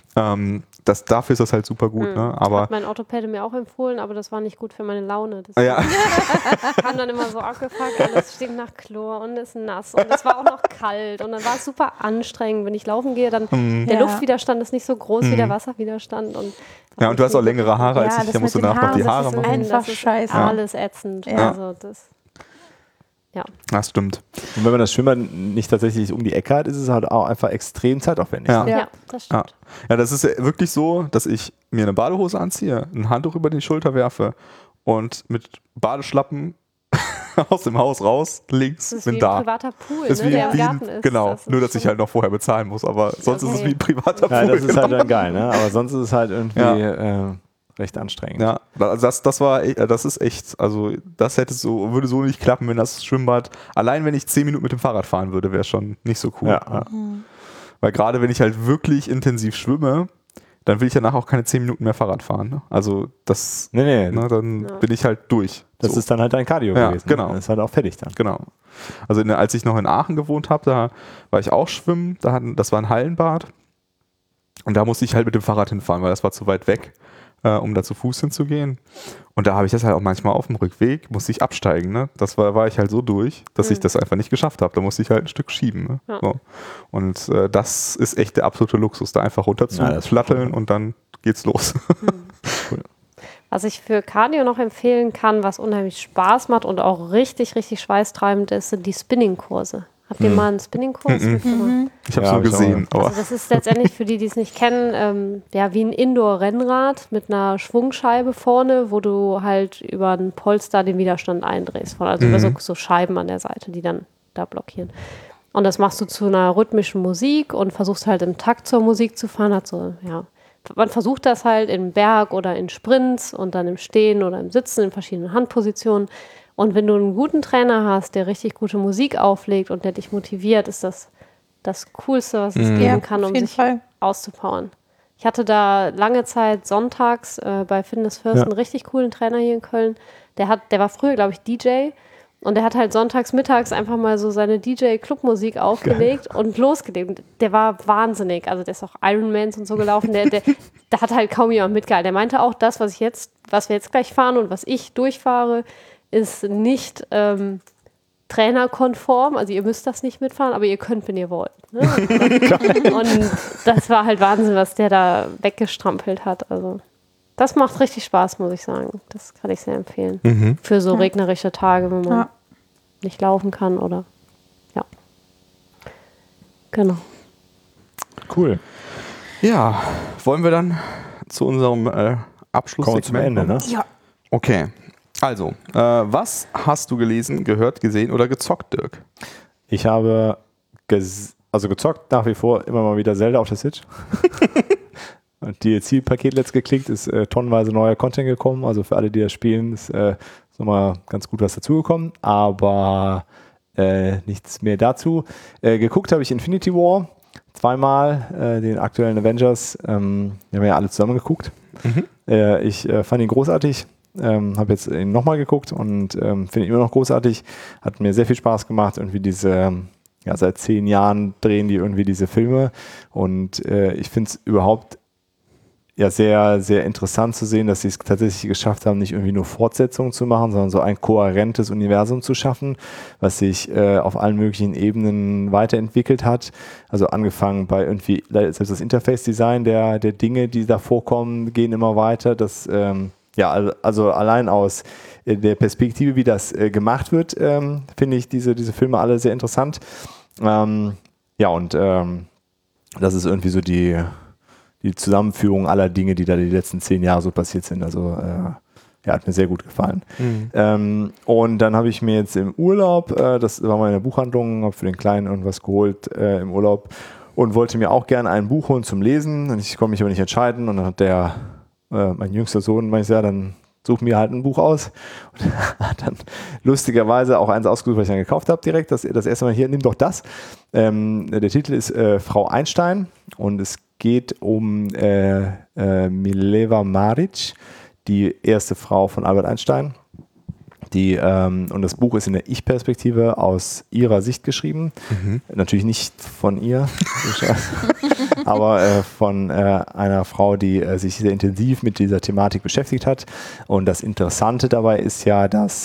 Dafür ist das halt super gut. Ne? Aber hat mein Orthopäde mir auch empfohlen, aber das war nicht gut für meine Laune. Das kam dann immer so abgefuckt, alles stinkt nach Chlor und ist nass und es war auch noch kalt und dann war es super anstrengend, wenn ich laufen gehe, dann der Luftwiderstand ist nicht so groß wie der Wasserwiderstand. Und du hast auch längere Haare als ich, da musst du nachher noch die Haare machen. Einfach scheiße. Alles ätzend. Ja. Also das stimmt. Und wenn man das Schwimmbad nicht tatsächlich um die Ecke hat, ist es halt auch einfach extrem zeitaufwendig. Ja, das stimmt. Ja, das ist ja wirklich so, dass ich mir eine Badehose anziehe, ein Handtuch über die Schulter werfe und mit Badeschlappen aus dem Haus raus, links, das ist bin wie da. ein privater Pool, Das ist der im Garten ist. Genau, Das ist nur dass ich halt noch vorher bezahlen muss, aber sonst ist es wie ein privater Pool. Ja, das ist halt dann geil, ne? Aber sonst ist es halt irgendwie recht anstrengend. Ja, das ist echt, also das würde so nicht klappen, wenn das Schwimmbad, allein wenn ich 10 Minuten mit dem Fahrrad fahren würde, wäre schon nicht so cool. Ja. Weil gerade wenn ich halt wirklich intensiv schwimme, dann will ich danach auch keine 10 Minuten mehr Fahrrad fahren. Ne? Also das, dann bin ich halt durch. Das ist dann halt dein Cardio gewesen. Genau. Das ist halt auch fertig dann. Genau. Also als ich noch in Aachen gewohnt habe, da war ich auch schwimmen, das war ein Hallenbad und da musste ich halt mit dem Fahrrad hinfahren, weil das war zu weit weg, um da zu Fuß hinzugehen. Und da habe ich das halt auch manchmal auf dem Rückweg, musste ich absteigen. Ne? Das war ich halt so durch, dass ich das einfach nicht geschafft habe. Da musste ich halt ein Stück schieben. Ne? Ja. So. Und das ist echt der absolute Luxus, da einfach runter zu flatteln und dann geht's los. Cool. Was ich für Cardio noch empfehlen kann, was unheimlich Spaß macht und auch richtig, richtig schweißtreibend ist, sind die Spinning-Kurse. Habt ihr mal einen Spinning-Kurs mitgemacht? Ich habe es nur gesehen. Also das ist letztendlich für die, die es nicht kennen, wie ein Indoor-Rennrad mit einer Schwungscheibe vorne, wo du halt über ein Polster den Widerstand eindrehst. Also über so Scheiben an der Seite, die dann da blockieren. Und das machst du zu einer rhythmischen Musik und versuchst halt im Takt zur Musik zu fahren. Man versucht das halt im Berg oder in Sprints und dann im Stehen oder im Sitzen in verschiedenen Handpositionen. Und wenn du einen guten Trainer hast, der richtig gute Musik auflegt und der dich motiviert, ist das Coolste, was es geben kann, um sich auszupowern. Ich hatte da lange Zeit sonntags bei Fitness First einen richtig coolen Trainer hier in Köln. Der war früher, glaube ich, DJ Und der hat halt sonntags, mittags einfach mal so seine DJ-Clubmusik aufgelegt und losgelegt. Der war wahnsinnig. Also der ist auch Ironmans und so gelaufen. Da hat halt kaum jemand mitgehalten. Der meinte auch, das, was wir jetzt gleich fahren und was ich durchfahre, ist nicht trainerkonform. Also ihr müsst das nicht mitfahren, aber ihr könnt, wenn ihr wollt. Ne? Und das war halt Wahnsinn, was der da weggestrampelt hat. Also das macht richtig Spaß, muss ich sagen. Das kann ich sehr empfehlen. Für so regnerische Tage, wenn man nicht laufen kann oder ja. Genau. Cool. Ja, wollen wir dann zu unserem Abschluss Kommen wir zum Ende, ne? Ja. Okay. Also, was hast du gelesen, gehört, gesehen oder gezockt, Dirk? Ich habe gezockt nach wie vor immer mal wieder Zelda auf der Switch. Und DLC-Paket letzt geklickt, ist tonnenweise neuer Content gekommen. Also für alle, die das spielen, ist nochmal ganz gut was dazugekommen. Aber nichts mehr dazu. Geguckt habe ich Infinity War. Zweimal den aktuellen Avengers. Wir haben ja alle zusammen geguckt. Ich fand ihn großartig. Habe jetzt ihn nochmal geguckt und finde ihn immer noch großartig. Hat mir sehr viel Spaß gemacht. Irgendwie seit 10 Jahren drehen die irgendwie diese Filme. Und ich finde es überhaupt sehr, sehr interessant zu sehen, dass sie es tatsächlich geschafft haben, nicht irgendwie nur Fortsetzungen zu machen, sondern so ein kohärentes Universum zu schaffen, was sich auf allen möglichen Ebenen weiterentwickelt hat. Also angefangen bei irgendwie, selbst das Interface-Design der Dinge, die da vorkommen, gehen immer weiter. Das, also allein aus der Perspektive, wie das gemacht wird, finde ich diese Filme alle sehr interessant. Das ist irgendwie so die Zusammenführung aller Dinge, die da die letzten 10 Jahre so passiert sind. Also hat mir sehr gut gefallen. Und dann habe ich mir jetzt im Urlaub, das war mal in der Buchhandlung, habe für den Kleinen irgendwas geholt im Urlaub und wollte mir auch gerne ein Buch holen zum Lesen. Und ich konnte mich aber nicht entscheiden. Und dann hat mein jüngster Sohn meinte, ja, dann such mir halt ein Buch aus. Und hat dann lustigerweise auch eins ausgesucht, was ich dann gekauft habe direkt. Das erste Mal hier, nimm doch das. Der Titel ist Frau Einstein und es geht um Mileva Maric, die erste Frau von Albert Einstein. Und das Buch ist in der Ich-Perspektive aus ihrer Sicht geschrieben. Natürlich nicht von ihr, aber von einer Frau, die sich sehr intensiv mit dieser Thematik beschäftigt hat. Und das Interessante dabei ist ja, dass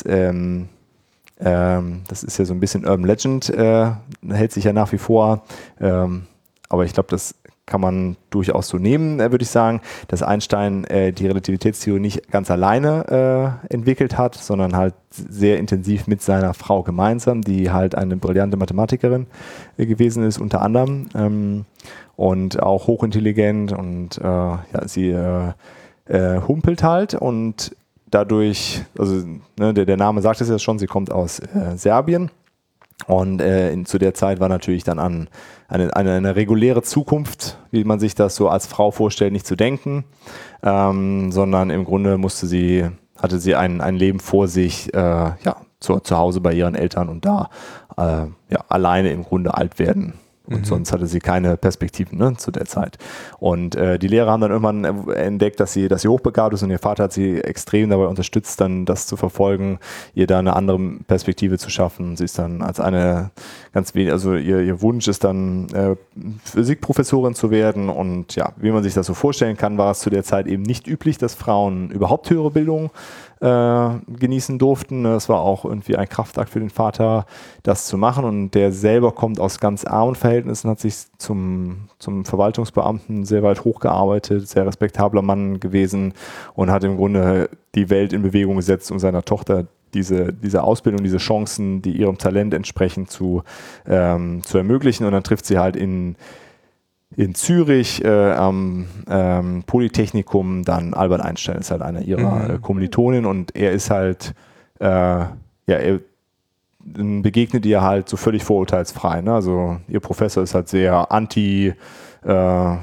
das ist ja so ein bisschen Urban Legend, hält sich ja nach wie vor. Aber ich glaube, das kann man durchaus so nehmen, würde ich sagen, dass Einstein die Relativitätstheorie nicht ganz alleine entwickelt hat, sondern halt sehr intensiv mit seiner Frau gemeinsam, die halt eine brillante Mathematikerin gewesen ist, unter anderem, und auch hochintelligent und sie humpelt halt und dadurch, also der Name sagt es ja schon, sie kommt aus Serbien. Und zu der Zeit war natürlich dann an eine reguläre Zukunft, wie man sich das so als Frau vorstellt, nicht zu denken, sondern im Grunde hatte sie ein Leben vor sich, zu Hause bei ihren Eltern und da alleine im Grunde alt werden. Und sonst hatte sie keine Perspektiven zu der Zeit. Und die Lehrer haben dann irgendwann entdeckt, dass sie hochbegabt ist und ihr Vater hat sie extrem dabei unterstützt, dann das zu verfolgen, ihr da eine andere Perspektive zu schaffen. Sie ist dann als eine ihr Wunsch ist dann Physikprofessorin zu werden und ja, wie man sich das so vorstellen kann, war es zu der Zeit eben nicht üblich, dass Frauen überhaupt höhere Bildung genießen durften. Das war auch irgendwie ein Kraftakt für den Vater, das zu machen und der selber kommt aus ganz armen Verhältnissen, hat sich zum Verwaltungsbeamten sehr weit hochgearbeitet, sehr respektabler Mann gewesen und hat im Grunde die Welt in Bewegung gesetzt, um seiner Tochter diese Ausbildung, diese Chancen, die ihrem Talent entsprechen, zu ermöglichen. Und dann trifft sie halt in Zürich am Polytechnikum dann Albert Einstein, ist halt einer ihrer Kommilitonen und er ist halt, er begegnet ihr halt so völlig vorurteilsfrei. Ne? Also ihr Professor ist halt sehr anti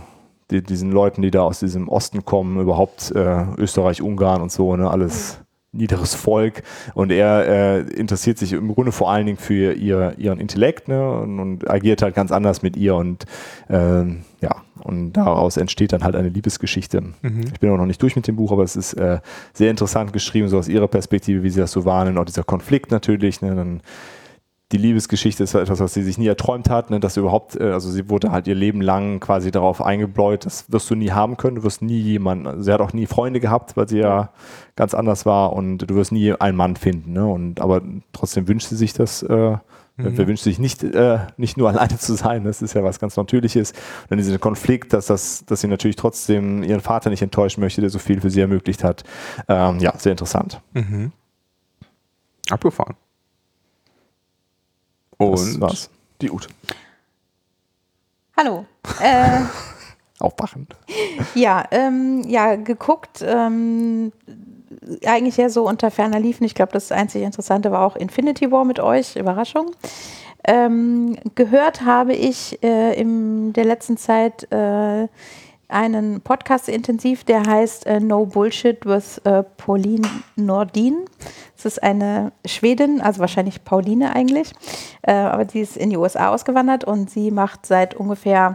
diesen Leuten, die da aus diesem Osten kommen, überhaupt Österreich, Ungarn und so, ne? Alles niederes Volk und er interessiert sich im Grunde vor allen Dingen für ihren Intellekt, ne, und agiert halt ganz anders mit ihr und und daraus entsteht dann halt eine Liebesgeschichte. Ich bin auch noch nicht durch mit dem Buch, aber es ist sehr interessant geschrieben, so aus ihrer Perspektive, wie sie das so wahrnimmt, auch dieser Konflikt natürlich, ne, dann die Liebesgeschichte ist etwas, was sie sich nie erträumt hat, ne, dass überhaupt, also sie wurde halt ihr Leben lang quasi darauf eingebläut, das wirst du nie haben können, du wirst nie jemanden, also sie hat auch nie Freunde gehabt, weil sie ja ganz anders war und du wirst nie einen Mann finden, ne, aber trotzdem wünscht sie sich das, wer wünscht sich nicht nur alleine zu sein, das ist ja was ganz Natürliches. Und dann dieser Konflikt, dass sie natürlich trotzdem ihren Vater nicht enttäuschen möchte, der so viel für sie ermöglicht hat. Sehr interessant. Abgefahren. Und was? Die Ute. Hallo. Aufwachend. Geguckt. Eigentlich ja so unter ferner liefen. Ich glaube, das einzig Interessante war auch Infinity War mit euch. Überraschung. Gehört habe ich in der letzten Zeit einen Podcast intensiv, der heißt No Bullshit with Pauline Nordin. Das ist eine Schwedin, also wahrscheinlich Pauline eigentlich, aber die ist in die USA ausgewandert und sie macht seit ungefähr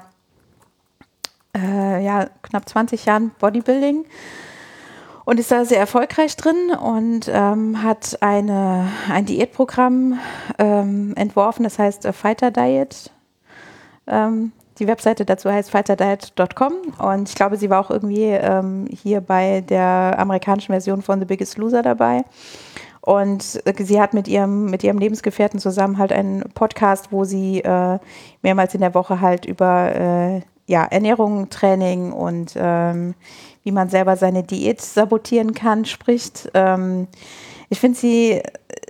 knapp 20 Jahren Bodybuilding und ist da sehr erfolgreich drin und hat ein Diätprogramm entworfen, das heißt Fighter Diet. Die Webseite dazu heißt fighterdiet.com und ich glaube, sie war auch irgendwie hier bei der amerikanischen Version von The Biggest Loser dabei. Und sie hat mit ihrem Lebensgefährten zusammen halt einen Podcast, wo sie mehrmals in der Woche halt über Ernährung, Training und wie man selber seine Diät sabotieren kann, spricht. Ich finde, sie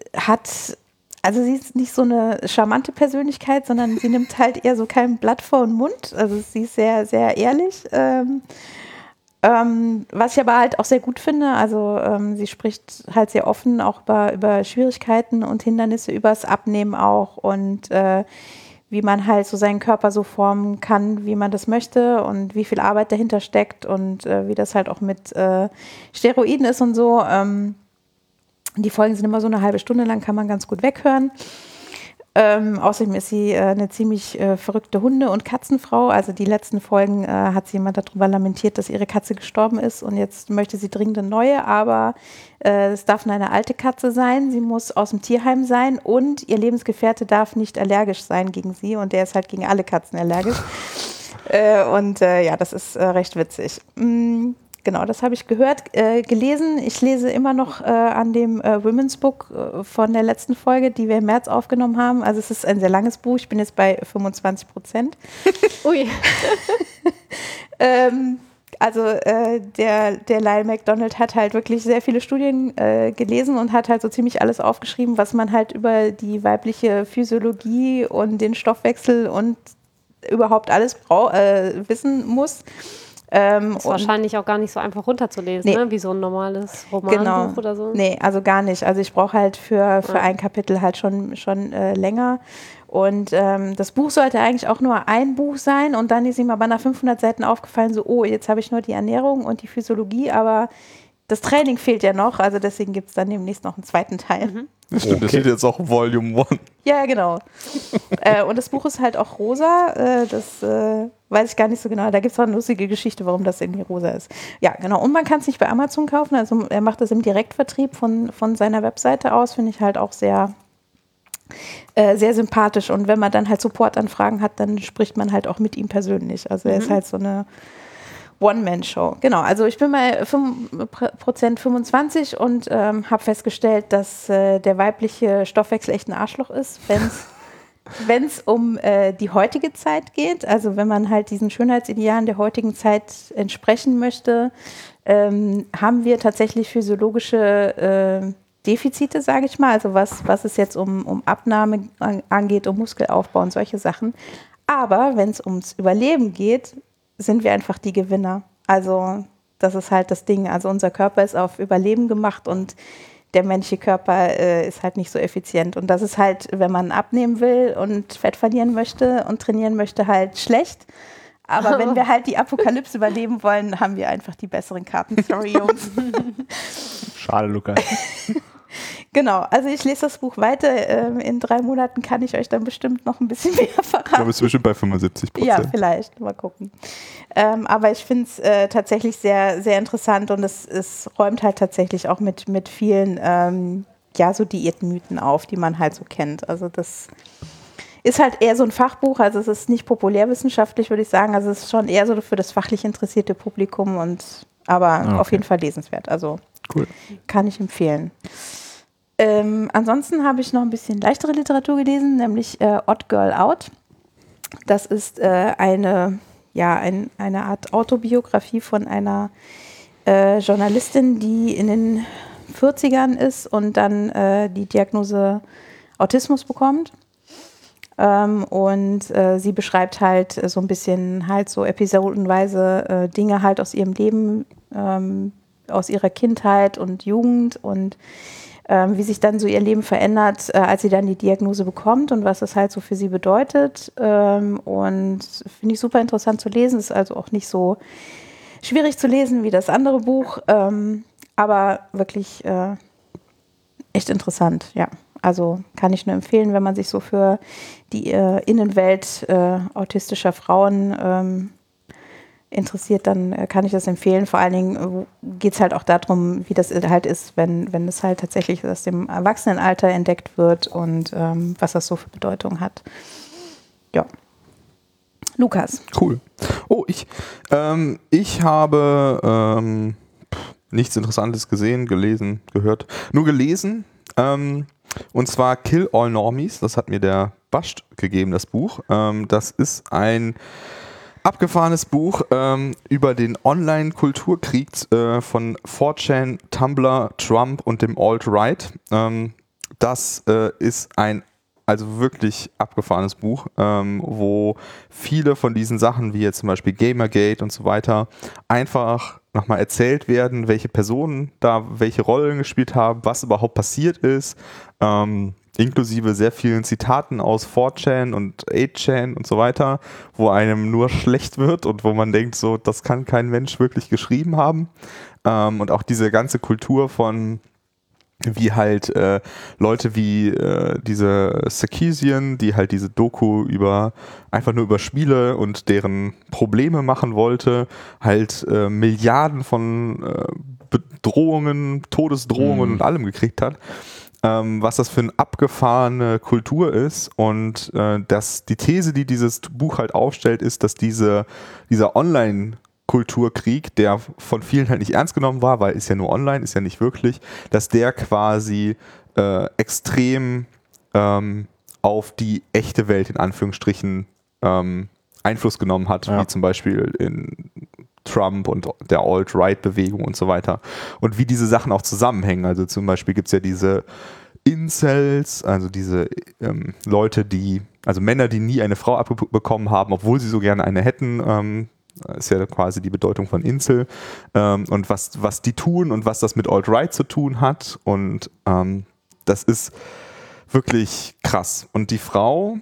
ist nicht so eine charmante Persönlichkeit, sondern sie nimmt halt eher so kein Blatt vor den Mund. Also sie ist sehr, sehr ehrlich. Was ich aber halt auch sehr gut finde, also sie spricht halt sehr offen auch über Schwierigkeiten und Hindernisse, übers Abnehmen auch und wie man halt so seinen Körper so formen kann, wie man das möchte und wie viel Arbeit dahinter steckt und wie das halt auch mit Steroiden ist und so. Die Folgen sind immer so eine halbe Stunde lang, kann man ganz gut weghören. Außerdem ist sie eine ziemlich verrückte Hunde- und Katzenfrau. Also die letzten Folgen hat sie immer darüber lamentiert, dass ihre Katze gestorben ist und jetzt möchte sie dringend eine neue, aber es darf nur eine alte Katze sein, sie muss aus dem Tierheim sein und ihr Lebensgefährte darf nicht allergisch sein gegen sie und der ist halt gegen alle Katzen allergisch. Das ist recht witzig. Genau, das habe ich gehört, gelesen. Ich lese immer noch an dem Women's Book von der letzten Folge, die wir im März aufgenommen haben. Also es ist ein sehr langes Buch. Ich bin jetzt bei 25%. Ui. Der Lyle McDonald hat halt wirklich sehr viele Studien gelesen und hat halt so ziemlich alles aufgeschrieben, was man halt über die weibliche Physiologie und den Stoffwechsel und überhaupt alles wissen muss. Ist wahrscheinlich auch gar nicht so einfach runterzulesen, ne? Wie so ein normales Romanbuch oder so. Nee, also gar nicht. Also ich brauche halt für ein Kapitel halt schon länger. Und das Buch sollte eigentlich auch nur ein Buch sein und dann ist ihm aber nach 500 Seiten aufgefallen, so, jetzt habe ich nur die Ernährung und die Physiologie, aber das Training fehlt ja noch, also deswegen gibt es dann demnächst noch einen zweiten Teil. Das stimmt, das steht jetzt auch Volume 1. Ja, genau. Und das Buch ist halt auch rosa, das weiß ich gar nicht so genau, da gibt es auch eine lustige Geschichte, warum das irgendwie rosa ist. Ja, genau, und man kann es nicht bei Amazon kaufen, also er macht das im Direktvertrieb von seiner Webseite aus, finde ich halt auch sehr sympathisch und wenn man dann halt Supportanfragen hat, dann spricht man halt auch mit ihm persönlich, also er ist halt so eine One-Man-Show. Genau, also ich bin bei 25% und habe festgestellt, dass der weibliche Stoffwechsel echt ein Arschloch ist, wenn es um die heutige Zeit geht. Also wenn man halt diesen Schönheitsidealen der heutigen Zeit entsprechen möchte, haben wir tatsächlich physiologische Defizite, sage ich mal. Also was es jetzt um Abnahme angeht, um Muskelaufbau und solche Sachen. Aber wenn es ums Überleben geht, sind wir einfach die Gewinner. Also das ist halt das Ding. Also unser Körper ist auf Überleben gemacht und der menschliche Körper ist halt nicht so effizient. Und das ist halt, wenn man abnehmen will und Fett verlieren möchte und trainieren möchte, halt schlecht. Aber wenn wir halt die Apokalypse überleben wollen, haben wir einfach die besseren Karten. Sorry, Jungs. Schade, Lukas. Genau, also ich lese das Buch weiter. In 3 Monaten kann ich euch dann bestimmt noch ein bisschen mehr verraten. Da bist du bestimmt bei 75%. Ja, vielleicht. Mal gucken. Aber ich finde es tatsächlich sehr, sehr interessant und es räumt halt tatsächlich auch mit vielen so Diätmythen auf, die man halt so kennt. Also das ist halt eher so ein Fachbuch, also es ist nicht populärwissenschaftlich, würde ich sagen. Also es ist schon eher so für das fachlich interessierte Publikum aber auf jeden Fall lesenswert. Also Cool. Kann ich empfehlen. Ansonsten habe ich noch ein bisschen leichtere Literatur gelesen, nämlich Odd Girl Out. Das ist eine Art Autobiografie von einer Journalistin, die in den 40ern ist und dann die Diagnose Autismus bekommt. Und sie beschreibt halt so ein bisschen halt so episodenweise Dinge halt aus ihrem Leben, aus ihrer Kindheit und Jugend und wie sich dann so ihr Leben verändert, als sie dann die Diagnose bekommt und was das halt so für sie bedeutet. Und finde ich super interessant zu lesen. Ist also auch nicht so schwierig zu lesen wie das andere Buch, aber wirklich echt interessant, ja. Also kann ich nur empfehlen, wenn man sich so für die Innenwelt autistischer Frauen interessiert, dann kann ich das empfehlen. Vor allen Dingen geht es halt auch darum, wie das halt ist, wenn es halt tatsächlich aus dem Erwachsenenalter entdeckt wird und was das so für Bedeutung hat. Ja. Lukas. Cool. Oh, ich habe nichts Interessantes gesehen, gelesen, gehört. Nur gelesen. Und zwar Kill All Normies. Das hat mir der Bascht gegeben, das Buch. Das ist ein abgefahrenes Buch über den Online-Kulturkrieg von 4chan, Tumblr, Trump und dem Alt-Right. Das ist ein also wirklich abgefahrenes Buch, wo viele von diesen Sachen, wie jetzt zum Beispiel Gamergate und so weiter, einfach nochmal erzählt werden, welche Personen da welche Rollen gespielt haben, was überhaupt passiert ist, inklusive sehr vielen Zitaten aus 4chan und 8chan und so weiter, wo einem nur schlecht wird und wo man denkt, so, das kann kein Mensch wirklich geschrieben haben. Und auch diese ganze Kultur von wie halt Leute wie diese Sarkeesian, die halt diese Doku einfach nur über Spiele und deren Probleme machen wollte, halt Milliarden von Bedrohungen, Todesdrohungen und allem gekriegt hat. Was das für eine abgefahrene Kultur ist und die These, die dieses Buch halt aufstellt, ist, dass dieser Online-Kulturkrieg, der von vielen halt nicht ernst genommen war, weil ist ja nur online, ist ja nicht wirklich, dass der quasi extrem auf die echte Welt in Anführungsstrichen Einfluss genommen hat, wie zum Beispiel in Trump und der Alt-Right-Bewegung und so weiter. Und wie diese Sachen auch zusammenhängen. Also zum Beispiel gibt es ja diese Incels, also diese Leute, also Männer, die nie eine Frau abbekommen haben, obwohl sie so gerne eine hätten, ist ja quasi die Bedeutung von Incel, und was die tun und was das mit Alt-Right zu tun hat. Und das ist wirklich krass. Und die Frau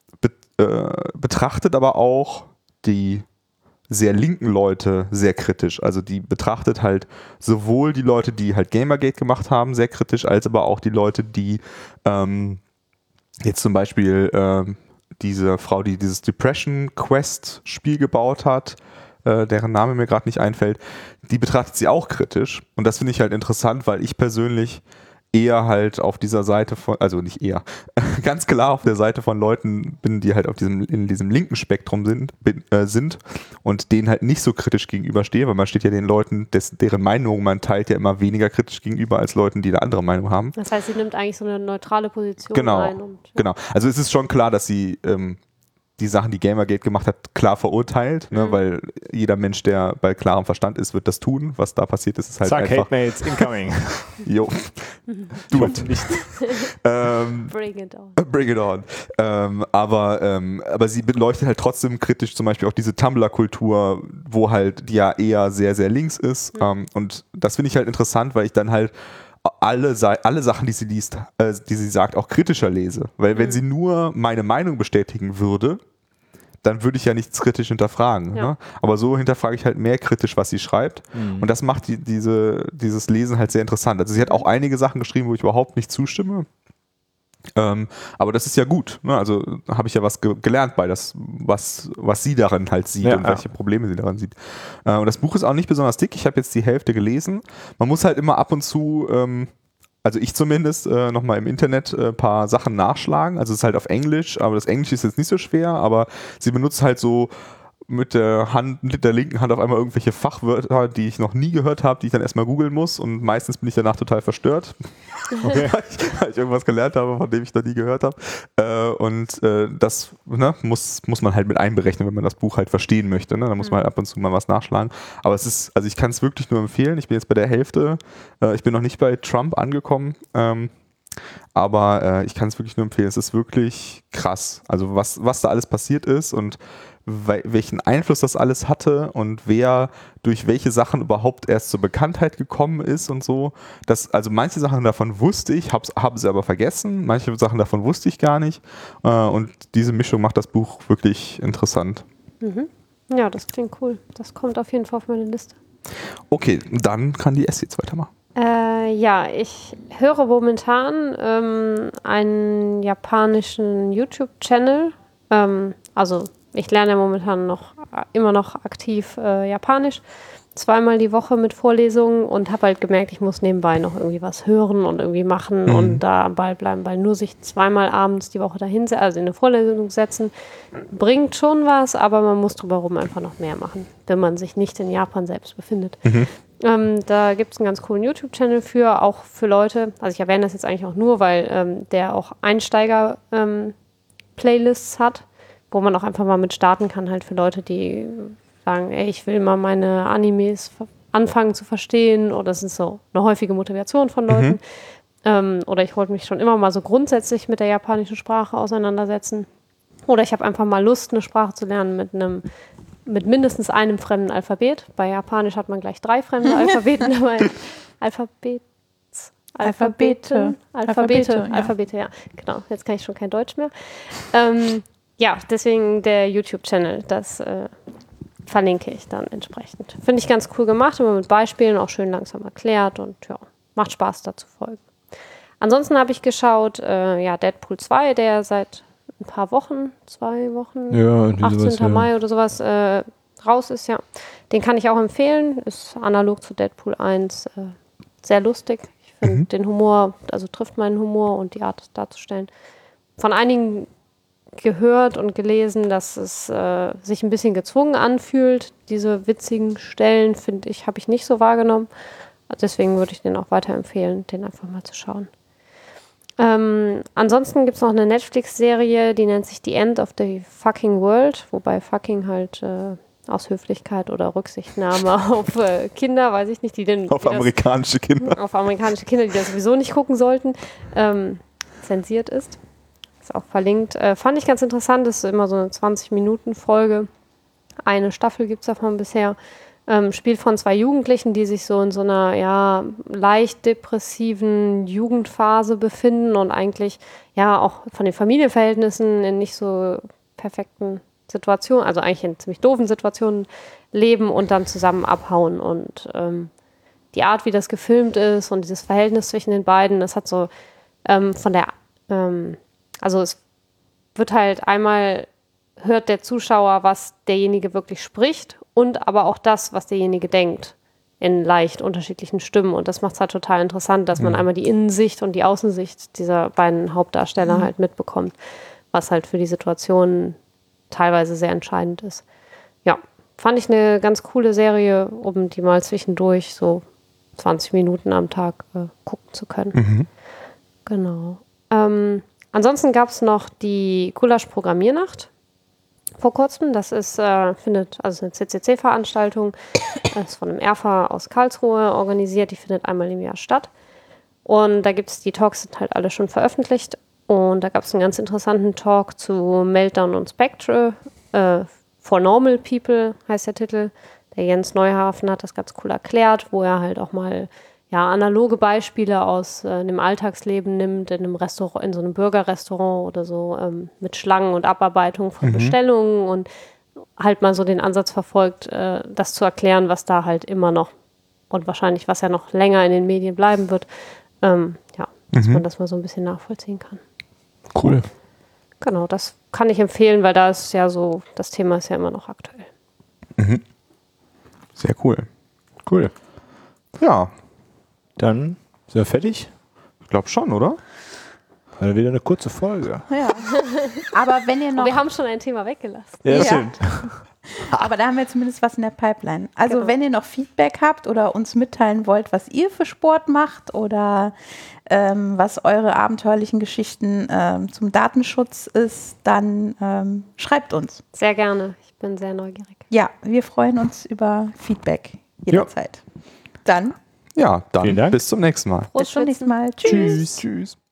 betrachtet aber auch die sehr linken Leute sehr kritisch. Also die betrachtet halt sowohl die Leute, die halt Gamergate gemacht haben, sehr kritisch, als aber auch die Leute, die jetzt zum Beispiel diese Frau, die dieses Depression Quest Spiel gebaut hat, deren Name mir gerade nicht einfällt, die betrachtet sie auch kritisch. Und das finde ich halt interessant, weil ich persönlich eher halt auf dieser Seite von, also nicht eher, ganz klar auf der Seite von Leuten bin, die halt in diesem linken Spektrum sind und denen halt nicht so kritisch gegenüberstehe, weil man steht ja den Leuten, deren Meinung man teilt, ja immer weniger kritisch gegenüber als Leuten, die eine andere Meinung haben. Das heißt, sie nimmt eigentlich so eine neutrale Position ein. Genau. Also es ist schon klar, dass sie die Sachen, die Gamergate gemacht hat, klar verurteilt, ne, weil jeder Mensch, der bei klarem Verstand ist, wird das tun. Was da passiert ist, ist halt einfach... Hate Mails incoming. Jo. Du nicht. Bring it on. Bring it on. Aber sie beleuchtet halt trotzdem kritisch zum Beispiel auch diese Tumblr-Kultur, wo halt die ja eher sehr, sehr links ist. Und das finde ich halt interessant, weil ich dann halt alle Sachen, die sie liest, die sie sagt, auch kritischer lese. Weil wenn sie nur meine Meinung bestätigen würde, dann würde ich ja nichts kritisch hinterfragen. Ja. Ne? Aber so hinterfrage ich halt mehr kritisch, was sie schreibt. Und das macht dieses Lesen halt sehr interessant. Also sie hat auch einige Sachen geschrieben, wo ich überhaupt nicht zustimme. Aber das ist ja gut. Ne? Also habe ich ja was gelernt bei das, was sie darin halt sieht und welche Probleme sie daran sieht. Und das Buch ist auch nicht besonders dick. Ich habe jetzt die Hälfte gelesen. Man muss halt immer ab und zu, also ich zumindest, nochmal im Internet ein paar Sachen nachschlagen. Also es ist halt auf Englisch, aber das Englisch ist jetzt nicht so schwer, aber sie benutzt halt so mit der linken Hand auf einmal irgendwelche Fachwörter, die ich noch nie gehört habe, die ich dann erstmal googeln muss und meistens bin ich danach total verstört, weil ich irgendwas gelernt habe, von dem ich noch nie gehört habe. Das muss man halt mit einberechnen, wenn man das Buch halt verstehen möchte. Ne? Da muss man halt ab und zu mal was nachschlagen. Aber also ich kann es wirklich nur empfehlen. Ich bin jetzt bei der Hälfte. Ich bin noch nicht bei Trump angekommen. Aber ich kann es wirklich nur empfehlen. Es ist wirklich krass. Also was da alles passiert ist und welchen Einfluss das alles hatte und wer durch welche Sachen überhaupt erst zur Bekanntheit gekommen ist und so. Also manche Sachen davon wusste ich, habe sie aber vergessen. Manche Sachen davon wusste ich gar nicht. Und diese Mischung macht das Buch wirklich interessant. Mhm. Ja, das klingt cool. Das kommt auf jeden Fall auf meine Liste. Okay, dann kann die S jetzt weitermachen. Ja, ich höre momentan einen japanischen YouTube-Channel. Also ich lerne momentan immer noch aktiv Japanisch. 2-mal die Woche mit Vorlesungen und habe halt gemerkt, ich muss nebenbei noch irgendwie was hören und irgendwie machen und da am Ball bleiben, weil nur sich 2-mal abends die Woche dahin, also in eine Vorlesung setzen, bringt schon was, aber man muss drumherum einfach noch mehr machen, wenn man sich nicht in Japan selbst befindet. Da gibt es einen ganz coolen YouTube-Channel auch für Leute, also ich erwähne das jetzt eigentlich auch nur, weil der auch Einsteiger-Playlists hat, wo man auch einfach mal mit starten kann, halt für Leute, die sagen, ey, ich will mal meine Animes anfangen zu verstehen, oder das ist so eine häufige Motivation von Leuten. Oder ich wollte mich schon immer mal so grundsätzlich mit der japanischen Sprache auseinandersetzen. Oder ich habe einfach mal Lust, eine Sprache zu lernen mit mindestens einem fremden Alphabet. Bei Japanisch hat man gleich 3 fremde Alphabeten dabei. Alphabete, ja. Genau, jetzt kann ich schon kein Deutsch mehr. Ja, deswegen der YouTube-Channel, das verlinke ich dann entsprechend. Finde ich ganz cool gemacht, immer mit Beispielen, auch schön langsam erklärt und ja, macht Spaß da zu folgen. Ansonsten habe ich geschaut, Deadpool 2, der seit ein paar Wochen, 2 Wochen, ja, 18. Mai oder sowas raus ist, ja. Den kann ich auch empfehlen, ist analog zu Deadpool 1 sehr lustig. Ich finde den Humor, also trifft meinen Humor und die Art, das darzustellen. Von einigen gehört und gelesen, dass es sich ein bisschen gezwungen anfühlt. Diese witzigen Stellen, finde ich, habe ich nicht so wahrgenommen. Deswegen würde ich den auch weiterempfehlen, den einfach mal zu schauen. Ansonsten gibt es noch eine Netflix-Serie, die nennt sich The End of the Fucking World, wobei fucking halt aus Höflichkeit oder Rücksichtnahme auf Kinder, weiß ich nicht, Auf amerikanische Kinder, die das sowieso nicht gucken sollten, zensiert ist. Ist auch verlinkt. Fand ich ganz interessant, das ist immer so eine 20-Minuten-Folge. Eine Staffel gibt es davon bisher. Spielt von 2 Jugendlichen, die sich so in so einer leicht depressiven Jugendphase befinden und eigentlich auch von den Familienverhältnissen in nicht so perfekten Situationen, also eigentlich in ziemlich doofen Situationen leben und dann zusammen abhauen. Und die Art, wie das gefilmt ist und dieses Verhältnis zwischen den beiden, das hat so also es wird halt einmal, hört der Zuschauer, was derjenige wirklich spricht und aber auch das, was derjenige denkt, in leicht unterschiedlichen Stimmen. Und das macht es halt total interessant, dass man einmal die Innensicht und die Außensicht dieser beiden Hauptdarsteller halt mitbekommt, was halt für die Situation teilweise sehr entscheidend ist. Ja, fand ich eine ganz coole Serie, um die mal zwischendurch so 20 Minuten am Tag gucken zu können. Genau. Ansonsten gab es noch die Gulasch-Programmiernacht vor kurzem. Das ist eine CCC-Veranstaltung, ist von einem ERFA aus Karlsruhe organisiert. Die findet einmal im Jahr statt. Und da gibt es, die Talks sind halt alle schon veröffentlicht. Und da gab es einen ganz interessanten Talk zu Meltdown und Spectre. For Normal People heißt der Titel. Der Jens Neuhafen hat das ganz cool erklärt, wo er halt auch mal analoge Beispiele aus dem Alltagsleben nimmt, in einem Restaurant, in so einem Burgerrestaurant oder so, mit Schlangen und Abarbeitung von Bestellungen und halt mal so den Ansatz verfolgt, das zu erklären, was da halt immer noch und wahrscheinlich, was ja noch länger in den Medien bleiben wird, dass man das mal so ein bisschen nachvollziehen kann. Cool. Genau, das kann ich empfehlen, weil da ist ja so, das Thema ist ja immer noch aktuell. Sehr cool. Cool. Ja, Dann sind wir fertig. ich glaube schon, oder? War wieder eine kurze Folge. Ja. Aber wenn ihr noch, Wir haben schon ein Thema weggelassen. Ja, Ja. stimmt. aber da haben wir zumindest was in der Pipeline. Also Genau. wenn ihr noch Feedback habt oder uns mitteilen wollt, was ihr für Sport macht oder was eure abenteuerlichen Geschichten zum Datenschutz ist, dann schreibt uns. Sehr gerne. Ich bin sehr neugierig. Ja, wir freuen uns über Feedback jederzeit. Dann Ja, Vielen dann Dank. bis zum nächsten Mal. bis zum nächsten Mal. Tschüss. Tschüss.